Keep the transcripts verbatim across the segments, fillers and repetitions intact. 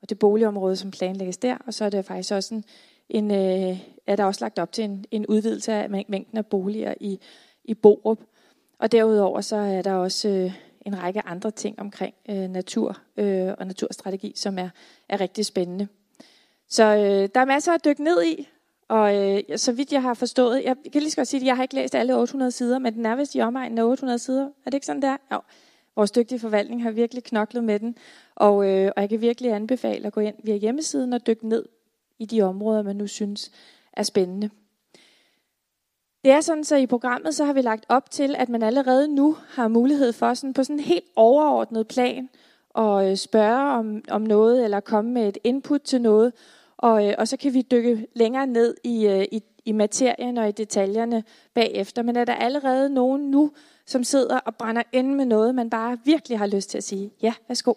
og det boligområde, som planlægges der. Og så er det faktisk også en, en øh, er der også lagt op til en, en udvidelse af mængden af boliger i, i Borup. Og derudover så er der også øh, en række andre ting omkring øh, natur øh, og naturstrategi, som er, er rigtig spændende. Så øh, der er masser at dykke ned i, og øh, så vidt jeg har forstået, jeg kan lige så godt sige, at jeg har ikke læst alle otte hundrede sider, men den er vist i omegnen af otte hundrede sider. Er det ikke sådan der? Jo. Vores dygtige forvaltning har virkelig knoklet med den, og, øh, og jeg kan virkelig anbefale at gå ind via hjemmesiden og dykke ned i de områder, man nu synes er spændende. Det er sådan, så i programmet så har vi lagt op til, at man allerede nu har mulighed for sådan, på sådan en helt overordnet plan at spørge om, om noget, eller komme med et input til noget, og, og så kan vi dykke længere ned i, i, i materien og i detaljerne bagefter. Men er der allerede nogen nu, som sidder og brænder ind med noget, man bare virkelig har lyst til at sige? Ja, værsgo.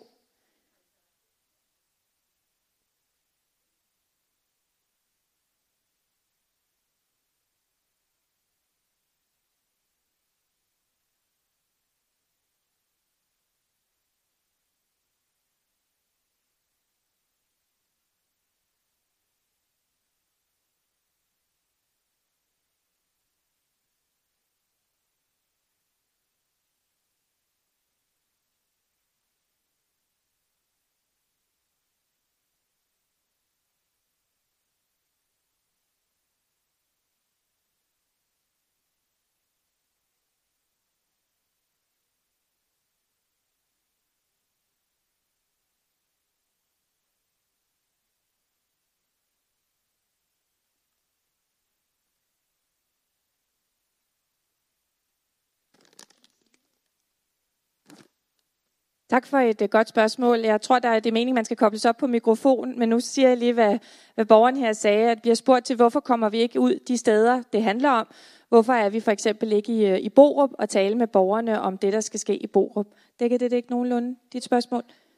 Tak for et godt spørgsmål. Jeg tror, der er det mening, man skal kobles op på mikrofon, men nu siger jeg lige, hvad, hvad borgeren her sagde, at vi har spurgt til, hvorfor kommer vi ikke ud de steder, det handler om. Hvorfor er vi for eksempel ikke i, i Borup og tale med borgerne om det, der skal ske i Borup? Dækker det, det ikke nogenlunde, dit spørgsmål?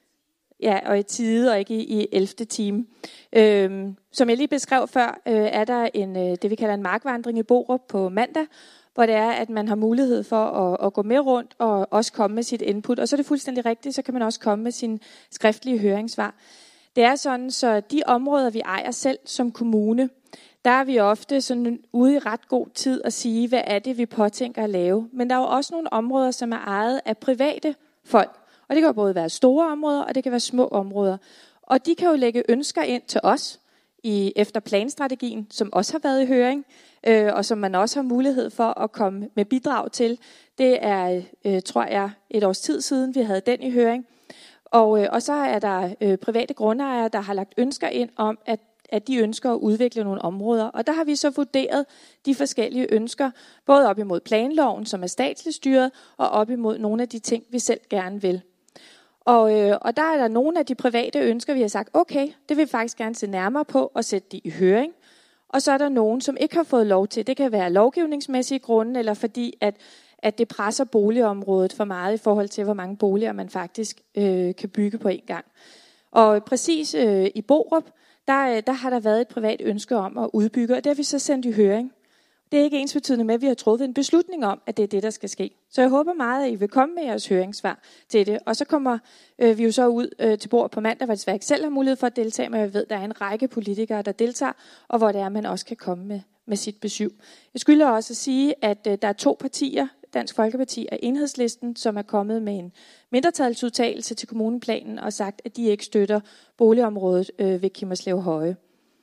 Ja, og i tide og ikke i, i ellevte time. Øhm, som jeg lige beskrev før, øh, er der en, øh, det, vi kalder en markvandring i Borup på mandag, hvor det er, at man har mulighed for at, at gå med rundt og også komme med sit input. Og så er det fuldstændig rigtigt, så kan man også komme med sin skriftlige høringssvar. Det er sådan, så de områder, vi ejer selv som kommune, der er vi ofte sådan ude i ret god tid at sige, hvad er det, vi påtænker at lave. Men der er jo også nogle områder, som er ejet af private folk. Og det kan jo både være store områder, og det kan være små områder. Og de kan jo lægge ønsker ind til os i efter planstrategien, som også har været i høring, øh, og som man også har mulighed for at komme med bidrag til. Det er, øh, tror jeg, et års tid siden, vi havde den i høring. Og, øh, og så er der øh, private grundejere, der har lagt ønsker ind om, at, at de ønsker at udvikle nogle områder. Og der har vi så vurderet de forskellige ønsker, både op imod planloven, som er statsligt styret, og op imod nogle af de ting, vi selv gerne vil. Og, øh, og der er der nogle af de private ønsker, vi har sagt, okay, det vil vi faktisk gerne se nærmere på og sætte de i høring. Og så er der nogen, som ikke har fået lov til. Det kan være lovgivningsmæssige grunde, eller fordi, at, at det presser boligområdet for meget i forhold til, hvor mange boliger man faktisk øh, kan bygge på en gang. Og præcis øh, i Borup, der, der har der været et privat ønske om at udbygge, og det har vi så sendt i høring. Det er ikke ensbetydende med, at vi har truffet en beslutning om, at det er det, der skal ske. Så jeg håber meget, at I vil komme med jeres høringssvar til det. Og så kommer øh, vi jo så ud øh, til bord på mandag, hvor desværre ikke selv har mulighed for at deltage, men jeg ved, at der er en række politikere, der deltager, og hvor det er, man også kan komme med, med sit besøg. Jeg skylder også at sige, at øh, der er to partier, Dansk Folkeparti og Enhedslisten, som er kommet med en mindretalsudtalelse til kommuneplanen og sagt, at de ikke støtter boligområdet øh, ved Kimmerslev Høje.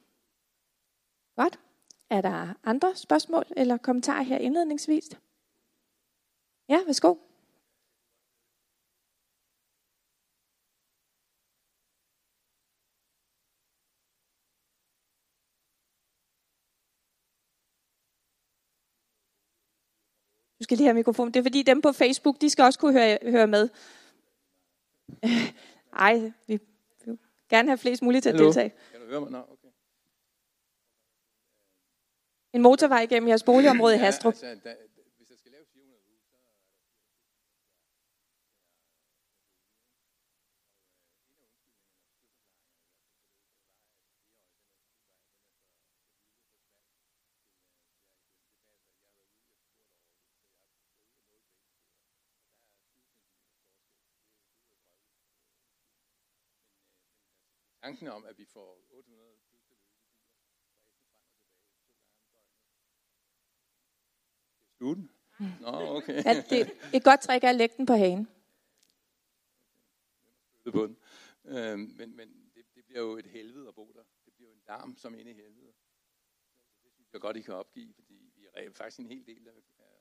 Godt. Er der andre spørgsmål eller kommentarer her indledningsvis? Ja, værsgo. Du skal lige have mikrofon. Det er fordi dem på Facebook, de skal også kunne høre, høre med. Ej, vi vil gerne have flest muligt til at deltage. Kan du høre mig? Nå, okay. En motorvej igennem jeres boligområde i Hastrup. Ja, altså, da, hvis der skal laves fire hundrede huse, så er der tanken om, at vi får otte hundrede plus Nå, okay. Ja, det er et godt trick er at lægge den på hagen. På den. Øh, men men det, det bliver jo et helvede at bo der. Det bliver jo en larm som inde i helvede. Det synes jeg godt, I kan opgive, fordi vi er faktisk en hel del af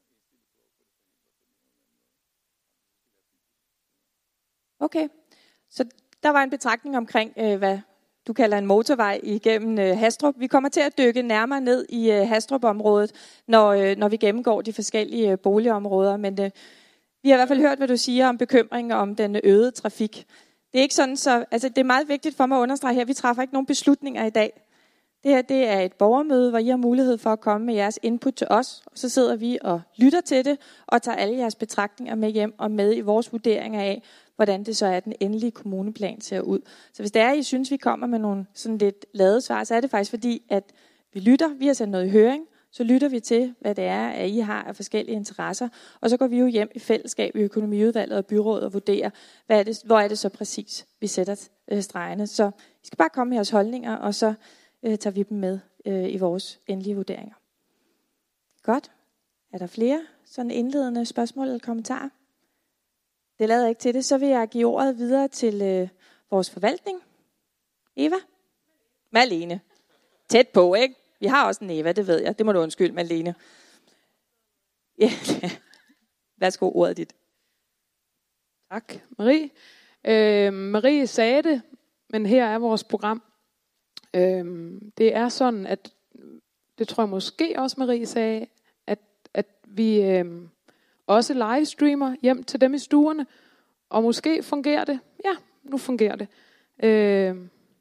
Okay, så der var en betragtning omkring, øh, hvad du kalder en motorvej igennem øh, Hastrup. Vi kommer til at dykke nærmere ned i øh, Hastrup-området, når, øh, når vi gennemgår de forskellige øh, boligområder. Men øh, vi har i hvert fald hørt, hvad du siger om bekymring om den øgede trafik. Det er ikke sådan, så altså, det er meget vigtigt for mig at understrege her, vi træffer ikke nogen beslutninger i dag. Det her det er et borgermøde, hvor I har mulighed for at komme med jeres input til os, og så sidder vi og lytter til det, og tager alle jeres betragtninger med hjem og med i vores vurderinger af, hvordan det så er, den endelige kommuneplan ser ud. Så hvis det er, I synes, vi kommer med nogle sådan lidt ladede svar, så er det faktisk fordi, at vi lytter, vi har sendt noget i høring, så lytter vi til, hvad det er, at I har af forskellige interesser, og så går vi jo hjem i fællesskab i økonomiudvalget og byrådet og vurderer, hvad er det, hvor er det så præcis, vi sætter øh, stregene. Så I skal bare komme med jeres holdninger, og så øh, tager vi dem med øh, i vores endelige vurderinger. Godt. Er der flere sådan indledende spørgsmål eller kommentarer? Det lader ikke til det. Så vil jeg give ordet videre til øh, vores forvaltning. Eva? Malene. Tæt på, ikke? Vi har også en Eva, det ved jeg. Det må du undskylde, Malene. Ja. Værsgo, ordet dit. Tak, Marie. Øh, Marie sagde det, men her er vores program. Øh, det er sådan, at det tror jeg måske også Marie sagde, at, at vi øh, også livestreamer hjem til dem i stuerne, og måske fungerer det. Ja, nu fungerer det. Øh,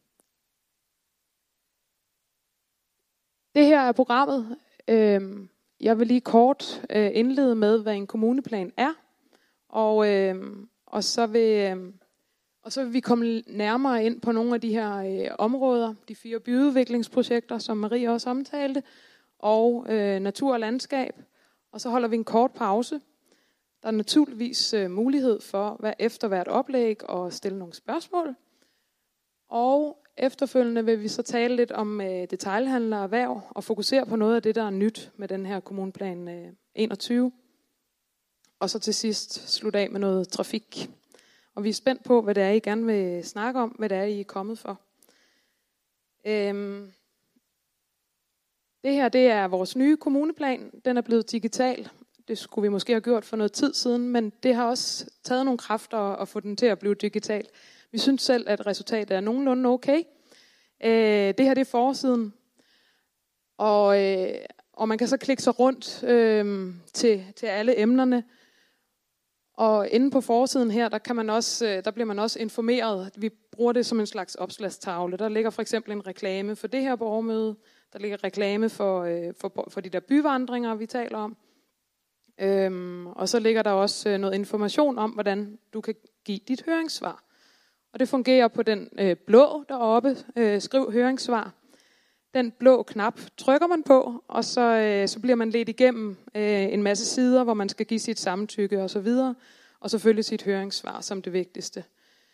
det her er programmet. Øh, jeg vil lige kort øh, indlede med, hvad en kommuneplan er, og, øh, og så vil... Øh, Og så vil vi komme nærmere ind på nogle af de her øh, områder, de fire byudviklingsprojekter, som Marie også omtalte, og øh, natur og landskab. Og så holder vi en kort pause. Der er naturligvis øh, mulighed for hver, efter hvert oplæg at stille nogle spørgsmål. Og efterfølgende vil vi så tale lidt om øh, detailhandler og erhverv, og fokusere på noget af det, der er nyt med den her kommuneplan øh, enogtyve. Og så til sidst slutte af med noget trafik. Og vi er spændt på, hvad det er, I gerne vil snakke om, hvad det er, I er kommet for. Øhm, det her, det er vores nye kommuneplan. Den er blevet digital. Det skulle vi måske have gjort for noget tid siden, men det har også taget nogle kræfter at få den til at blive digital. Vi synes selv, at resultatet er nogenlunde okay. Øh, det her, det er forsiden. Og, øh, og man kan så klikke sig rundt øh, til, til alle emnerne. Og inde på forsiden her, der, kan man også, der bliver man også informeret. Vi bruger det som en slags opslagstavle. Der ligger for eksempel en reklame for det her borgermøde. Der ligger reklame for, for, for de der byvandringer, vi taler om. Øhm, og så ligger der også noget information om, hvordan du kan give dit høringssvar. Og det fungerer på den øh, blå deroppe, øh, skriv høringssvar. Den blå knap trykker man på, og så, øh, så bliver man ledt igennem øh, en masse sider, hvor man skal give sit samtykke og så videre, og selvfølgelig sit høringssvar som det vigtigste.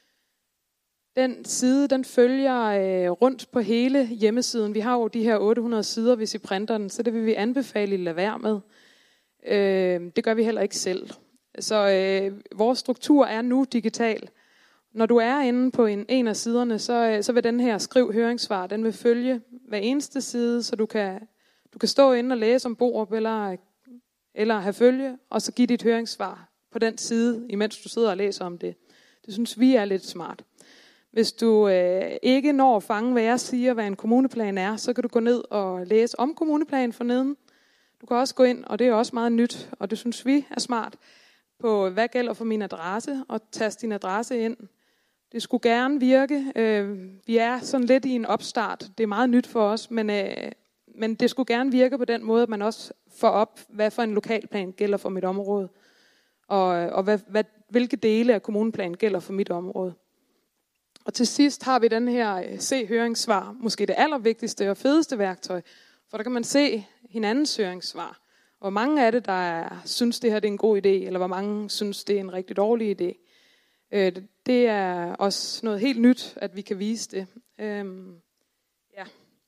Den side, den følger øh, rundt på hele hjemmesiden. Vi har jo de her otte hundrede sider, hvis I printer den, så det vil vi anbefale, I lade være med. Øh, det gør vi heller ikke selv. Så øh, vores struktur er nu digital. Når du er inde på en, en af siderne, så, så vil den her skriv høringssvar, den vil følge hver eneste side, så du kan, du kan stå inde og læse om Borup, eller, eller have følge, og så give dit høringssvar på den side, imens du sidder og læser om det. Det synes vi er lidt smart. Hvis du øh, ikke når at fange, hvad jeg siger, hvad en kommuneplan er, så kan du gå ned og læse om kommuneplanen forneden. Du kan også gå ind, og det er også meget nyt, og det synes vi er smart, på hvad gælder for min adresse, og taste din adresse ind. Det skulle gerne virke. Øh, vi er sådan lidt i en opstart. Det er meget nyt for os, men, øh, men det skulle gerne virke på den måde, at man også får op, hvad for en lokalplan gælder for mit område, og, og hvad, hvad, hvilke dele af kommuneplanen gælder for mit område. Og til sidst har vi den her se-høringssvar, måske det allervigtigste og fedeste værktøj, for der kan man se hinandens høringssvar. Hvor mange af det, der er, synes, det her det er en god idé, eller hvor mange synes, det er en rigtig dårlig idé. Øh, det er også noget helt nyt, at vi kan vise det. Øhm, ja.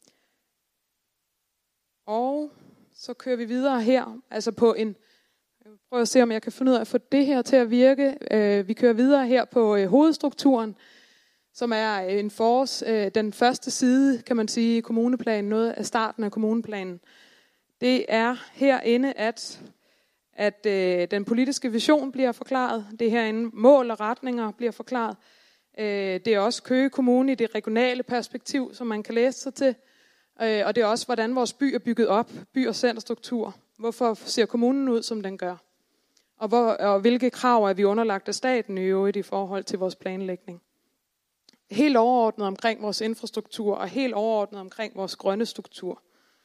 Og så kører vi videre her, altså på en, jeg prøver at se, om jeg kan finde ud af at få det her til at virke. Øh, vi kører videre her på øh, hovedstrukturen, som er en forårs, øh, den første side, kan man sige, i kommuneplanen, noget af starten af kommuneplanen. Det er herinde, at, at øh, den politiske vision bliver forklaret. Det er herinde, mål og retninger bliver forklaret. Øh, det er også Køge Kommune i det regionale perspektiv, som man kan læse sig til. Øh, og det er også, hvordan vores by er bygget op, by- og centerstruktur. Hvorfor ser kommunen ud, som den gør? Og, hvor, og hvilke krav er vi underlagt af staten i øvrigt i forhold til vores planlægning? Helt overordnet omkring vores infrastruktur, og helt overordnet omkring vores grønne struktur.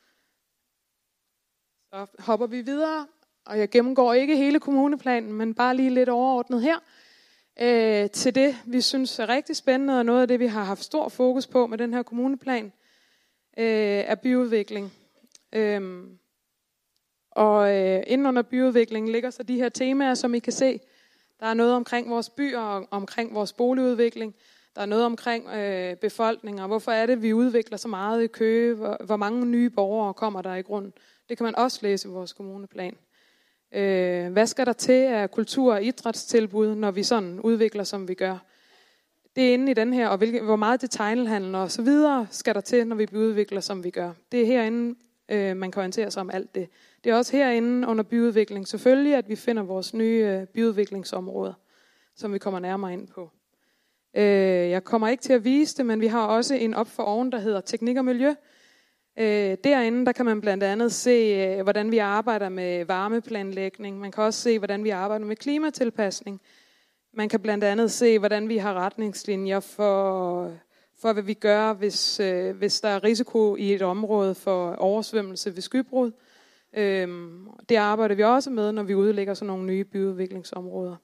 Så hopper vi videre, og jeg gennemgår ikke hele kommuneplanen, men bare lige lidt overordnet her. Øh, til det, vi synes er rigtig spændende, og noget af det, vi har haft stor fokus på med den her kommuneplan, øh, er byudvikling. Øh, og øh, inden under byudvikling ligger så de her temaer, som I kan se. Der er noget omkring vores byer og omkring vores boligudvikling. Der er noget omkring øh, befolkning, og hvorfor er det, vi udvikler så meget i Køge? Hvor, hvor mange nye borgere kommer der i grunden? Det kan man også læse i vores kommuneplan. Øh, hvad skal der til af kultur- og idrætstilbud, når vi sådan udvikler, som vi gør? Det er inde i den her, og hvilke, hvor meget detailhandel og så videre skal der til, når vi udvikler, som vi gør. Det er herinde, øh, man kan orientere sig om alt det. Det er også herinde under byudvikling selvfølgelig, at vi finder vores nye øh, byudviklingsområder, som vi kommer nærmere ind på. Øh, jeg kommer ikke til at vise det, men vi har også en op for oven, der hedder teknik og miljø. Øh, derinde der kan man blandt andet se, øh, hvordan vi arbejder med varmeplanlægning. Man kan også se, hvordan vi arbejder med klimatilpasning. Man kan blandt andet se, hvordan vi har retningslinjer for, for hvad vi gør, hvis, øh, hvis der er risiko i et område for oversvømmelse ved skybrud. Øh, det arbejder vi også med, når vi udlægger sådan nogle nye byudviklingsområder.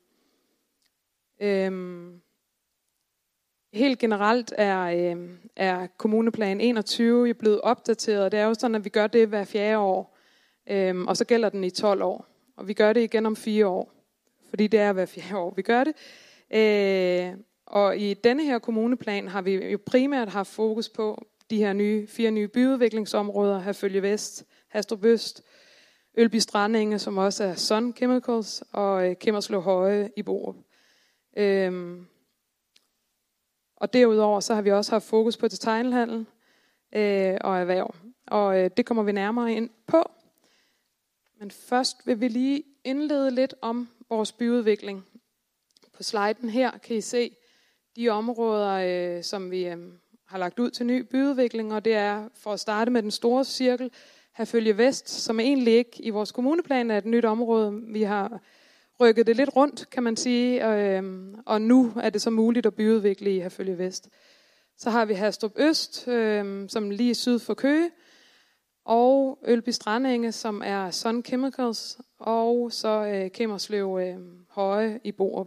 Øh, Helt generelt er, øh, er kommuneplan enogtyve blevet opdateret. Det er jo sådan, at vi gør det hver fjerde år, øh, og så gælder den i tolv år. Og vi gør det igen om fire år, fordi det er hver fjerde år, vi gør det. Øh, og i denne her kommuneplan har vi jo primært haft fokus på de her nye, fire nye byudviklingsområder, Herfølge Vest, Hastrup Øst, Ølby Strandenge, som også er Sun Chemicals, og øh, Kimmerslev Høje i Borup. Øh, Og derudover så har vi også haft fokus på detailhandel øh, og erhverv. Og øh, det kommer vi nærmere ind på. Men først vil vi lige indlede lidt om vores byudvikling. På sliden her kan I se de områder, øh, som vi øh, har lagt ud til ny byudvikling. Og det er for at starte med den store cirkel, Herfølge Vest, som egentlig ikke i vores kommuneplan er et nyt område. Vi har rykket det lidt rundt, kan man sige, og, og nu er det så muligt at byudvikle i Herfølge Vest. Så har vi Hastrup Øst, øh, som lige syd for Køge, og Ølby Strandenge, som er Sun Chemicals, og så øh, Kimmerslev øh, Høje i Borup.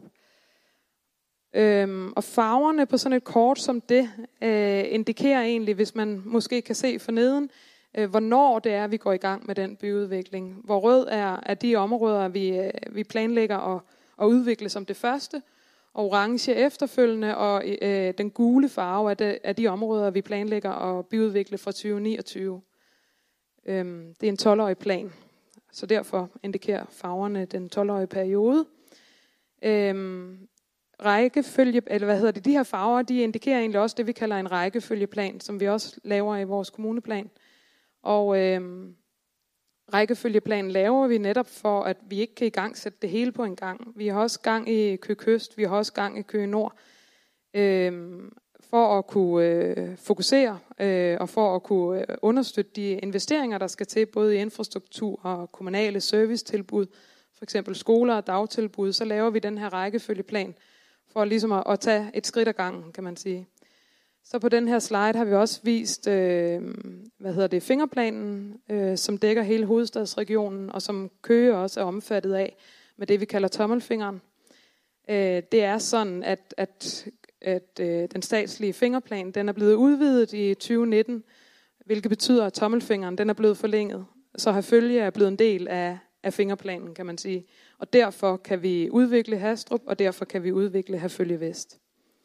Øhm, og farverne på sådan et kort som det, øh, indikerer egentlig, hvis man måske kan se forneden, øh, hvornår det er, vi går i gang med den byudvikling. Hvor rød er, er de områder, vi, øh, vi planlægger at, at udvikle som det første, og orange efterfølgende, og øh, den gule farve er de, er de områder, vi planlægger at byudvikle fra tyve niogtyve. Øhm, det er en tolv-årig plan, så derfor indikerer farverne den tolv-årige periode. Øhm, rækkefølge, eller hvad hedder det, de her farver, de indikerer egentlig også det, vi kalder en rækkefølgeplan, som vi også laver i vores kommuneplan. Og øhm, rækkefølgeplanen laver vi netop for, at vi ikke kan i gang sætte det hele på en gang. Vi har også gang i Køge Kyst, vi har også gang i Køge Nord, øhm, for at kunne øh, fokusere øh, og for at kunne øh, understøtte de investeringer, der skal til, både i infrastruktur og kommunale servicetilbud, for eksempel skoler og dagtilbud, så laver vi den her rækkefølgeplan for ligesom at, at tage et skridt ad gangen, kan man sige. Så på den her slide har vi også vist, øh, hvad hedder det, fingerplanen, øh, som dækker hele hovedstadsregionen, og som Køge også er omfattet af, med det vi kalder tommelfingeren. Øh, det er sådan, at, at, at øh, den statslige fingerplan, den er blevet udvidet i tyve nitten, hvilket betyder, at tommelfingeren den er blevet forlænget. Så Herfølge er blevet en del af, af fingerplanen, kan man sige. Og derfor kan vi udvikle Hastrup, og derfor kan vi udvikle Herfølge Vest.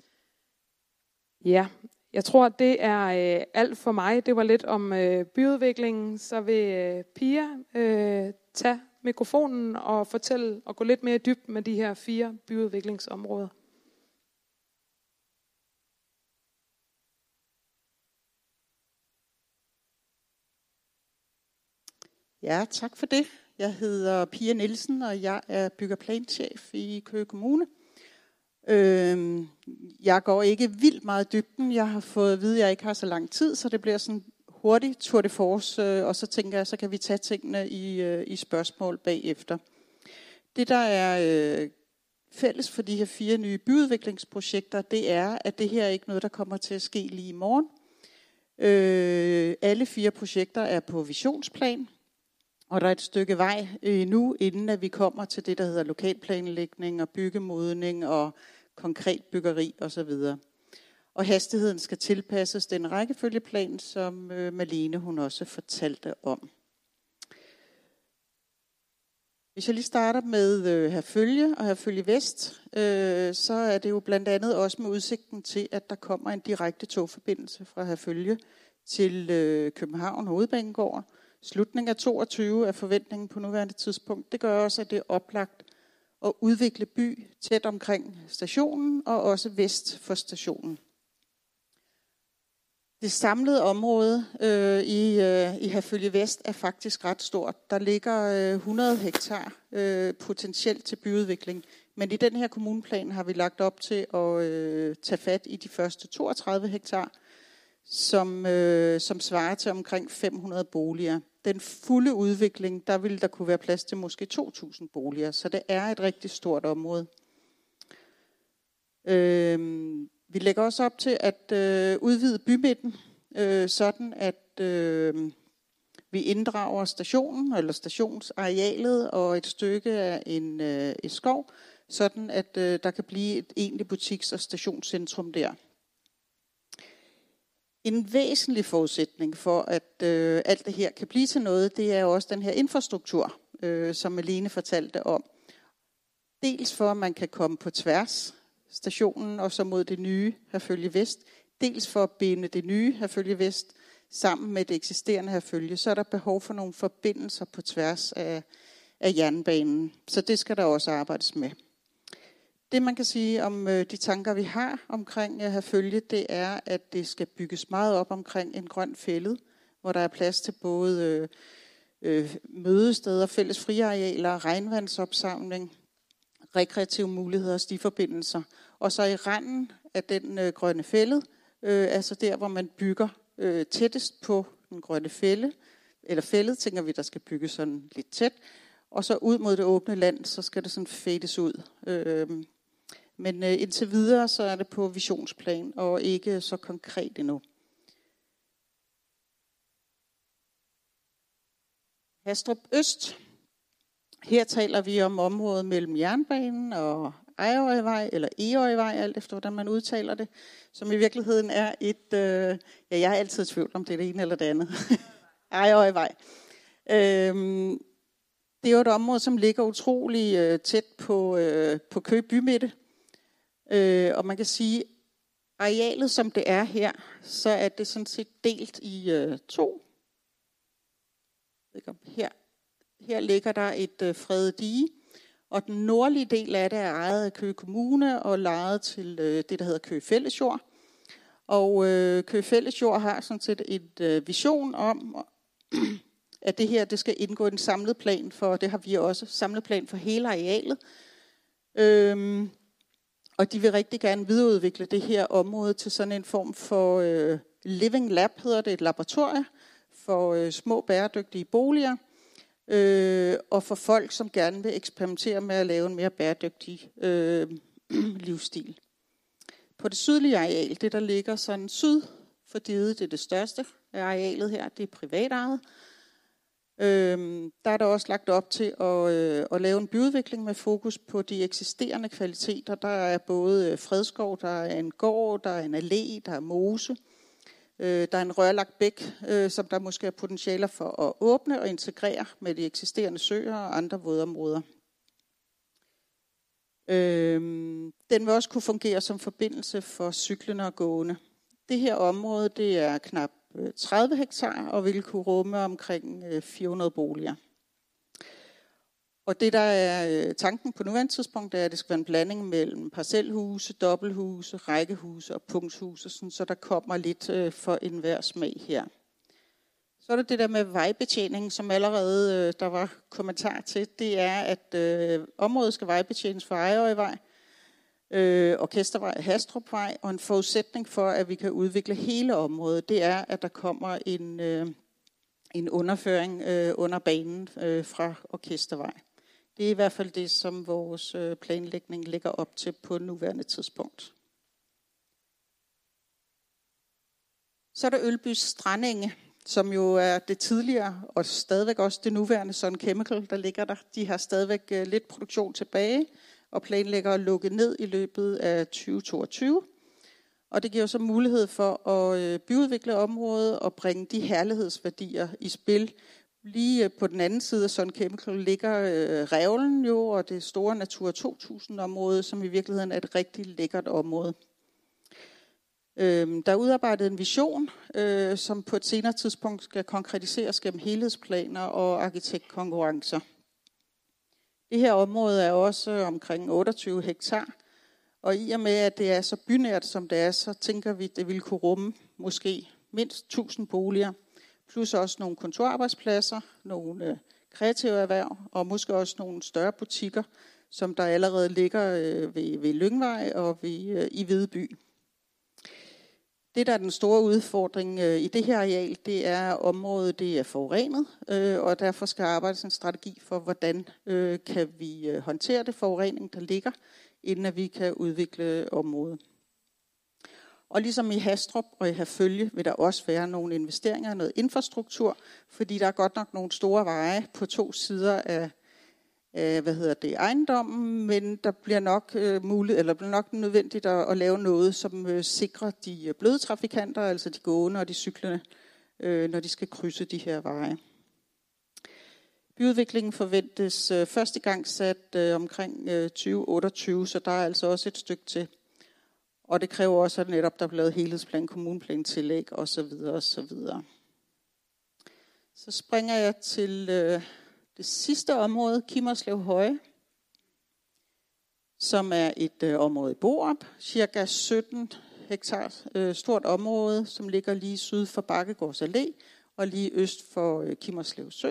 Ja, jeg tror, det er øh, alt for mig. Det var lidt om øh, byudviklingen. Så vil øh, Pia øh, tage mikrofonen og fortælle og gå lidt mere i dybden med de her fire byudviklingsområder. Ja, tak for det. Jeg hedder Pia Nielsen, og jeg er byggerplanchef i Køge Kommune. Øhm, jeg går ikke vildt meget i dybden. Jeg har fået at vide, at jeg ikke har så lang tid, så det bliver sådan hurtigt tour de force, øh, og så tænker jeg, så kan vi tage tingene i, øh, i spørgsmål bagefter. Det, der er øh, fælles for de her fire nye byudviklingsprojekter, det er, at det her er ikke noget, der kommer til at ske lige i morgen. Øh, alle fire projekter er på visionsplan. Og der er et stykke vej nu, inden at vi kommer til det, der hedder lokalplanlægning og byggemodning og konkret byggeri osv. Og hastigheden skal tilpasses den rækkefølgeplan, som Malene hun også fortalte om. Hvis jeg lige starter med Herfølge og Herfølge Vest, øh, så er det jo blandt andet også med udsigten til, at der kommer en direkte togforbindelse fra Herfølge til øh, København Hovedbanegård. Slutningen af toogtyve er forventningen på nuværende tidspunkt. Det gør også, at det er oplagt at udvikle by tæt omkring stationen og også vest for stationen. Det samlede område øh, i, øh, i Herfølge Vest er faktisk ret stort. Der ligger øh, hundrede hektar øh, potentielt til byudvikling. Men i den her kommuneplan har vi lagt op til at øh, tage fat i de første toogtredive hektar, som, øh, som svarer til omkring fem hundrede boliger. Den fulde udvikling, der vil der kunne være plads til måske to tusind boliger, så det er et rigtig stort område. Øh, vi lægger også op til at øh, udvide bymidten, øh, sådan at øh, vi inddrager stationen eller stationsarealet og et stykke af en øh, et skov, sådan at øh, der kan blive et egentligt butiks- og stationscentrum der. En væsentlig forudsætning for, at øh, alt det her kan blive til noget, det er også den her infrastruktur, øh, som Malene fortalte om. Dels for, at man kan komme på tværs stationen og så mod det nye Herfølge Vest. Dels for at binde det nye Herfølge Vest sammen med det eksisterende Herfølge. Så er der behov for nogle forbindelser på tværs af, af jernbanen. Så det skal der også arbejdes med. Det man kan sige om øh, de tanker vi har omkring øh, Herfølge, det er at det skal bygges meget op omkring en grøn fælled, hvor der er plads til både øh, øh, mødesteder, fælles friarealer, regnvandsopsamling, rekreative muligheder og stiforbindelser. Og så i randen af den øh, grønne fælled, øh, altså der hvor man bygger øh, tættest på den grønne fælde, eller fælled tænker vi der skal bygges sådan lidt tæt, og så ud mod det åbne land, så skal det sådan fades ud. Øh, Men øh, indtil videre, så er det på visionsplan, og ikke så konkret endnu. Hastrup Øst. Her taler vi om området mellem jernbanen og Ejrøjvej, eller Egøjvej, alt efter hvordan man udtaler det, som i virkeligheden er et, øh, ja, jeg er altid i tvivl om det er det ene eller det andet. Ejrøjvej. Øhm, det er jo et område, som ligger utrolig øh, tæt på, øh, på Køge bymidte. Øh, og man kan sige, arealet som det er her, så er det sådan set delt i øh, to. Her, her ligger der et øh, fredet dige, og den nordlige del af det er ejet af Køge Kommune og lejet til øh, det, der hedder Køge Fællesjord. Og øh, Køge Fællesjord har sådan set et øh, vision om, at det her det skal indgå i en samlet plan for, det har vi også, samlet plan for hele arealet. Øhm, Og de vil rigtig gerne videreudvikle det her område til sådan en form for øh, living lab, hedder det, et laboratorie for øh, små bæredygtige boliger, øh, og for folk, som gerne vil eksperimentere med at lave en mere bæredygtig øh, livsstil. På det sydlige areal, det der ligger sådan syd for diget, det er det største af arealet her, det er privatejet. Øhm, der er der også lagt op til at, øh, at lave en byudvikling med fokus på de eksisterende kvaliteter. Der er både fredskov, der er en gård, der er en allé, der er mose. Øh, der er en rørlagt bæk, øh, som der måske er potentialer for at åbne og integrere med de eksisterende søer og andre vådområder. Øh, den vil også kunne fungere som forbindelse for cyklende og gående. Det her område det er knap tredive hektar og vil kunne rumme omkring fire hundrede boliger. Og det der er tanken på nuværende tidspunkt, er, at det skal være en blanding mellem parcelhuse, dobbelthuse, rækkehuse og punkthuse, sådan, så der kommer lidt for enhver smag her. Så er der det der med vejbetjening, som allerede der var kommentar til. Det er, at øh, området skal vejbetjenes for Ejrøjvej, øh, Orkestervej, Hastrupvej, og en forudsætning for, at vi kan udvikle hele området, det er, at der kommer en, øh, en underføring øh, under banen øh, fra Orkestervej. Det er i hvert fald det, som vores øh, planlægning ligger op til på nuværende tidspunkt. Så er der Ølbys Strandenge, som jo er det tidligere og stadigvæk også det nuværende Sun Chemical, der ligger der. De har stadigvæk øh, lidt produktion tilbage og planlægger at lukke ned i løbet af tyve toogtyve. Og det giver så mulighed for at øh, byudvikle området og bringe de herlighedsværdier i spil. Lige på den anden side af Sun Chemical ligger øh, Revlen jo, og det store Natura to tusind område, som i virkeligheden er et rigtig lækkert område. Øh, der er udarbejdet en vision, øh, som på et senere tidspunkt skal konkretiseres gennem helhedsplaner og arkitektkonkurrencer. Det her område er også omkring otteogtyve hektar, og i og med, at det er så bynært som det er, så tænker vi, at det vil kunne rumme måske mindst tusind boliger, plus også nogle kontorarbejdspladser, nogle øh, kreative erhverv, og måske også nogle større butikker, som der allerede ligger øh, ved, ved Lyngvej og ved, øh, i Hvideby. Det, der er den store udfordring øh, i det her areal, det er, at området det er forurenet, øh, og derfor skal arbejdes en strategi for, hvordan øh, kan vi øh, håndtere det forurening, der ligger, inden at vi kan udvikle området. Og ligesom i Hastrup og i Herfølge vil der også være nogle investeringer i noget infrastruktur, fordi der er godt nok nogle store veje på to sider af, af hvad hedder det, ejendommen, men der bliver nok øh, muligt, eller bliver nok nødvendigt at, at lave noget, som øh, sikrer de bløde trafikanter, altså de gående og de cyklende, øh, når de skal krydse de her veje. Byudviklingen forventes øh, første gang sat øh, omkring øh, tyve otteogtyve, så der er altså også et stykke til. Og det kræver også, at netop der bliver lavet helhedsplan, kommuneplan, tillæg osv. osv. Så springer jeg til øh, det sidste område, Kimmerslev Høje, som er et øh, område i Borup, cirka sytten hektar øh, stort område, som ligger lige syd for Bakkegårds Allé og lige øst for øh, Kimmerslev Sø.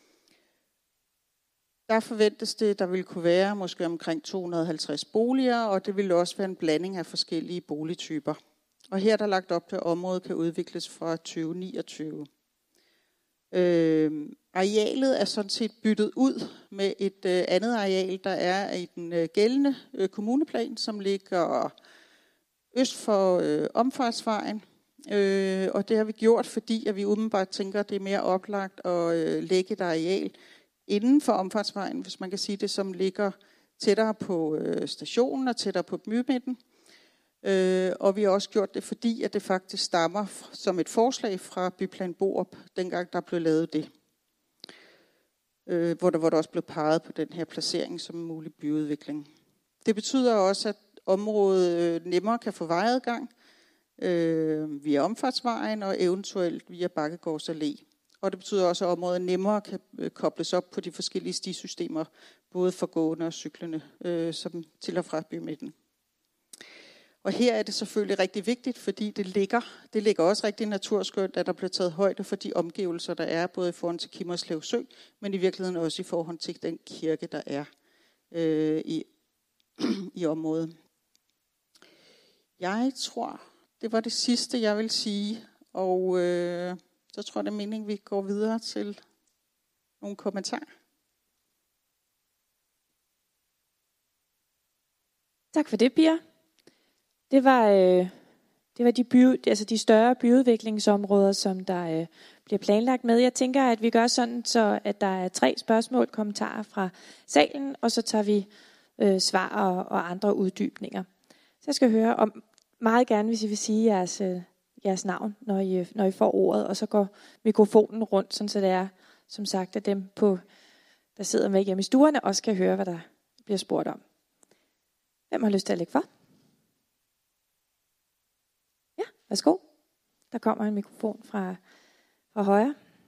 Der forventes det, der vil kunne være måske omkring to hundrede og halvtreds boliger, og det vil også være en blanding af forskellige boligtyper. Og her er der lagt op til, at området kan udvikles fra tyve niogtyve. Øh, arealet er sådan set byttet ud med et øh, andet areal, der er i den øh, gældende øh, kommuneplan, som ligger øst for øh, omfartsvejen. Øh, og det har vi gjort, fordi at vi umiddelbart tænker, at det er mere oplagt at øh, lægge et areal inden for omfartsvejen, hvis man kan sige det, som ligger tættere på øh, stationen og tættere på bymidten. Øh, og vi har også gjort det, fordi at det faktisk stammer f- som et forslag fra Byplan Borup, dengang der blev lavet det. Øh, hvor, der, hvor der også blev peget på den her placering som en mulig byudvikling. Det betyder også, at området øh, nemmere kan få vejadgang øh, via omfartsvejen og eventuelt via Bakkegårds Allé. Og det betyder også, at området nemmere kan kobles op på de forskellige stisystemer, både for gående og cyklende, øh, som til og fra bymidten. Og her er det selvfølgelig rigtig vigtigt, fordi det ligger, det ligger også rigtig naturskønt, at der bliver taget højde for de omgivelser, der er, både i forhold til Kimmerslev Sø, men i virkeligheden også i forhold til den kirke, der er øh, i, i området. Jeg tror, det var det sidste, jeg vil sige, og øh, så tror jeg, det er meningen, vi går videre til nogle kommentarer. Tak for det, Pia. Det var, øh, det var de, by, altså de større byudviklingsområder, som der øh, bliver planlagt med. Jeg tænker, at vi gør sådan, så at der er tre spørgsmål, kommentarer fra salen, og så tager vi øh, svar og, og andre uddybninger. Så jeg skal høre om meget gerne, hvis I vil sige jeres øh, jeres navn, når I, når I får ordet, og så går mikrofonen rundt, sådan så det er, som sagt, at dem, på, der sidder med hjemme i stuerne, også kan høre, hvad der bliver spurgt om. Hvem har lyst til at lægge for? Ja, værsgo. Der kommer en mikrofon fra, fra højre.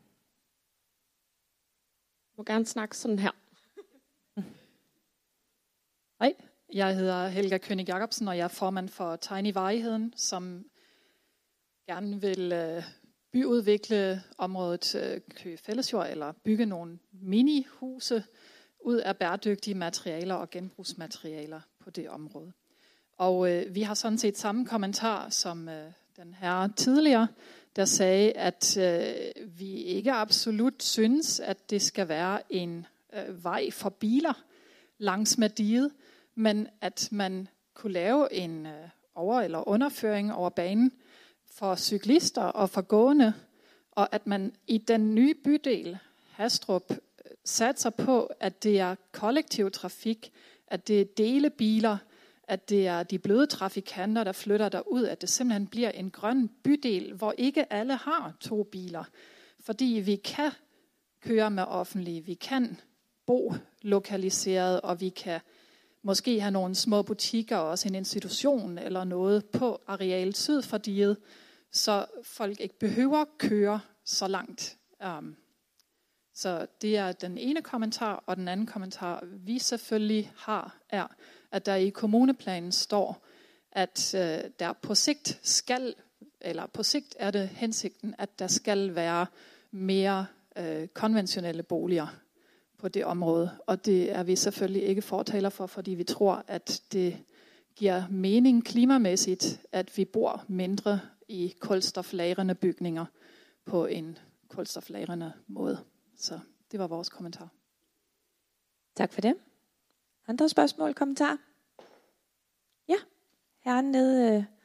Jeg må gerne snakke sådan her. Mm. Hej, jeg hedder Helga König Jacobsen, og jeg er formand for Tiny Varigheden, som gerne vil øh, byudvikle området øh, Køge Fællesjord, eller bygge nogle mini-huse ud af bæredygtige materialer og genbrugsmaterialer på det område. Og øh, vi har sådan set samme kommentar som øh, den her tidligere, der sagde, at øh, vi ikke absolut synes, at det skal være en øh, vej for biler langs med diget, men at man kunne lave en øh, over- eller underføring over banen for cyklister og for gående, og at man i den nye bydel, Hastrup, satser på, at det er kollektiv trafik, at det er delebiler, at det er de bløde trafikanter, der flytter derud, at det simpelthen bliver en grøn bydel, hvor ikke alle har to biler. Fordi vi kan køre med offentlige, vi kan bo lokaliseret, og vi kan måske have nogle små butikker og også en institution eller noget på arealet syd for diget, så folk ikke behøver køre så langt. Um, så det er den ene kommentar, og den anden kommentar, vi selvfølgelig har, er, at der i kommuneplanen står, at øh, der på sigt skal, eller på sigt er det hensigten, at der skal være mere øh, konventionelle boliger på det område. Og det er vi selvfølgelig ikke fortaler for, fordi vi tror, at det giver mening klimamæssigt, at vi bor mindre i kulstoflagrende bygninger på en kulstoflagrende måde. Så det var vores kommentar. Tak for det. Andre spørgsmål, kommentarer? Ja, herren nede. Øh...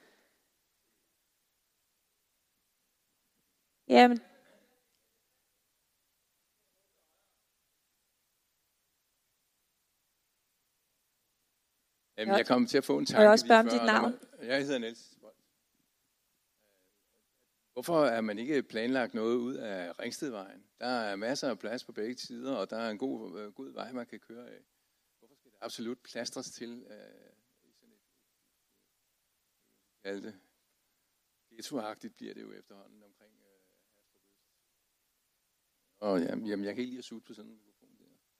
Jamen. Jamen, jeg kom til at få en tanke. Må jeg også spørge om lige før, dit navn? Jeg hedder Niels. Hvorfor er man ikke planlagt noget ud af Ringstedvejen? Der er masser af plads på begge sider, og der er en god, øh, god vej, man kan køre af. Hvorfor skal det absolut plastres til øh, i sådan et, kalde det, ghettoagtigt bliver det jo efterhånden omkring øh, og jamen, jamen, jeg kan ikke lide at suge på sådan en mikrofon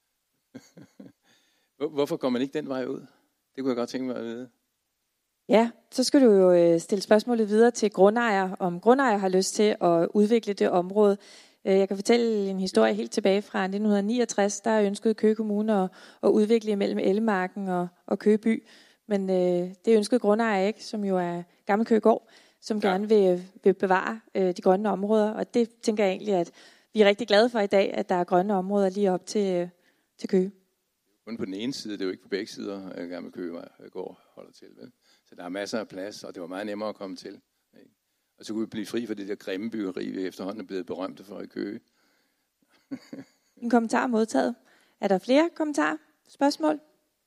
der. Hvorfor går man ikke den vej ud? Det kunne jeg godt tænke mig at vide. Ja, så skal du jo stille spørgsmålet videre til grundejer, om grundejer har lyst til at udvikle det område. Jeg kan fortælle en historie helt tilbage fra nitten niogtres, der ønskede Køge Kommune at, at udvikle mellem Ellemarken og, og Køge by. Men øh, det ønskede grundejer ikke, som jo er Gammel Køge Gård, som ja. gerne vil, vil bevare øh, de grønne områder. Og det tænker jeg egentlig, at vi er rigtig glade for i dag, at der er grønne områder lige op til, øh, til Køge. Kun på den ene side, det er jo ikke på begge sider, at Gammel Køge Gård holder til, vel? Så der er masser af plads, og det var meget nemmere at komme til. Ikke? Og så kunne vi blive fri for det der grimme byggeri, vi efterhånden er blevet berømte for i Køge. En kommentar modtaget. Er der flere kommentarer? Spørgsmål?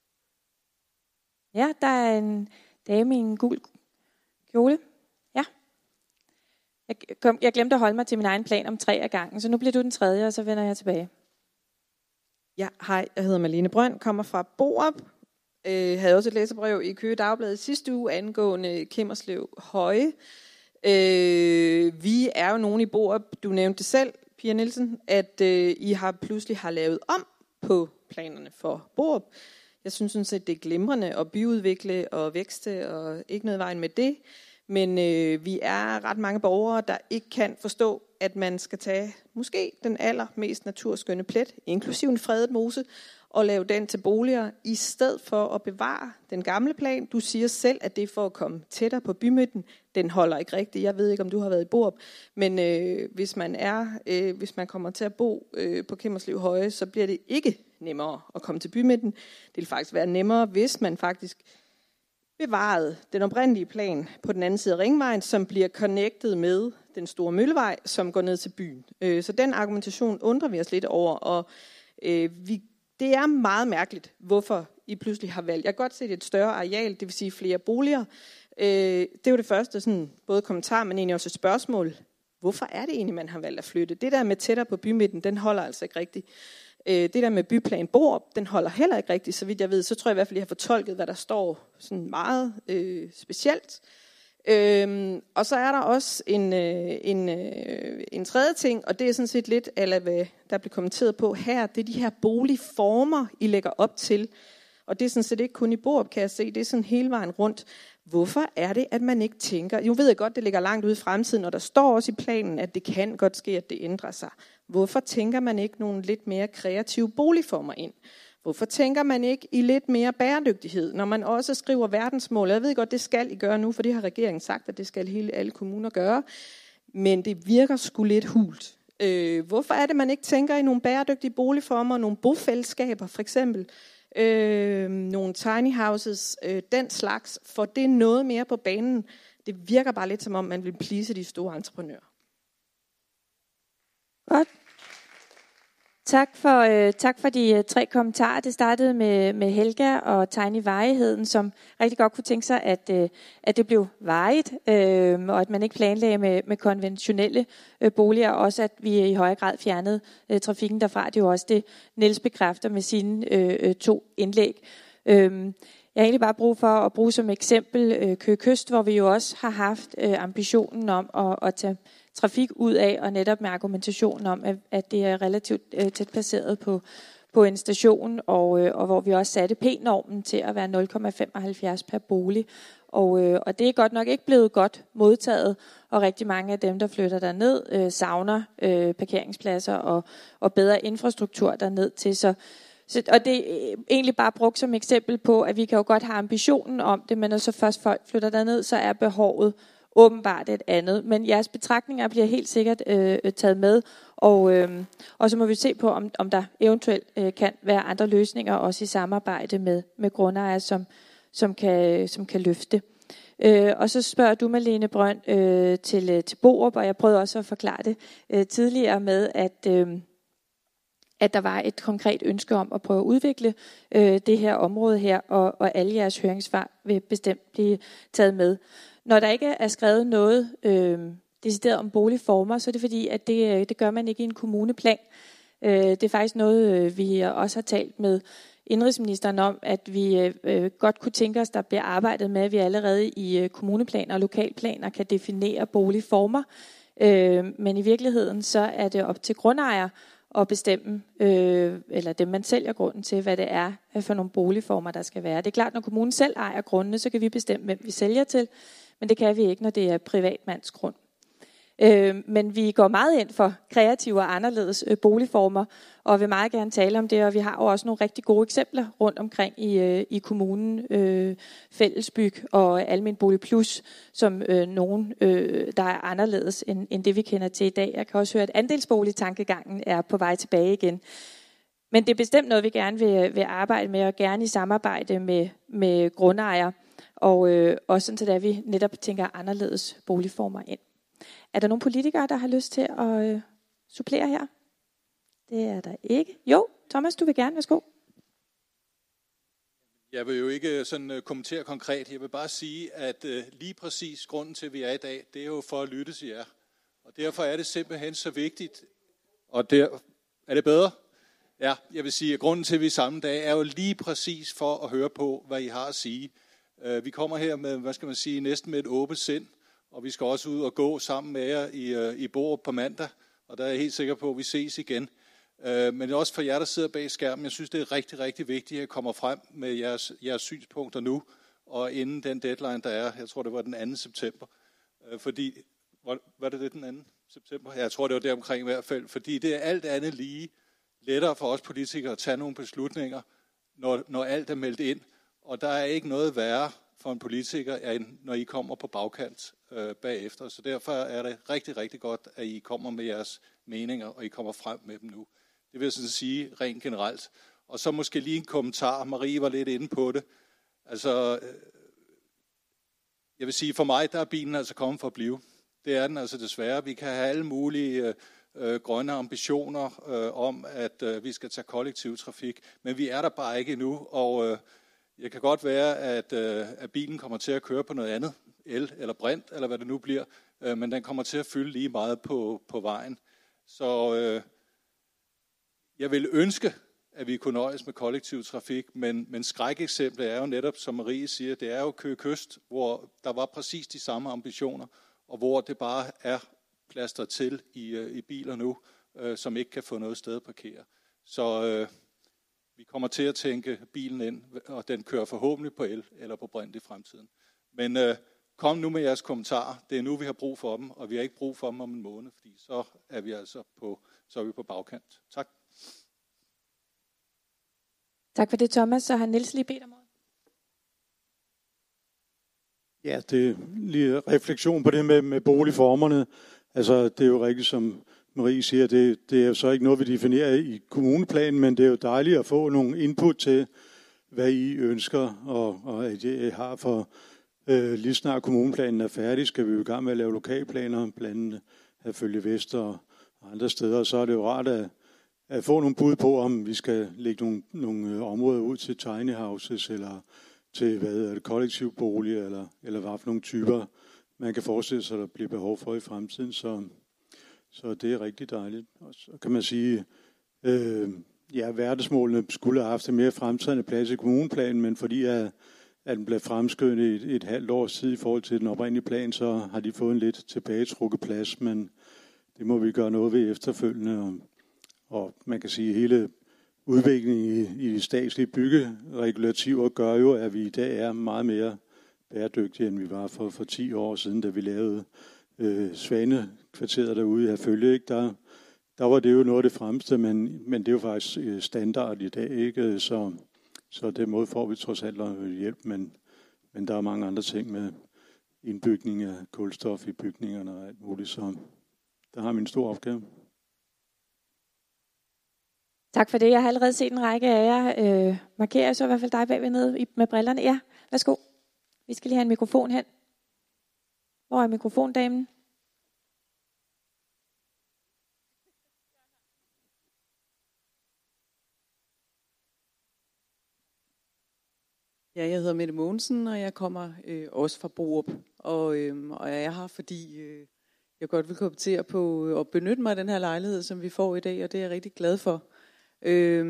Ja, der er en dame i en gul kjole. Ja. Jeg, kom, jeg glemte at holde mig til min egen plan om tre af gangen, så nu bliver du den tredje, og så vender jeg tilbage. Ja, hej, jeg hedder Malene Brønd, kommer fra Borup. Jeg øh, havde også et læserbrev i Køge Dagblad sidste uge angående Kimmerslev Høje. Øh, vi er jo nogen i Borup, du nævnte det selv, Pia Nielsen, at øh, I har pludselig har lavet om på planerne for Borup. Jeg synes sådan set, det er glimrende at byudvikle og vækste, og ikke noget vejen med det. Men øh, vi er ret mange borgere, der ikke kan forstå, at man skal tage måske den allermest naturskønne plet, inklusive en fredet mose, og lave den til boliger, i stedet for at bevare den gamle plan. Du siger selv, at det er for at komme tættere på bymidten. Den holder ikke rigtigt. Jeg ved ikke, om du har været i Borup, men øh, hvis man er, øh, hvis man kommer til at bo øh, på Kimmerslev Høje, så bliver det ikke nemmere at komme til bymidten. Det vil faktisk være nemmere, hvis man faktisk bevarede den oprindelige plan på den anden side af Ringvejen, som bliver connected med den store Møllevej, som går ned til byen. Øh, så den argumentation undrer vi os lidt over, og øh, vi det er meget mærkeligt, hvorfor I pludselig har valgt. Jeg kan godt se et større areal, det vil sige flere boliger, Øh, det er jo det første, sådan, både kommentar, men egentlig også et spørgsmål. Hvorfor er det egentlig, man har valgt at flytte? Det der med tættere på bymidten, den holder altså ikke rigtigt. Øh, det der med byplan Borup, den holder heller ikke rigtigt, så vidt jeg ved. Så tror jeg i hvert fald, at jeg har fortolket, hvad der står sådan meget øh, specielt. Øhm, og så er der også en, øh, en, øh, en tredje ting, og det er sådan set lidt, eller hvad der blev kommenteret på her, det er de her boligformer, I lægger op til. Og det er sådan set ikke kun i Borup, kan jeg se, det er sådan hele vejen rundt. Hvorfor er det, at man ikke tænker, jo ved jeg godt, det ligger langt ude i fremtiden, og der står også i planen, at det kan godt ske, at det ændrer sig. Hvorfor tænker man ikke nogle lidt mere kreative boligformer ind? Hvorfor tænker man ikke i lidt mere bæredygtighed, når man også skriver verdensmål? Jeg ved godt, det skal I gøre nu, for det har regeringen sagt, at det skal hele alle kommuner gøre. Men det virker sgu lidt hult. Øh, hvorfor er det, man ikke tænker i nogle bæredygtige boligformer, nogle bofællesskaber for eksempel, øh, nogle tiny houses, øh, den slags, for det er noget mere på banen. Det virker bare lidt som om, man vil please de store entreprenører. Godt. Tak for, øh, tak for de øh, tre kommentarer. Det startede med, med Helga og Tiny Varigheden, som rigtig godt kunne tænke sig, at, øh, at det blev varigt, øh, og at man ikke planlagde med, med konventionelle øh, boliger, og også at vi i højere grad fjernede øh, trafikken derfra. Det er jo også det, Niels bekræfter med sine øh, to indlæg. Øh, Jeg har egentlig bare brug for at bruge som eksempel øh, Køge Kyst, hvor vi jo også har haft øh, ambitionen om at, at tage trafik ud af, og netop med argumentationen om, at, at det er relativt øh, tæt placeret på, på en station, og, øh, og hvor vi også satte P-normen til at være nul komma femoghalvfjerds per bolig. Og, øh, og det er godt nok ikke blevet godt modtaget, og rigtig mange af dem, der flytter derned, øh, savner øh, parkeringspladser og, og bedre infrastruktur derned til. Så Så, og det er egentlig bare brugt som eksempel på, at vi kan jo godt have ambitionen om det, men når så først folk flytter derned, så er behovet åbenbart et andet. Men jeres betragtninger bliver helt sikkert øh, taget med, og, øh, og så må vi se på, om, om der eventuelt øh, kan være andre løsninger, også i samarbejde med, med grundejere, som, som, kan, som kan løfte. Øh, og så spørger du, Malene Brønd, øh, til, til Borup, og jeg prøvede også at forklare det øh, tidligere med, at... Øh, at der var et konkret ønske om at prøve at udvikle øh, det her område her, og, og alle jeres høringssvar vil bestemt blive taget med. Når der ikke er skrevet noget øh, decideret om boligformer, så er det fordi, at det, det gør man ikke i en kommuneplan. Øh, det er faktisk noget, øh, vi også har talt med indrigsministeren om, at vi øh, godt kunne tænke os, der bliver arbejdet med, at vi allerede i øh, kommuneplaner og lokalplaner kan definere boligformer. Øh, men i virkeligheden så er det op til grundejere og bestemme, øh, eller dem man sælger grunden til, hvad det er for nogle boligformer, der skal være. Det er klart, når kommunen selv ejer grundene, så kan vi bestemme, hvem vi sælger til, men det kan vi ikke, når det er privatmands grund. Øh, men vi går meget ind for kreative og anderledes øh, boligformer, og vil meget gerne tale om det, og vi har jo også nogle rigtig gode eksempler rundt omkring i, øh, i kommunen, øh, Fællesbyg og Almen Bolig Plus, som øh, nogen, øh, der er anderledes end, end det, vi kender til i dag. Jeg kan også høre, at andelsboligtankegangen er på vej tilbage igen. Men det er bestemt noget, vi gerne vil, vil arbejde med, og gerne i samarbejde med, med grundejere, og øh, også sådan, så at vi netop tænker anderledes boligformer ind. Er der nogle politikere, der har lyst til at øh, supplere her? Det er der ikke. Jo, Thomas, du vil gerne. Værsgo. Jeg vil jo ikke sådan uh, kommentere konkret. Jeg vil bare sige, at uh, lige præcis grunden til, at vi er i dag, det er jo for at lytte til jer. Og derfor er det simpelthen så vigtigt. Og der, er det bedre? Ja, jeg vil sige, at grunden til, at vi er samme dag, er jo lige præcis for at høre på, hvad I har at sige. Uh, vi kommer her med, hvad skal man sige, næsten med et åbent sind. Og vi skal også ud og gå sammen med jer i, i Borup på mandag. Og der er jeg helt sikker på, at vi ses igen. Øh, men også for jer, der sidder bag skærmen. Jeg synes, det er rigtig, rigtig vigtigt, at I kommer frem med jeres, jeres synspunkter nu. Og inden den deadline, der er, jeg tror, det var den anden september. Øh, fordi, var, var det det den anden september? Jeg tror, det var det omkring i hvert fald. Fordi det er alt andet lige lettere for os politikere at tage nogle beslutninger, når, når alt er meldt ind. Og der er ikke noget værre for en politiker, når I kommer på bagkant øh, bagefter. Så derfor er det rigtig, rigtig godt, at I kommer med jeres meninger, og I kommer frem med dem nu. Det vil jeg sådan sige rent generelt. Og så måske lige en kommentar. Marie var lidt inde på det. Altså, øh, jeg vil sige, for mig, der er bilen altså kommet for at blive. Det er den altså desværre. Vi kan have alle mulige øh, grønne ambitioner øh, om, at øh, vi skal tage kollektiv trafik, men vi er der bare ikke endnu, og øh, jeg kan godt være, at, øh, at bilen kommer til at køre på noget andet, el eller brint, eller hvad det nu bliver, øh, men den kommer til at fylde lige meget på, på vejen. Så øh, jeg vil ønske, at vi kunne nøjes med kollektiv trafik, men, men skrækeksemplet er jo netop, som Marie siger, det er jo Køge Kyst, hvor der var præcis de samme ambitioner, og hvor det bare er plastret til i, i biler nu, øh, som ikke kan få noget sted at parkere. Så øh, vi kommer til at tænke bilen ind, og den kører forhåbentlig på el eller på brint i fremtiden. Men øh, kom nu med jeres kommentarer. Det er nu, vi har brug for dem, og vi har ikke brug for dem om en måned, fordi så er vi altså på, så er vi på bagkant. Tak. Tak for det, Thomas. Så har Niels lige bedt om ordet. Ja, det er lige refleksion på det med, med boligformerne. Altså, det er jo rigtigt, som Marie siger, det, det er jo så ikke noget, vi definerer i kommuneplanen, men det er jo dejligt at få nogle input til, hvad I ønsker, og, og at I har for øh, lige snart kommuneplanen er færdig, skal vi jo i gang med at lave lokalplaner, blandt andet Følge Vest og andre steder, så er det jo rart at, at få nogle bud på, om vi skal lægge nogle, nogle områder ud til tiny houses, eller til hvad er det, kollektivboliger, eller, eller hvad for nogle typer, man kan forestille sig, der bliver behov for i fremtiden, så Så det er rigtig dejligt. Og så kan man sige, øh, ja, verdensmålene skulle have haft en mere fremtrædende plads i kommuneplanen, men fordi at, at den blev fremskyndet i et, et halvt års tid i forhold til den oprindelige plan, så har de fået en lidt tilbagetrukket plads, men det må vi gøre noget ved efterfølgende. Og, og man kan sige, at hele udviklingen i, i de statslige byggeregulativer gør jo, at vi i dag er meget mere bæredygtige, end vi var for, for ti år siden, da vi lavede Øh, Svanekvarteret derude i Herfølge, ikke? Der, der var det jo noget af det fremmeste, men, men det er jo faktisk standard i dag, ikke? Så, så den måde får vi trods alt hjælp, men, men der er mange andre ting med indbygning af kulstof i bygningerne og alt muligt, så der har vi en stor opgave. Tak for det. Jeg har allerede set en række af jer øh, markere, så i hvert fald dig bagved nede med brillerne. Ja, værsgo. Vi skal lige have en mikrofon hen. Hvor er mikrofondamen? Ja, jeg hedder Mette Mogensen, og jeg kommer øh, også fra Borup. Og, øh, og jeg er her, fordi øh, jeg godt vil kommentere på øh, at benytte mig af den her lejlighed, som vi får i dag, og det er jeg rigtig glad for. Øh,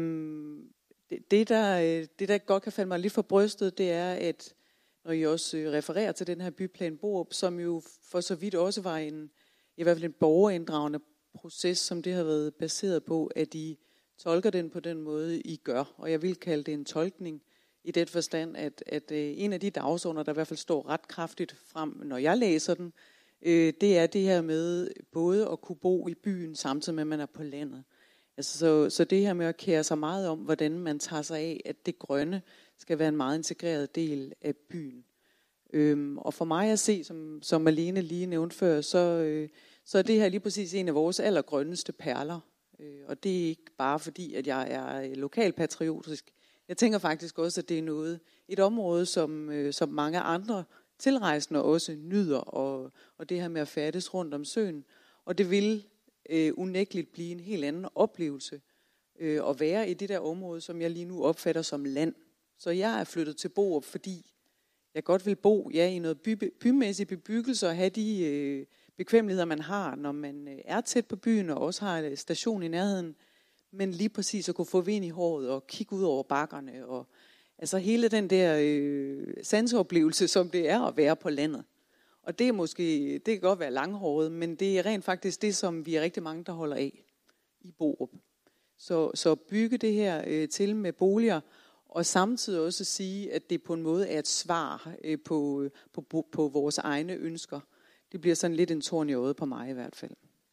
det, det, der, øh, det, der godt kan falde mig lidt for brystet, det er, at når I også refererer til den her byplan Borup, som jo for så vidt også var en, i hvert fald en borgerinddragende proces, som det har været baseret på, at I tolker den på den måde, I gør. Og jeg vil kalde det en tolkning i det forstand, at, at en af de dagsordener, der i hvert fald står ret kraftigt frem, når jeg læser den, det er det her med både at kunne bo i byen, samtidig med, at man er på landet. Altså, så, så det her med at kære sig meget om, hvordan man tager sig af, at det grønne skal være en meget integreret del af byen. Øhm, og for mig at se, som, som Malene lige nævnte før, så, øh, så er det her lige præcis en af vores allergrønneste perler. Øh, og det er ikke bare fordi, at jeg er lokalpatriotisk. Jeg tænker faktisk også, at det er noget, et område, som, øh, som mange andre tilrejsende også nyder, og, og det her med at færdes rundt om søen. Og det vil øh, unægteligt blive en helt anden oplevelse øh, at være i det der område, som jeg lige nu opfatter som land. Så jeg er flyttet til Borup, fordi jeg godt vil bo ja, i noget by, bymæssig bebyggelse og have de øh, bekvemmeligheder, man har, når man øh, er tæt på byen og også har en station i nærheden. Men lige præcis at kunne få vind i håret og kigge ud over bakkerne. Og, altså hele den der øh, sanseoplevelse, som det er at være på landet. Og det er måske, det kan godt være langhåret, men det er rent faktisk det, som vi er rigtig mange, der holder af i Borup. Så, så bygge det her øh, til med boliger, og samtidig også sige, at det på en måde er et svar øh, på, på, på, på vores egne ønsker. Det bliver sådan lidt en torn i øjet på mig i hvert fald.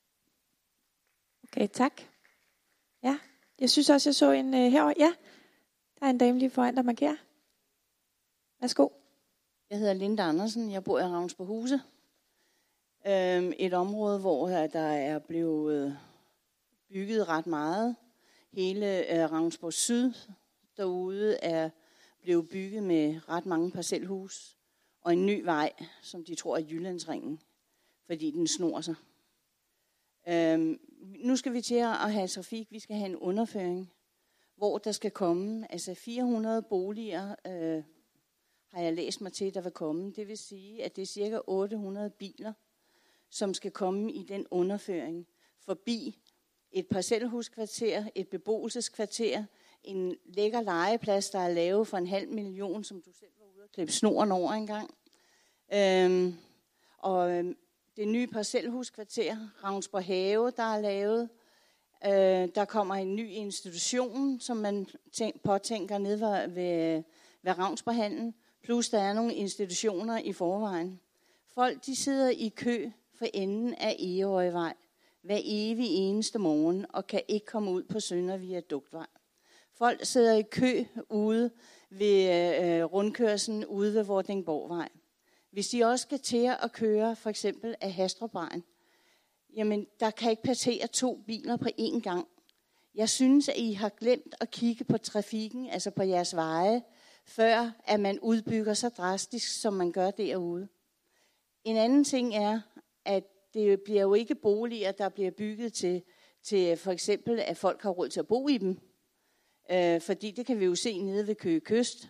Okay, tak. Ja, jeg synes også, jeg så en øh, herovre. Ja, der er en dame lige foran, der markerer. Værsgo. Jeg hedder Linda Andersen. Jeg bor i Ravnsborghuse. Øhm, et område, hvor der er blevet bygget ret meget. Hele øh, Ravnsborg Syd derude er blevet bygget med ret mange parcelhus. Og en ny vej, som de tror er Jyllandsringen, fordi den snor sig. Øhm, nu skal vi til at have trafik. Vi skal have en underføring, hvor der skal komme altså fire hundrede boliger, øh, har jeg læst mig til, der vil komme. Det vil sige, at det er cirka otte hundrede biler, som skal komme i den underføring forbi et parcelhuskvarter, et beboelseskvarter, en lækker legeplads, der er lavet for en halv million, som du selv var ude og klippe snoren over engang. Øhm, og øhm, det nye parcelhuskvarter, Ravnsborg Have, der er lavet. Øh, der kommer en ny institution, som man tænk, påtænker nede ved, ved, ved Ravnsborghallen. Plus der er nogle institutioner i forvejen. Folk de sidder i kø for enden af Egehøjvej hver evig eneste morgen og kan ikke komme ud på Sønder Viaduktvej. Folk sidder i kø ude ved øh, rundkørslen ude ved Vordingborgvej. Hvis de også skal til at køre for eksempel af Hastrupvejen, jamen der kan ikke passere to biler på én gang. Jeg synes, at I har glemt at kigge på trafikken, altså på jeres veje, før at man udbygger så drastisk, som man gør derude. En anden ting er, at det bliver jo ikke boliger, der bliver bygget til, til for eksempel, at folk har råd til at bo i dem. Øh, fordi det kan vi jo se nede ved Køge Kyst.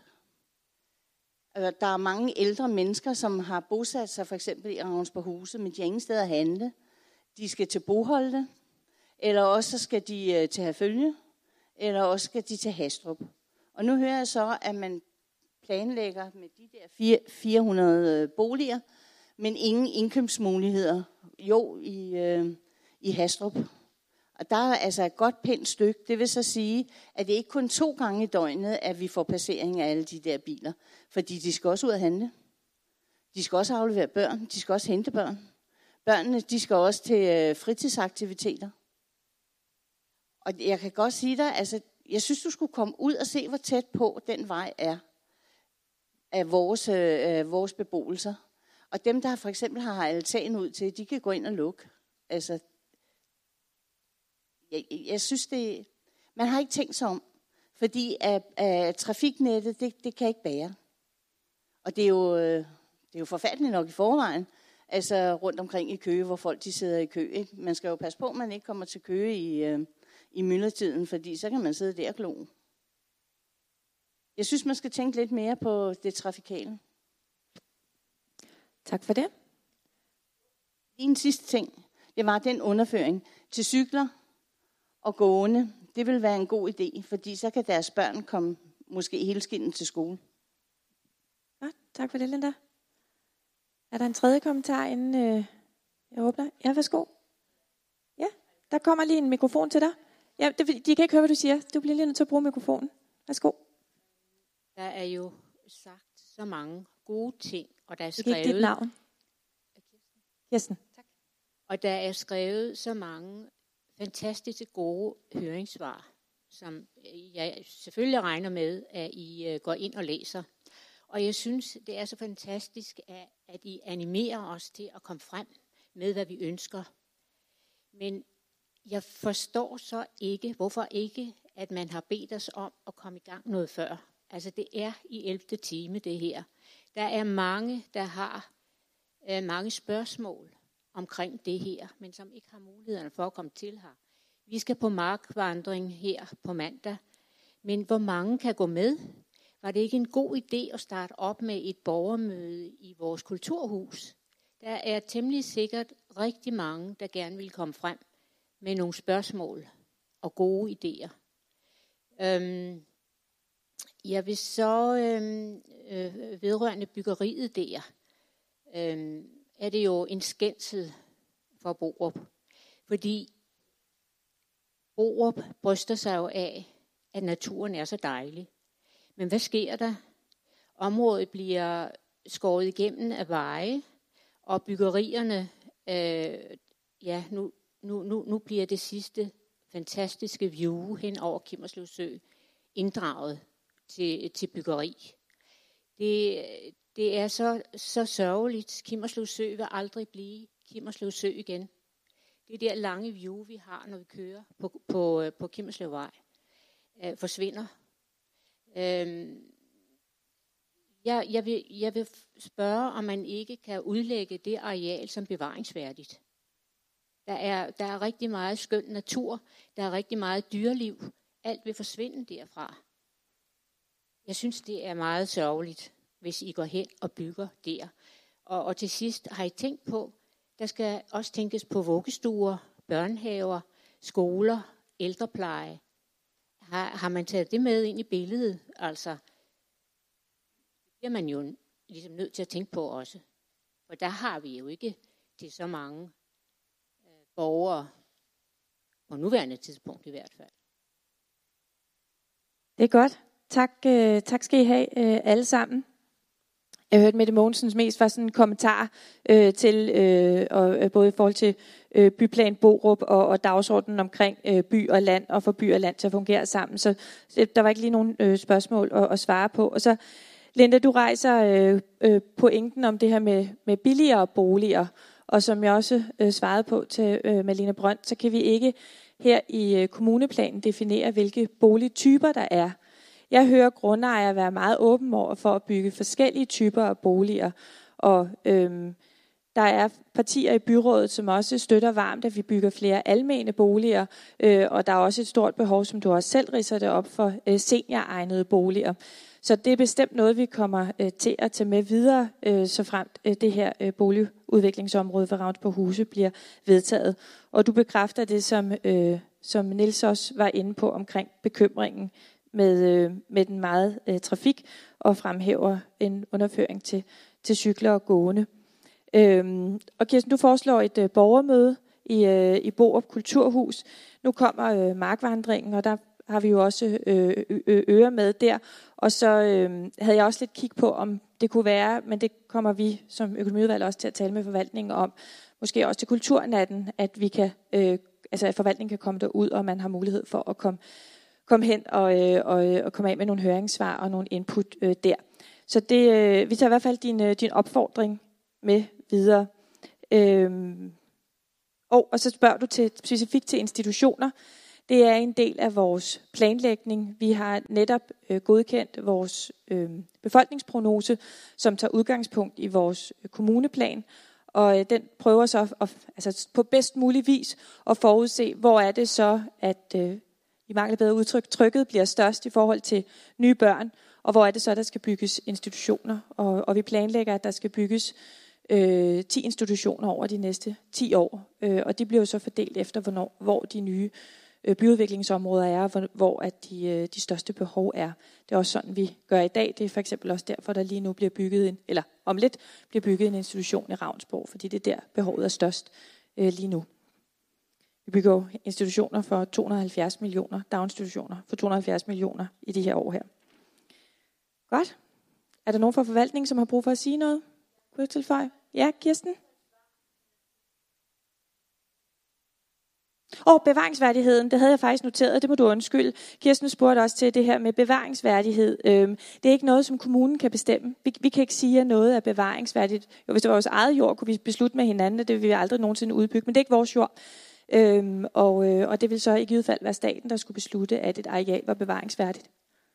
Øh, der er mange ældre mennesker, som har bosat sig for eksempel i Ravnsborghuset, men de har ingen sted at handle. De skal til Boholte, eller også skal de øh, til Herfølge, eller også skal de til Hastrup. Og nu hører jeg så, at man planlægger med de der fire hundrede boliger, men ingen indkøbsmuligheder, jo, i, øh, i Hastrup. Og der er altså et godt pænt stykke. Det vil så sige, at det ikke kun to gange i døgnet, at vi får passering af alle de der biler. Fordi de skal også ud at handle. De skal også aflevere børn. De skal også hente børn. Børnene, de skal også til øh, fritidsaktiviteter. Og jeg kan godt sige dig, altså, jeg synes, du skulle komme ud og se, hvor tæt på den vej er af vores, øh, vores beboelser. Og dem, der for eksempel har altan ud til, de kan gå ind og lukke. Altså, jeg, jeg synes, det, man har ikke tænkt sig om. Fordi at, at trafiknettet, det, det kan ikke bære. Og det er, jo, det er jo forfærdeligt nok i forvejen. Altså rundt omkring i Køge, hvor folk de sidder i kø. Ikke? Man skal jo passe på, at man ikke kommer til Køge i, øh, i myldretiden, fordi så kan man sidde der og glo. Jeg synes, man skal tænke lidt mere på det trafikale. Tak for det. En sidste ting, det var den underføring til cykler og gående. Det vil være en god idé, fordi så kan deres børn komme måske helskindet til skole. Ja, tak for det, Linda. Er der en tredje kommentar, inden øh, jeg åbner? Ja, værsgo. Ja, der kommer lige en mikrofon til dig. Ja, det, de kan ikke høre, hvad du siger. Du bliver lige nødt til at bruge mikrofonen. Værsgo. Der er jo sagt så mange gode ting, og der er skrevet... Det er ikke dit navn. Kirsten. Tak. Og der er skrevet så mange fantastiske gode høringssvar, som jeg selvfølgelig regner med, at I går ind og læser. Og jeg synes, det er så fantastisk, at, at I animerer os til at komme frem med, hvad vi ønsker. Men jeg forstår så ikke, hvorfor ikke, at man har bedt os om at komme i gang noget før. Altså det er i ellevte time det her. Der er mange, der har øh, mange spørgsmål omkring det her, men som ikke har mulighederne for at komme til her. Vi skal på markvandring her på mandag, men hvor mange kan gå med? Var det ikke en god idé at starte op med et borgermøde i vores kulturhus? Der er temmelig sikkert rigtig mange, der gerne vil komme frem med nogle spørgsmål og gode idéer. Øhm, jeg vil så øhm, øh, vedrørende byggeriet der, øhm, er det jo en skændsel for Borup. Fordi Borup bryster sig jo af, at naturen er så dejlig. Men hvad sker der? Området bliver skåret igennem af veje, og byggerierne, øh, ja, nu, nu, nu, nu bliver det sidste fantastiske view hen over Kimmerslev Sø inddraget til, til byggeri. Det, det er så, så sørgeligt. Kimmerslev Sø vil aldrig blive Kimmerslev Sø igen. Det der lange view, vi har, når vi kører på, på, på Kimmerslevvej, øh, forsvinder. Øhm, jeg, jeg, vil, jeg vil spørge, om man ikke kan udlægge det areal som bevaringsværdigt. Der er, der er rigtig meget skøn natur, der er rigtig meget dyreliv. Alt vil forsvinde derfra. Jeg synes, det er meget sørgeligt. hvis I går hen og bygger der. Og, og til sidst, har I tænkt på, der skal også tænkes på vuggestuer, børnehaver, skoler, ældrepleje. Har, har man taget det med ind i billedet? Altså, det er man jo ligesom nødt til at tænke på også. For der har vi jo ikke til så mange øh, borgere, på nuværende tidspunkt i hvert fald. Det er godt. Tak, øh, tak skal I have øh, alle sammen. Jeg hørte Mette Mogensens mest var sådan en kommentar øh, til, øh, og, øh, både i forhold til øh, byplan Borup og, og dagsordenen omkring øh, by og land, og få by og land til at fungere sammen. Så, så der var ikke lige nogen øh, spørgsmål at, at svare på. Og så, Linda, du rejser øh, øh, pointen om det her med, med billigere boliger, og som jeg også øh, svarede på til øh, Malene Brønd, så kan vi ikke her i øh, kommuneplanen definere, hvilke boligtyper der er. Jeg hører grundejere være meget åben over for at bygge forskellige typer af boliger, og øhm, der er partier i byrådet, som også støtter varmt, at vi bygger flere almene boliger, øh, og der er også et stort behov, som du også selv ridser det op for, øh, senioregnede boliger. Så det er bestemt noget, vi kommer øh, til at tage med videre, øh, så fremt øh, det her øh, boligudviklingsområde for Ravnsborg-Huse bliver vedtaget. Og du bekræfter det, som, øh, som Niels også var inde på omkring bekymringen med, øh, med den meget øh, trafik, og fremhæver en underføring til, til cykler og gående. Øhm, og Kirsten, du foreslår et øh, borgermøde i, øh, i Borup Kulturhus. Nu kommer øh, markvandringen, og der har vi jo også øh, ø- ører med der. Og så øh, havde jeg også lidt kig på, om det kunne være, men det kommer vi som økonomiudvalg også til at tale med forvaltningen om, måske også til kulturnatten, at vi kan, øh, altså at forvaltningen kan komme derud, og man har mulighed for at komme Kom hen og, øh, og, og komme af med nogle høringssvar og nogle input øh, der. Så det, øh, vi tager i hvert fald din, øh, din opfordring med videre. Øhm, og, og så spørger du til, specifikt til institutioner. Det er en del af vores planlægning. Vi har netop øh, godkendt vores øh, befolkningsprognose, som tager udgangspunkt i vores øh, kommuneplan. Og øh, den prøver så at, altså, på bedst mulig vis at forudse, hvor er det så, at Øh, i mangel af bedre udtryk, trykket bliver størst i forhold til nye børn, og hvor er det så, der skal bygges institutioner. Og, og vi planlægger, at der skal bygges øh, ti institutioner over de næste ti år, øh, og de bliver jo så fordelt efter, hvornår, hvor de nye øh, byudviklingsområder er, og hvor, hvor at de, øh, de største behov er. Det er også sådan, vi gør i dag. Det er for eksempel også derfor, der lige nu bliver bygget en, eller om lidt bliver bygget en institution i Ravnsborg, fordi det er der, behovet er størst øh, lige nu. Vi bygger jo institutioner for to hundrede og halvfjerds millioner, daginstitutioner for to hundrede og halvfjerds millioner i de her år her. Godt. Er der nogen fra forvaltningen, som har brug for at sige noget? Kunne jeg tilføje? Ja, Kirsten? Og bevaringsværdigheden, det havde jeg faktisk noteret, det må du undskylde. Kirsten spurgte også til det her med bevaringsværdighed. Øhm, det er ikke noget, som kommunen kan bestemme. Vi, vi kan ikke sige, at noget er bevaringsværdigt. Jo, hvis det var vores eget jord, kunne vi beslutte med hinanden, at det vil vi aldrig nogensinde udbygge, men det er ikke vores jord. Øhm, og, øh, og det vil så i givet fald være staten, der skulle beslutte, at et areal var bevaringsværdigt.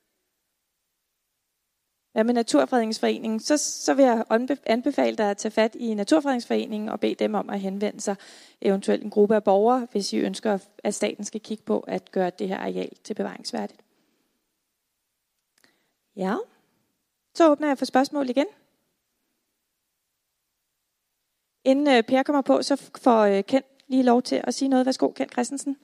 Ja, med Naturfredningsforeningen, så, så vil jeg anbefale dig at tage fat i Naturfredningsforeningen og bede dem om at henvende sig, eventuelt en gruppe af borgere, hvis I ønsker, at staten skal kigge på at gøre det her areal til bevaringsværdigt. Ja, så åbner jeg for spørgsmål igen. Inden Per kommer på, så får Kent lige lov til at sige noget. Værsgo, Kent Christensen.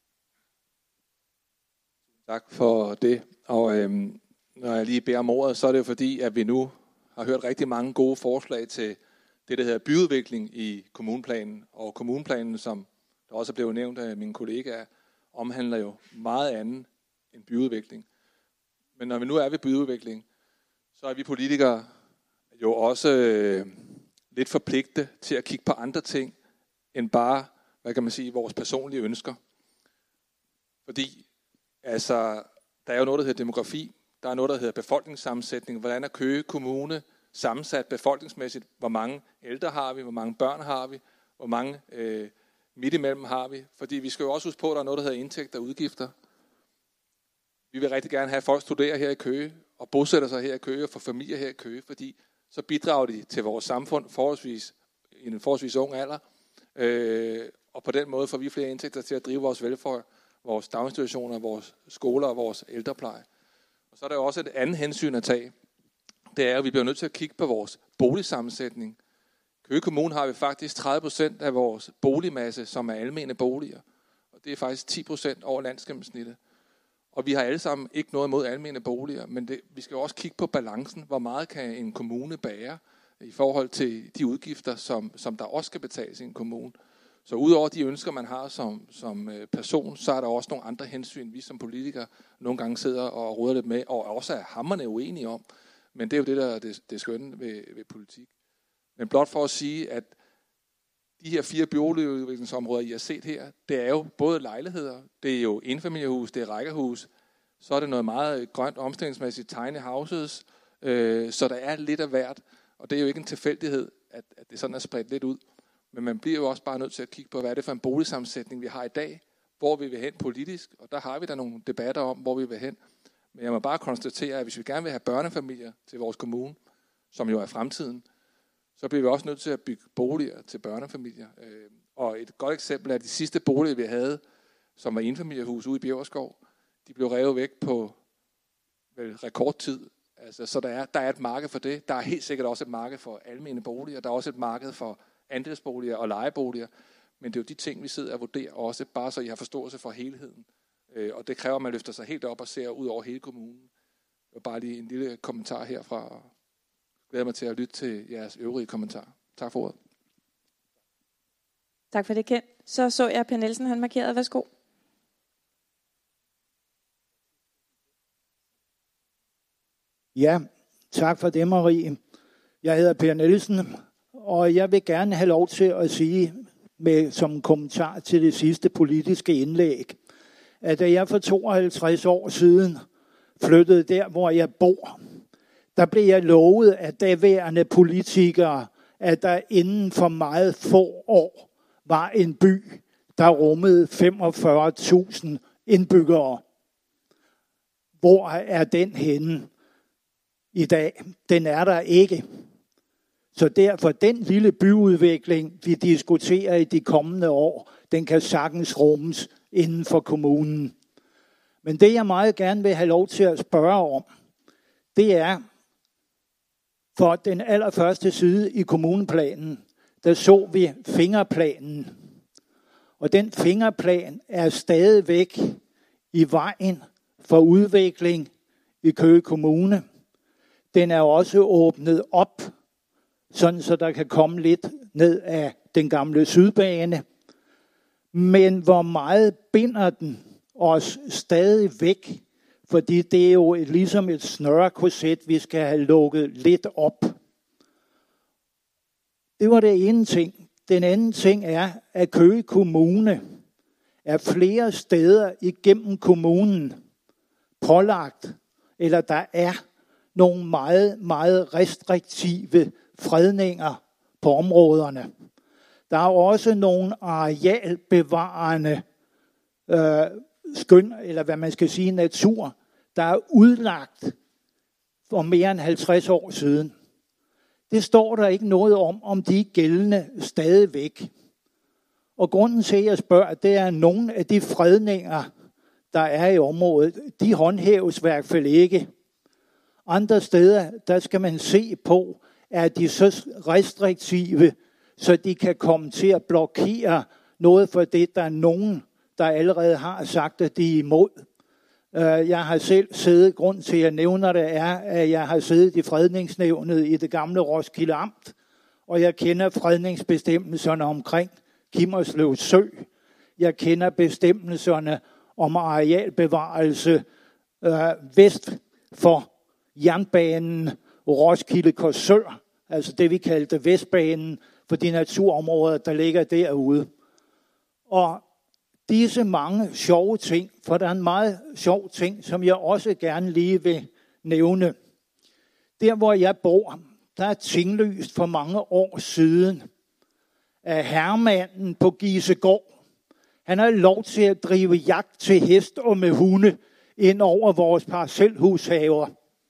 Tak for det. Og øhm, når jeg lige beder om ordet, så er det jo fordi, at vi nu har hørt rigtig mange gode forslag til det, der hedder byudvikling i kommuneplanen. Og kommuneplanen, som der også er blevet nævnt af mine kollegaer, omhandler jo meget andet end byudvikling. Men når vi nu er ved byudvikling, så er vi politikere jo også øh, lidt forpligtet til at kigge på andre ting, end bare, hvad kan man sige, vores personlige ønsker. Fordi, altså, der er jo noget, der hedder demografi, der er noget, der hedder befolkningssammensætning, hvordan er Køge Kommune sammensat befolkningsmæssigt, hvor mange ældre har vi, hvor mange børn har vi, hvor mange øh, midt imellem har vi, fordi vi skal jo også huske på, at der er noget, der hedder indtægter og udgifter. Vi vil rigtig gerne have, at folk studerer her i Køge, og bosætter sig her i Køge, og får familier her i Køge, fordi så bidrager de til vores samfund forholdsvis, i en forholdsvis ung alder, øh, og på den måde får vi flere indtægter til at drive vores velfærd, vores daginstitutioner, vores skoler og vores ældrepleje. Og så er der jo også et andet hensyn at tage. det er, at vi bliver nødt til at kigge på vores boligsammensætning. Køge Kommune har vi faktisk tredive procent af vores boligmasse, som er almene boliger. Og det er faktisk ti procent over landsgennemsnittet. Og vi har alle sammen ikke noget imod almene boliger, men det, vi skal jo også kigge på balancen. Hvor meget kan en kommune bære i forhold til de udgifter, som, som der også skal betales i en kommune. Så udover de ønsker, man har som, som person, så er der også nogle andre hensyn, vi som politikere nogle gange sidder og råder lidt med, og også er hamrende uenige om. Men det er jo det, der er det, det skønne ved, ved politik. Men blot for at sige, at de her fire boligudviklingsområder, I har set her, det er jo både lejligheder, det er jo enfamiliehus, det er rækkehus, så er det noget meget grønt omstillingsmæssigt, tiny houses, øh, så der er lidt af hvert, og det er jo ikke en tilfældighed, at, at det sådan er spredt lidt ud. Men man bliver jo også bare nødt til at kigge på, hvad er det for en boligsammensætning, vi har i dag, hvor vi vil hen politisk, og der har vi da nogle debatter om, hvor vi vil hen. Men jeg må bare konstatere, at hvis vi gerne vil have børnefamilier til vores kommune, som jo er fremtiden, så bliver vi også nødt til at bygge boliger til børnefamilier. Og et godt eksempel er de sidste boliger, vi havde, som var enfamiliehus ude i Bjæverskov. De blev revet væk på vel, rekordtid. Altså, så der er, der er et marked for det. Der er helt sikkert også et marked for almene boliger. Der er også et marked for andelsboliger og lejeboliger. Men det er jo de ting, vi sidder og vurderer også, bare så I har forståelse for helheden. Og det kræver, at man løfter sig helt op og ser ud over hele kommunen. Og bare lige en lille kommentar herfra. Jeg glæder mig til at lytte til jeres øvrige kommentarer. Tak for ordet. Tak for det, Ken. Så så jeg Per Nielsen, han markerede. Værsgo. Ja, tak for det, Marie. Jeg hedder Per Nielsen, og jeg vil gerne have lov til at sige, med, som en kommentar til det sidste politiske indlæg, at da jeg for tooghalvtreds år siden flyttede der, hvor jeg bor, der blev jeg lovet af daværende politikere, at der inden for meget få år var en by, der rummede femogfyrre tusind indbyggere. Hvor er den henne i dag? Den er der ikke. Så derfor den lille byudvikling, vi diskuterer i de kommende år, den kan sagtens rummes inden for kommunen. Men det jeg meget gerne vil have lov til at spørge om, det er, for den allerførste side i kommuneplanen, der så vi fingerplanen. Og den fingerplan er stadigvæk i vejen for udvikling i Køge Kommune. Den er også åbnet op, sådan så der kan komme lidt ned af den gamle Sydbane. Men hvor meget binder den os stadig væk? Fordi det er jo et, ligesom et snørekorset, vi skal have lukket lidt op. Det var det ene ting. Den anden ting er, at Køge Kommune er flere steder igennem kommunen pålagt, eller der er nogle meget, meget restriktive fredninger på områderne. Der er også nogle arealbevarende øh, skøn, eller hvad man skal sige, natur, der er udlagt for mere end halvtreds år siden. Det står der ikke noget om, om de er gældende stadigvæk. Og grunden til, at jeg spørger, det er, at nogle af de fredninger, der er i området, de håndhæves i hvert fald ikke. Andre steder, der skal man se på, at de er så restriktive, så de kan komme til at blokere noget for det, der er nogen, der allerede har sagt, at de er imod. Jeg har selv siddet, grund til at jeg nævner det, er, at jeg har siddet i fredningsnævnet i det gamle Roskilde Amt, og jeg kender fredningsbestemmelserne omkring Kimmerslev Sø. Jeg kender bestemmelserne om arealbevarelse øh, vest for jernbanen Roskilde Korsør, altså det vi kaldte Vestbanen, for de naturområder, der ligger derude. Og disse mange sjove ting, for der er en meget sjov ting, som jeg også gerne lige vil nævne. Der, hvor jeg bor, der er tinglyst for mange år siden af herremanden på Gisegård. Han har lov til at drive jagt til hest og med hunde ind over vores parcelhushaver.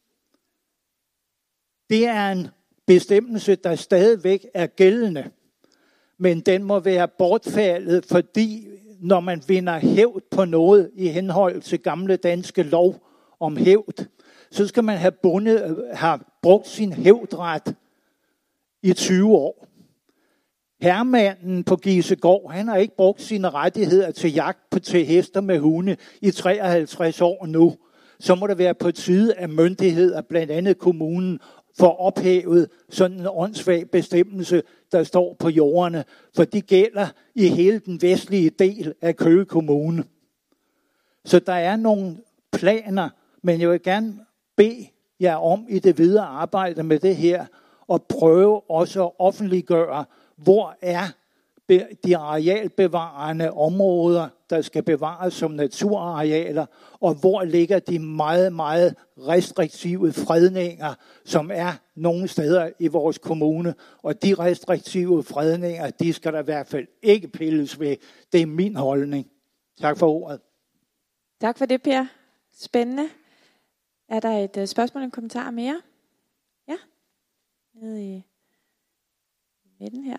Det er en bestemmelse, der stadigvæk er gældende, men den må være bortfaldet, fordi når man vinder hævd på noget i henhold til gamle danske lov om hævd, så skal man have, bundet, have brugt sin hævdret i tyve år. Hermanden på Gisegård, han har ikke brugt sine rettigheder til jagt på til hester med hunde i treoghalvtreds år nu. Så må det være på tide af myndigheder, blandt andet kommunen, for ophævet sådan en åndssvag bestemmelse, der står på jorderne, for de gælder i hele den vestlige del af Køge Kommune. Så der er nogle planer, men jeg vil gerne bede jer om i det videre arbejde med det her, at prøve også at offentliggøre, hvor er de arealbevarende områder, der skal bevares som naturarealer, og hvor ligger de meget, meget restriktive fredninger, som er nogle steder i vores kommune. Og de restriktive fredninger, de skal der i hvert fald ikke pilles ved. Det er min holdning. Tak for ordet. Tak for det, Per. Spændende. Er der et uh, spørgsmål, en kommentar mere? Ja? Nede i midten her.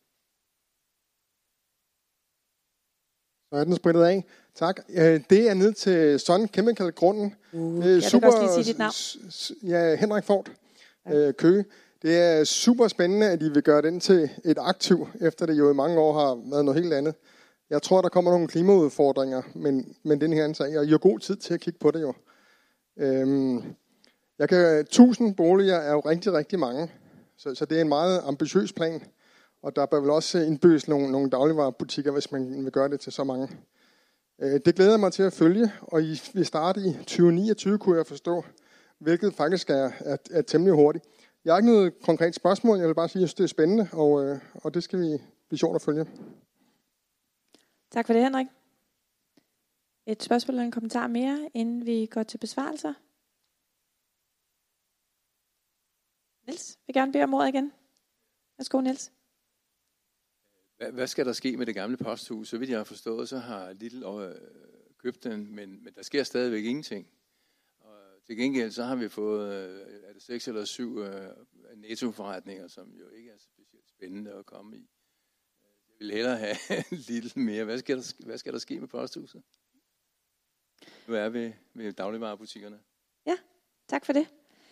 Så er den sprittet af. Tak. Det er ned til Sun Chemical-grunden. Uh, jeg super, kan også lige sige dit navn. Ja, Henrik Fort, ja. Køge. Det er super spændende, at I vil gøre den til et aktiv, efter det jo i mange år har været noget helt andet. Jeg tror, der kommer nogle klimaudfordringer, men, men den her ansag, og I har god tid til at kigge på det jo. Øhm, jeg kan, tusind boliger er jo rigtig, rigtig mange, så, så det er en meget ambitiøs plan. Og der bør vel også indbygges nogle, nogle dagligvarebutikker, hvis man vil gøre det til så mange. Det glæder jeg mig til at følge, og I vil starte i tyve niogtyve, kunne jeg forstå, hvilket faktisk er, er, er temmelig hurtigt. Jeg har ikke noget konkret spørgsmål, jeg vil bare sige, at det er spændende, og, og det skal vi blive sjovt at følge. Tak for det, Henrik. Et spørgsmål eller en kommentar mere, inden vi går til besvarelser? Niels, vil gerne bede om ordet igen. Værsgo, Niels. Hvad skal der ske med det gamle posthus? Så vidt jeg har forstået, så har Lidl øh, købt den, men, men der sker stadigvæk ingenting. Og til gengæld så har vi fået øh, er det seks eller syv øh, nettoforretninger, som jo ikke er specielt spændende at komme i. Jeg vil hellere have Lidl mere. Hvad skal, der, hvad skal der ske med posthuset? Nu er vi ved dagligvarebutikkerne. Ja, tak for det.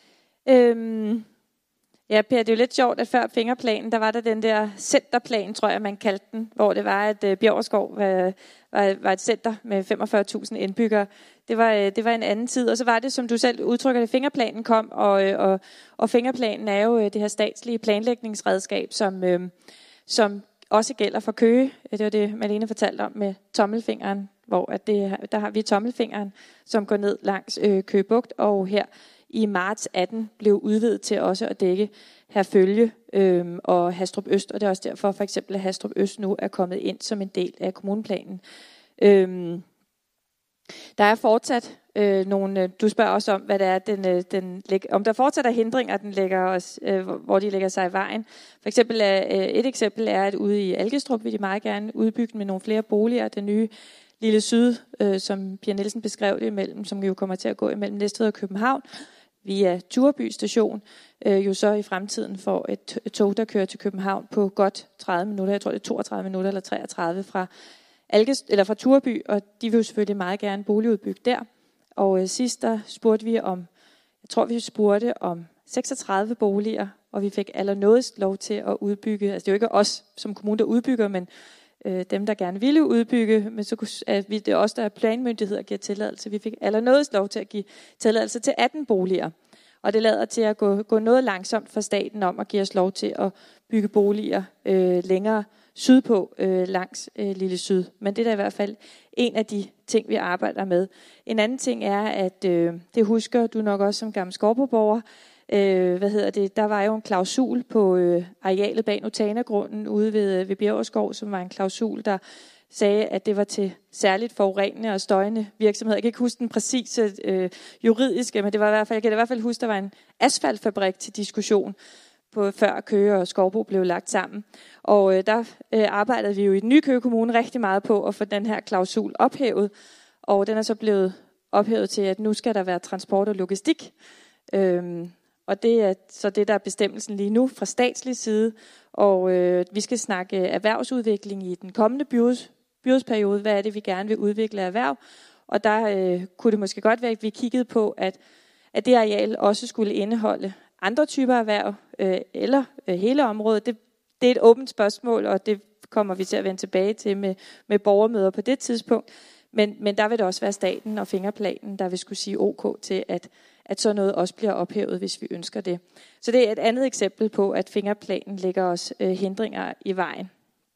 Øhm Ja, Per, det er jo lidt sjovt, at før fingerplanen, der var der den der centerplan, tror jeg, man kaldte den, hvor det var, at uh, Bjørskov var, var, var et center med femogfyrre tusind indbyggere. Det var, uh, det var en anden tid, og så var det, som du selv udtrykker det, fingerplanen kom, og, uh, og, og fingerplanen er jo uh, det her statslige planlægningsredskab, som, uh, som også gælder for Køge. Det var det, Malene fortalte om med tommelfingeren, hvor at det, der har vi tommelfingeren, som går ned langs uh, Køge Bugt, og her i marts atten blev udvidet til også at dække Herfølge øhm, og Hastrup Øst, og det er også derfor for eksempel, at Hastrup Øst nu er kommet ind som en del af kommuneplanen. Øhm, der er fortsat øh, nogle, du spørger også om, hvad det er, den, den, om der fortsat er hindringer, den lægger os, øh, hvor de lægger sig i vejen. For eksempel er, øh, et eksempel er, at ude i Algestrup vil de meget gerne udbygge med nogle flere boliger, den nye Lille Syd, øh, som Pia Nielsen beskrev det imellem, som jo kommer til at gå imellem Næstved og København, via Tureby station, øh, jo så i fremtiden får et, et tog, der kører til København på godt tredive minutter. Jeg tror, det er toogtredive minutter eller treogtredive fra, Alges, eller fra Tureby, og de vil jo selvfølgelig meget gerne boligudbygge der. Og øh, sidst der spurgte vi om, jeg tror vi spurgte om seksogtredive boliger, og vi fik allernådigst lov til at udbygge. Altså det er jo ikke os som kommune, der udbygger, men øh, dem, der gerne ville udbygge, men så kunne, at vi, det er os, der er planmyndigheder, giver tilladelse. Vi fik allernådigst lov til at give tilladelse til atten boliger. Og det lader til at gå, gå noget langsomt for staten om at give os lov til at bygge boliger øh, længere sydpå øh, langs øh, Lille Syd. Men det er da i hvert fald en af de ting, vi arbejder med. En anden ting er, at øh, det husker du nok også som gammel Skovbo-borger. Øh, hvad hedder det? Der var jo en klausul på øh, arealet bag Notana-grunden ude ved, ved Bjergskov, som var en klausul, der sagde, at det var til særligt forurenende og støjende virksomheder. Jeg kan ikke huske den præcise øh, juridiske, men det var i hvert fald, jeg kan i hvert fald huske, der var en asfaltfabrik til diskussion på før Køge og Skovbo blev lagt sammen. Og øh, der øh, arbejdede vi jo i den nye Køge Kommune rigtig meget på at få den her klausul ophævet, og den er så blevet ophævet til, at nu skal der være transport og logistik. Øhm, og det er så det, der er bestemmelsen lige nu fra statslig side, og øh, vi skal snakke erhvervsudvikling i den kommende byråds, byrådsperiode. Hvad er det, vi gerne vil udvikle erhverv? Og der øh, kunne det måske godt være, at vi kiggede på, at at det areal også skulle indeholde andre typer erhverv, øh, eller øh, hele området. Det, det er et åbent spørgsmål, og det kommer vi til at vende tilbage til med, med borgermøder på det tidspunkt. Men, men der vil det også være staten og fingerplanen, der vil skulle sige ok til, at, at sådan noget også bliver ophævet, hvis vi ønsker det. Så det er et andet eksempel på, at fingerplanen lægger os øh, hindringer i vejen.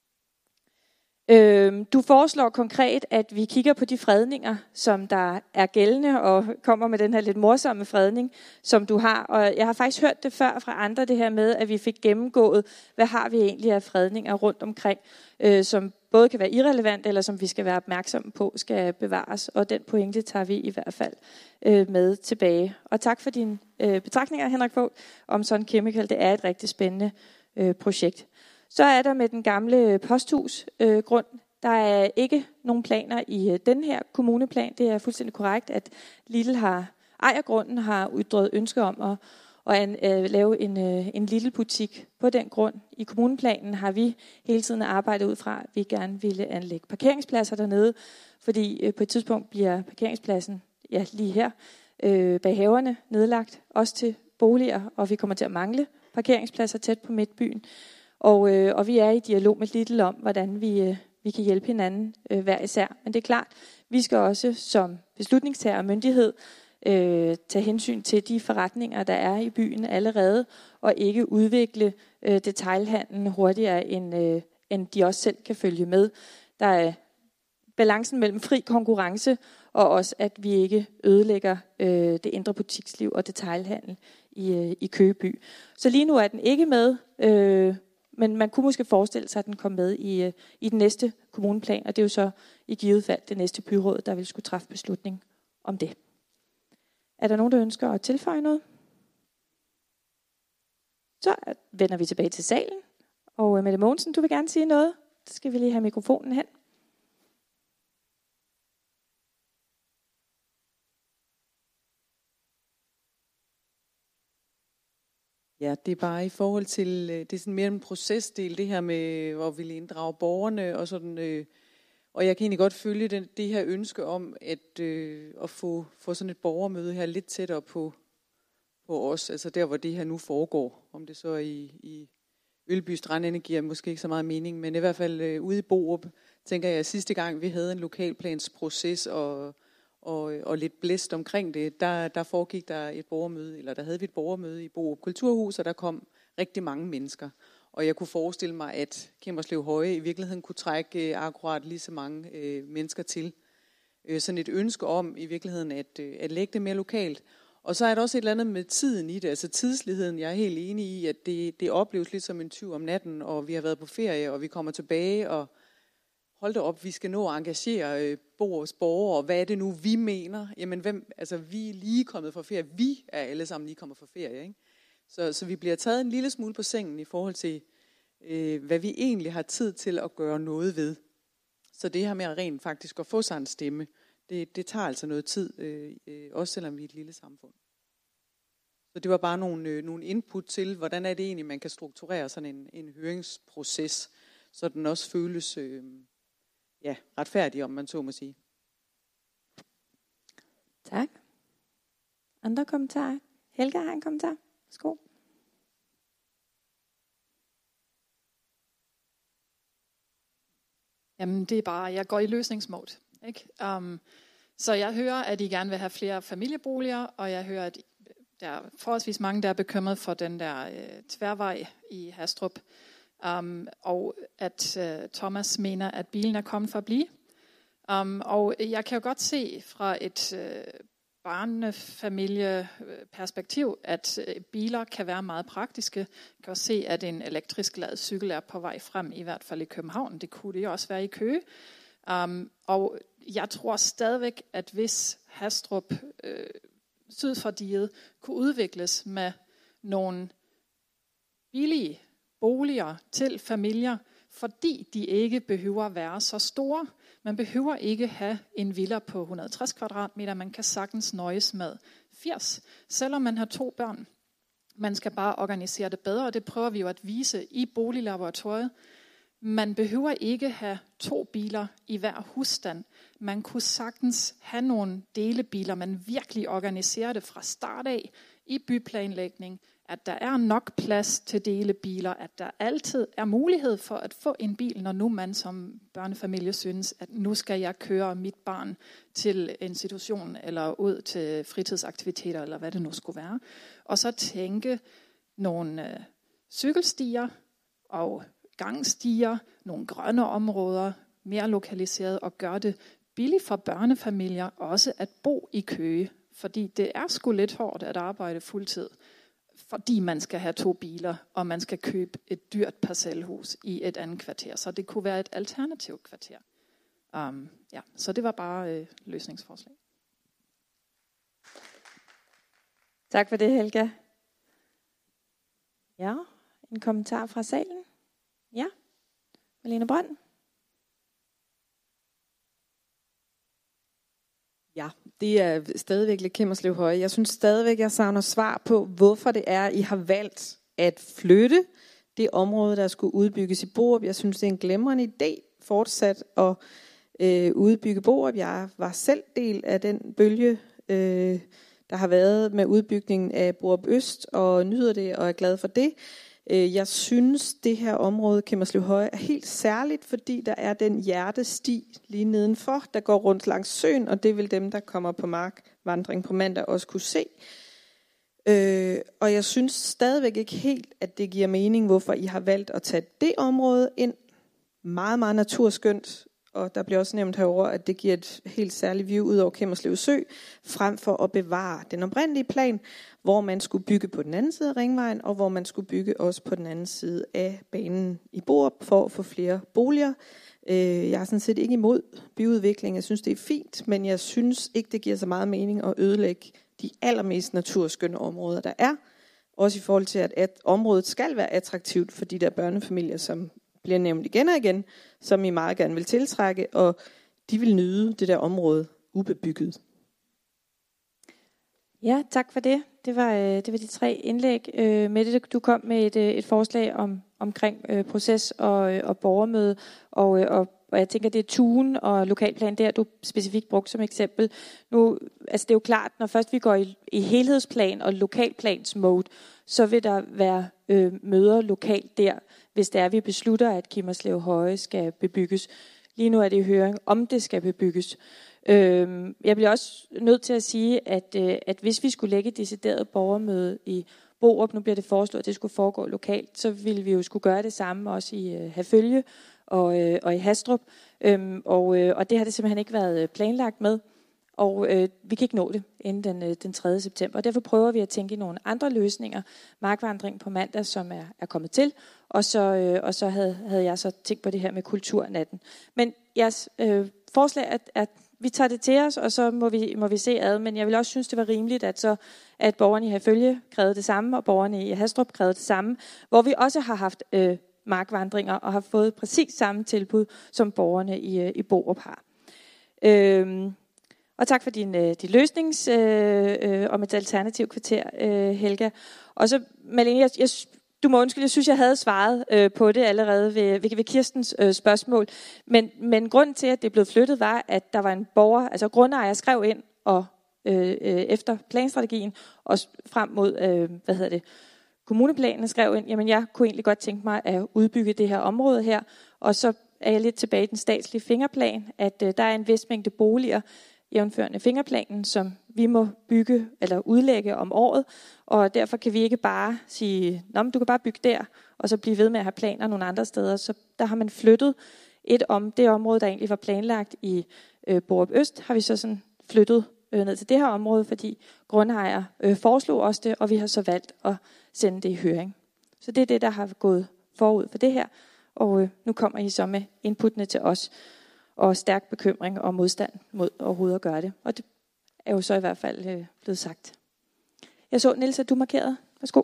Øh, du foreslår konkret, at vi kigger på de fredninger, som der er gældende, og kommer med den her lidt morsomme fredning, som du har. Og jeg har faktisk hørt det før fra andre, det her med, at vi fik gennemgået, hvad har vi egentlig af fredninger rundt omkring, øh, som både kan være irrelevant, eller som vi skal være opmærksomme på, skal bevares. Og den pointe tager vi i hvert fald øh, med tilbage. Og tak for dine øh, betragtninger, Henrik Fogh, om Sun Chemical. Det er et rigtig spændende øh, projekt. Så er der med den gamle posthusgrund. Øh, grund. Der er ikke nogen planer i øh, den her kommuneplan. Det er fuldstændig korrekt, at Lidl har, ejergrunden har ytret ønske om at, at an, øh, lave en, øh, en lille butik på den grund. I kommuneplanen har vi hele tiden arbejdet ud fra, at vi gerne ville anlægge parkeringspladser dernede, fordi øh, på et tidspunkt bliver parkeringspladsen ja, lige her øh, bag haverne nedlagt, også til boliger, og vi kommer til at mangle parkeringspladser tæt på midtbyen. Og, øh, og vi er i dialog med Lidl om, hvordan vi, øh, vi kan hjælpe hinanden øh, hver især. Men det er klart, vi skal også som beslutningstager og myndighed øh, tage hensyn til de forretninger, der er i byen allerede, og ikke udvikle øh, detailhandlen hurtigere, end, øh, end de også selv kan følge med. Der er balancen mellem fri konkurrence, og også at vi ikke ødelægger øh, det indre butiksliv og detailhandel i, øh, i Køge by. Så lige nu er den ikke med, øh, men man kunne måske forestille sig, at den kom med i, i den næste kommuneplan, og det er jo så i givet fald det næste byråd, der vil skulle træffe beslutning om det. Er der nogen, der ønsker at tilføje noget? Så vender vi tilbage til salen, og Mette Mogensen, du vil gerne sige noget? Så skal vi lige have mikrofonen hen. Ja, det er bare i forhold til, det er sådan mere en procesdel, det her med, hvor vi vil inddrage borgerne og sådan, øh, og jeg kan egentlig godt følge den, det her ønske om, at, øh, at få, få sådan et borgermøde her lidt tættere på, på os, altså der, hvor det her nu foregår, om det så er i, i Ølby Strandenergi giver måske ikke så meget mening, men i hvert fald øh, ude i Borup, tænker jeg, at sidste gang vi havde en lokalplansproces og Og, og lidt blæst omkring det, der, der foregik der et borgermøde, eller der havde vi et borgermøde i Borup Kulturhus, og der kom rigtig mange mennesker. Og jeg kunne forestille mig, at Kimmerslev Høje i virkeligheden kunne trække øh, akkurat lige så mange øh, mennesker til. Øh, sådan et ønske om i virkeligheden at, øh, at lægge det mere lokalt. Og så er der også et eller andet med tiden i det, altså tidsligheden. Jeg er helt enig i, at det, det opleves lidt som en tyv om natten, og vi har været på ferie, og vi kommer tilbage, og hold da op, vi skal nå at engagere øh, vores borgere, og hvad er det nu, vi mener? Jamen, hvem, altså, vi er lige kommet fra ferie. Vi er alle sammen lige kommet fra ferie, ikke? Så, så vi bliver taget en lille smule på sengen i forhold til, øh, hvad vi egentlig har tid til at gøre noget ved. Så det her med at rent faktisk at få sig en stemme, det, det tager altså noget tid, øh, øh, også selvom vi er et lille samfund. Så det var bare nogle, øh, nogle input til, hvordan er det egentlig, man kan strukturere sådan en, en høringsproces, så den også føles øh, ja, retfærdig, om man så må sige. Tak. Andre kommentarer? Helga har en kommentar. Værsgo. Jamen, det er bare, jeg går i løsningsmål, ikke? Um, så jeg hører, at I gerne vil have flere familieboliger, og jeg hører, at der er forholdsvis mange, der er bekymret for den der øh, tværvej i Hastrup. Um, og at uh, Thomas mener, at bilen er kommet for at blive. Um, og jeg kan jo godt se fra et uh, barnefamilieperspektiv, at uh, biler kan være meget praktiske. Jeg kan også se, at en elektrisk ladet cykel er på vej frem, i hvert fald i København. Det kunne det også være i Køge. Um, og jeg tror stadigvæk, at hvis Hastrup uh, syd for diget kunne udvikles med nogle billige boliger til familier, fordi de ikke behøver at være så store. Man behøver ikke have en villa på et hundrede og tres kvadratmeter. Man kan sagtens nøjes med firs, selvom man har to børn. Man skal bare organisere det bedre, og det prøver vi jo at vise i boliglaboratoriet. Man behøver ikke have to biler i hver husstand. Man kunne sagtens have nogle delebiler, man virkelig organiserer det fra start af i byplanlægning, at der er nok plads til delebiler, at der altid er mulighed for at få en bil, når nu man som børnefamilie synes, at nu skal jeg køre mit barn til institution eller ud til fritidsaktiviteter, eller hvad det nu skulle være. Og så tænke nogle øh, cykelstier og gangstier, nogle grønne områder, mere lokaliseret, og gøre det billigt for børnefamilier også at bo i Køge. Fordi det er sgu lidt hårdt at arbejde fuldtid, fordi man skal have to biler, og man skal købe et dyrt parcelhus i et andet kvarter. Så det kunne være et alternativt kvarter. Um, ja, så det var bare øh, løsningsforslag. Tak for det, Helga. Ja, en kommentar fra salen. Ja, Malene Brønd. Ja, det er stadigvæk lidt Kimmerslev Høje. Jeg synes stadigvæk, jeg savner svar på, hvorfor det er, I har valgt at flytte det område, der skulle udbygges i Borup. Jeg synes, det er en glimrende idé fortsat at øh, udbygge Borup. Jeg var selv del af den bølge, øh, der har været med udbygningen af Borup Øst, og nyder det og er glad for det. Jeg synes, det her område, Kimmerslev Høje, er helt særligt, fordi der er den hjertesti lige nedenfor, der går rundt langs søen, og det vil dem, der kommer på markvandring på mandag, også kunne se. Øh, og jeg synes stadigvæk ikke helt, at det giver mening, hvorfor I har valgt at tage det område ind. Meget, meget naturskønt, og der bliver også nævnt herover, at det giver et helt særligt view ud over Kimmerslev Sø, frem for at bevare den oprindelige plan, hvor man skulle bygge på den anden side af Ringvejen, og hvor man skulle bygge også på den anden side af banen i Borup, for at få flere boliger. Jeg er sådan set ikke imod byudvikling, jeg synes det er fint, men jeg synes ikke det giver så meget mening at ødelægge de allermest naturskønne områder, der er. Også i forhold til, at, at området skal være attraktivt for de der børnefamilier, som bliver nævnt igen og igen, som I meget gerne vil tiltrække, og de vil nyde det der område ubebygget. Ja, tak for det. Det var, det var de tre indlæg. Øh, Mette, du kom med et, et forslag om, omkring øh, proces og, og borgermøde, og, og, og jeg tænker, det er Tuen og lokalplan der, du specifikt brugt som eksempel. Nu, altså det er jo klart, når først vi går i, i helhedsplan og lokalplans mode, så vil der være øh, møder lokalt der, hvis det er, vi beslutter, at Kimmerslev Høje skal bebygges. Lige nu er det i høring, om det skal bebygges. Øh, jeg bliver også nødt til at sige, at, øh, at hvis vi skulle lægge et decideret borgermøde i Borup, nu bliver det foreslået, at det skulle foregå lokalt, så ville vi jo skulle gøre det samme også i øh, Herfølge og, øh, og i Hastrup. Øh, og, øh, og det har det simpelthen ikke været planlagt med. Og øh, vi kan ikke nå det inden den, øh, den tredje september. Og derfor prøver vi at tænke i nogle andre løsninger. Markvandring på mandag, som er, er kommet til. Og så, øh, og så havde, havde jeg så tænkt på det her med kulturnatten. Men jeres øh, forslag er, at vi tager det til os, og så må vi, må vi se ad. Men jeg vil også synes, det var rimeligt, at, så, at borgerne i Herfølge krævede det samme, og borgerne i Hastrup krævede det samme. Hvor vi også har haft øh, markvandringer, og har fået præcis samme tilbud, som borgerne i, øh, i Borup har. Øh, Og tak for din, øh, din løsnings øh, øh, om et alternativt kvarter, øh, Helga. Og så, Malene, jeg, jeg, du må undskylde, jeg synes, jeg havde svaret øh, på det allerede ved, ved, ved Kirstens øh, spørgsmål. Men, men grunden til, at det blev flyttet, var, at der var en borger, altså grundejer, skrev ind og øh, øh, efter planstrategien og frem mod, øh, hvad hedder det, kommuneplanen skrev ind, jamen jeg kunne egentlig godt tænke mig at udbygge det her område her. Og så er jeg lidt tilbage i den statslige fingerplan, at øh, der er en vis mængde boliger, jævnførende fingerplanen, som vi må bygge eller udlægge om året, og derfor kan vi ikke bare sige, nå, men du kan bare bygge der, og så blive ved med at have planer nogle andre steder. Så der har man flyttet et om det område, der egentlig var planlagt i øh, Borup Øst, har vi så sådan flyttet øh, ned til det her område, fordi grundejer øh, foreslog os det, og vi har så valgt at sende det i høring. Så det er det, der har gået forud for det her, og øh, nu kommer I så med inputtene til os, og stærk bekymring og modstand mod overhovedet at gøre det. Og det er jo så i hvert fald øh, blevet sagt. Jeg så, Niels, at du markerede. Værsgo.